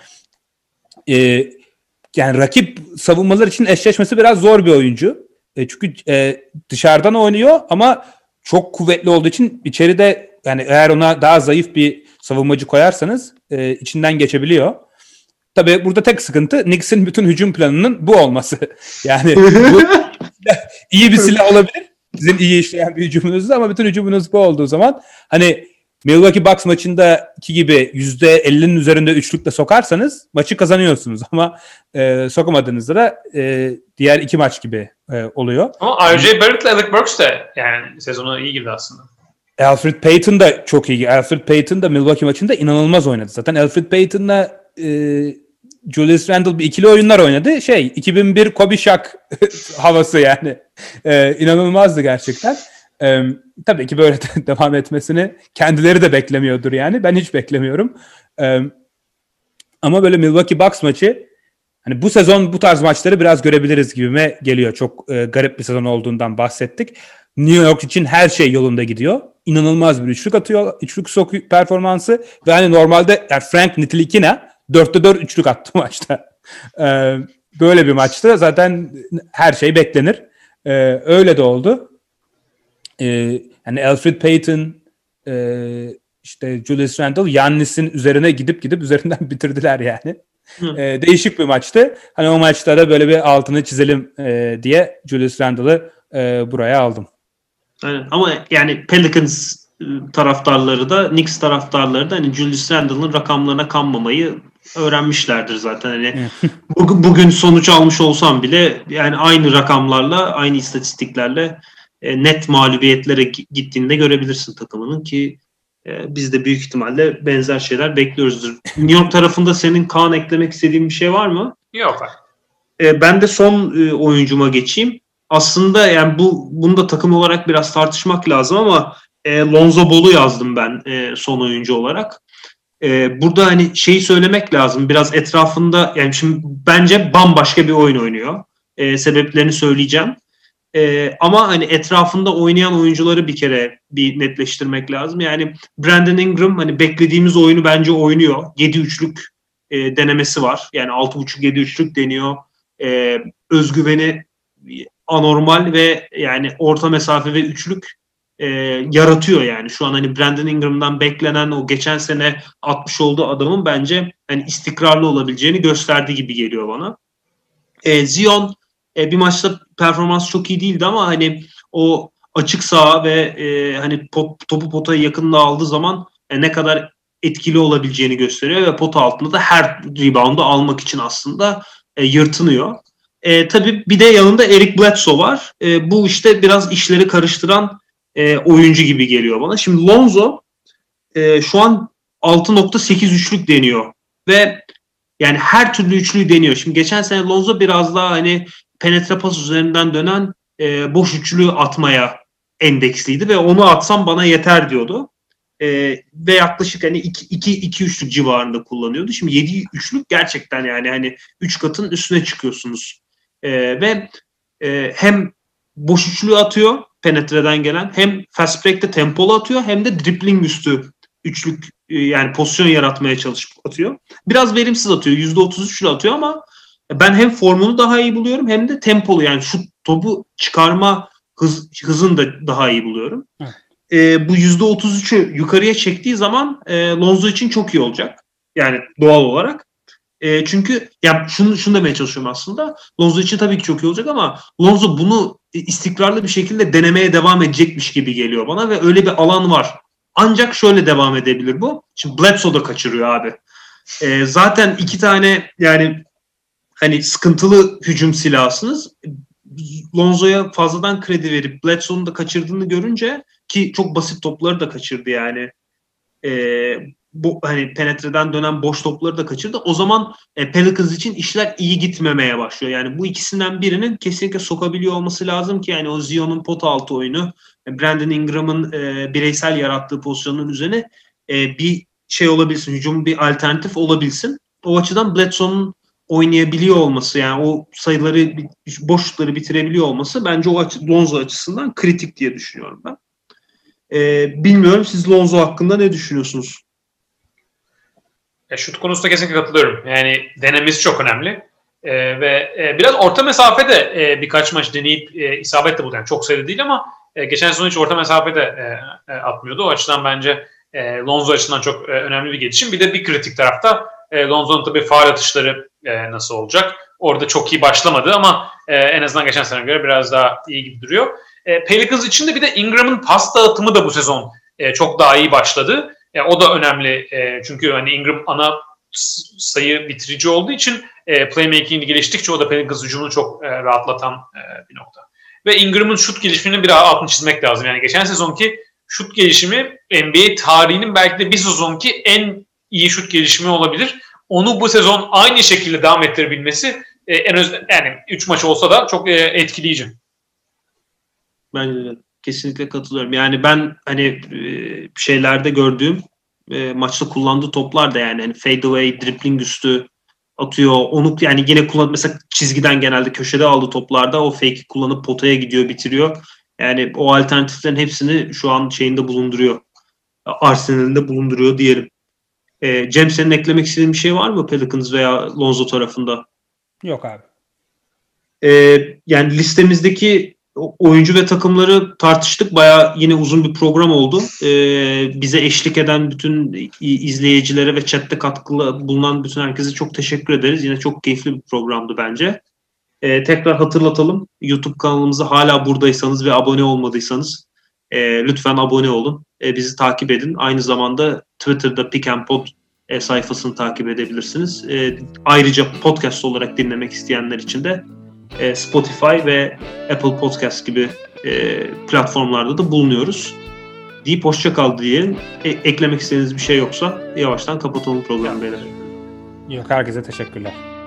e, yani rakip savunmalar için eşleşmesi biraz zor bir oyuncu. E, çünkü e, dışarıdan oynuyor ama çok kuvvetli olduğu için içeride yani eğer ona daha zayıf bir savunmacı koyarsanız e, içinden geçebiliyor. Tabii burada tek sıkıntı Knicks'in bütün hücum planının bu olması. Yani bu iyi bir silah olabilir. Sizin iyi işleyen bir hücumunuzda ama bütün hücumunuz bu olduğu zaman hani Milwaukee Bucks maçındaki gibi yüzde ellinin üzerinde üçlükle sokarsanız maçı kazanıyorsunuz ama e, sokamadığınızda da e, diğer iki maç gibi e, oluyor. Ama R J Barrett'la Alec Burks de yani sezona iyi girdi aslında. Alfred Payton da çok iyi. Alfred Payton da Milwaukee maçında inanılmaz oynadı. Zaten Alfred Payton'la e, Julius Randle bir ikili oyunlar oynadı. Şey iki bin bir Kobe Shaq havası yani. E, inanılmazdı gerçekten. E, tabii ki böyle devam etmesini kendileri de beklemiyordur yani. Ben hiç beklemiyorum. E, ama böyle Milwaukee Bucks maçı hani bu sezon bu tarz maçları biraz görebiliriz gibime geliyor. Çok e, garip bir sezon olduğundan bahsettik. New York için her şey yolunda gidiyor. İnanılmaz bir üçlük atıyor. Üçlük sok performansı ve hani normalde yani Frank Ntilikina dörtte dört üçlük attı maçta. Ee, böyle bir maçta zaten her şey beklenir. Ee, öyle de oldu. Ee, yani Alfred Payton, e, işte Julius Randle, Giannis'in üzerine gidip gidip üzerinden bitirdiler yani. Ee, değişik bir maçtı. Hani o maçta da böyle bir altını çizelim e, diye Julius Randle'ı e, buraya aldım. Aynen. Ama yani Pelicans taraftarları da Knicks taraftarları da hani Julius Randle'ın rakamlarına kanmamayı öğrenmişlerdir zaten. Hani bugün, bugün sonuç almış olsam bile yani aynı rakamlarla, aynı istatistiklerle e, net mağlubiyetlere gittiğinde görebilirsin takımının ki e, biz de büyük ihtimalle benzer şeyler bekliyoruzdur. New York tarafında senin Kaan eklemek istediğin bir şey var mı? Yok. E, ben de son e, oyuncuma geçeyim. Aslında yani bu bunu da takım olarak biraz tartışmak lazım ama e, Lonzo Ball'u yazdım ben e, son oyuncu olarak. E, burada hani şeyi söylemek lazım. Biraz etrafında yani şimdi bence bambaşka bir oyun oynuyor. E, sebeplerini söyleyeceğim. E, ama hani etrafında oynayan oyuncuları bir kere bir netleştirmek lazım. Yani Brandon Ingram hani beklediğimiz oyunu bence oynuyor. yedi üçlük e, denemesi var. Yani altı buçuk yedi üçlük deniyor. E, özgüveni anormal ve yani orta mesafe ve üçlük e, yaratıyor yani. Şu an hani Brandon Ingram'dan beklenen o geçen sene atmış olduğu adamın bence hani istikrarlı olabileceğini gösterdiği gibi geliyor bana. E, Zion e, bir maçta performans çok iyi değildi ama hani o açık saha ve e, hani pot, topu potaya yakınına aldığı zaman e, ne kadar etkili olabileceğini gösteriyor ve pota altında da her reboundu almak için aslında e, yırtınıyor. E, tabii bir de yanında Eric Bledsoe var. E, bu işte biraz işleri karıştıran e, oyuncu gibi geliyor bana. Şimdi Lonzo e, şu an altı nokta sekiz üçlük deniyor ve yani her türlü üçlüyü deniyor. Şimdi geçen sene Lonzo biraz daha hani penetre pas üzerinden dönen e, boş üçlü atmaya endeksliydi ve onu atsam bana yeter diyordu. E, ve yaklaşık hani iki iki üçlük civarında kullanıyordu. Şimdi yedi üçlük gerçekten yani hani üç katın üstüne çıkıyorsunuz. E, ve e, hem boş üçlü atıyor penetreden gelen, hem fast break'te tempolu atıyor, hem de dribbling üstü üçlük e, yani pozisyon yaratmaya çalışıp atıyor. Biraz verimsiz atıyor. yüzde otuz üçle atıyor ama ben hem formunu daha iyi buluyorum hem de tempolu yani şu topu çıkarma hız, hızını da daha iyi buluyorum. Evet. E, bu yüzde otuz üçü yukarıya çektiği zaman e, Lonzo için çok iyi olacak. Yani doğal olarak. E, çünkü ya şunu, şunu demeye çalışıyorum aslında. Lonzo için tabii ki çok iyi olacak ama Lonzo bunu istikrarlı bir şekilde denemeye devam edecekmiş gibi geliyor bana ve öyle bir alan var. Ancak şöyle devam edebilir bu. Şimdi Bledsoe da kaçırıyor abi. E, zaten iki tane yani hani sıkıntılı hücum silahısınız. Lonzo'ya fazladan kredi verip Bledsoe'nun da kaçırdığını görünce, ki çok basit topları da kaçırdı yani. E, bu hani penetreden dönen boş topları da kaçırdı. O zaman e, Pelicans için işler iyi gitmemeye başlıyor. Yani bu ikisinden birinin kesinlikle sokabiliyor olması lazım ki yani o Zion'un pot altı oyunu, Brandon Ingram'ın e, bireysel yarattığı pozisyonun üzerine e, bir şey olabilsin, hücum bir alternatif olabilsin. O açıdan Bledsoe'nun oynayabiliyor olması, yani o sayıları, boşlukları bitirebiliyor olması bence o açı, Lonzo açısından kritik diye düşünüyorum ben. E, bilmiyorum, siz Lonzo hakkında ne düşünüyorsunuz? E, şut konusunda kesinlikle katılıyorum. Yani denemesi çok önemli. E, ve e, biraz orta mesafede e, birkaç maç deneyip e, isabet de buldu. Yani çok sayıda değil ama e, geçen sezon hiç orta mesafede e, e, atmıyordu. O açıdan bence e, Lonzo açısından çok e, önemli bir gelişim. Bir de bir kritik tarafta e, Lonzo'nun tabii faul atışları e, nasıl olacak? Orada çok iyi başlamadı ama e, en azından geçen sene göre biraz daha iyi gibi duruyor. E, Pelicans için de bir de Ingram'ın pas dağıtımı da bu sezon e, çok daha iyi başladı. E, o da önemli e, çünkü hani Ingram ana sayı bitirici olduğu için e, playmaking'i geliştikçe o da Pelicans hücumunu çok e, rahatlatan e, bir nokta. Ve Ingram'ın şut gelişimini biraz altını çizmek lazım. Yani geçen sezonki şut gelişimi N B A tarihinin belki de bir sezonki en iyi şut gelişimi olabilir. Onu bu sezon aynı şekilde devam ettirebilmesi e, en öz yani üç maç olsa da çok e, etkileyici. Bence de kesinlikle katılıyorum. Yani ben hani e, şeylerde gördüğüm e, maçta kullandığı toplar da yani hani fade away, dribbling üstü atıyor. Onu yani yine kullan, mesela çizgiden genelde köşede aldığı toplarda o fake'i kullanıp potaya gidiyor, bitiriyor. Yani o alternatiflerin hepsini şu an şeyinde bulunduruyor. Arsenal'inde bulunduruyor diyelim. E, Cem, senin eklemek istediğin bir şey var mı Pelicans veya Lonzo tarafında? Yok abi. E, yani listemizdeki oyuncu ve takımları tartıştık. Bayağı yine uzun bir program oldu. Ee, bize eşlik eden bütün izleyicilere ve chatte katkılı bulunan bütün herkese çok teşekkür ederiz. Yine çok keyifli bir programdı bence. Ee, tekrar hatırlatalım. YouTube kanalımıza hala buradaysanız ve abone olmadıysanız e, lütfen abone olun. E, bizi takip edin. Aynı zamanda Twitter'da Pick and Pod e, sayfasını takip edebilirsiniz. E, ayrıca podcast olarak dinlemek isteyenler için de Spotify ve Apple Podcast gibi e, platformlarda da bulunuyoruz. Deyip hoşça kal diyelim. E, eklemek istediğiniz bir şey yoksa yavaştan kapatalım programı beyler. Yok, herkese teşekkürler.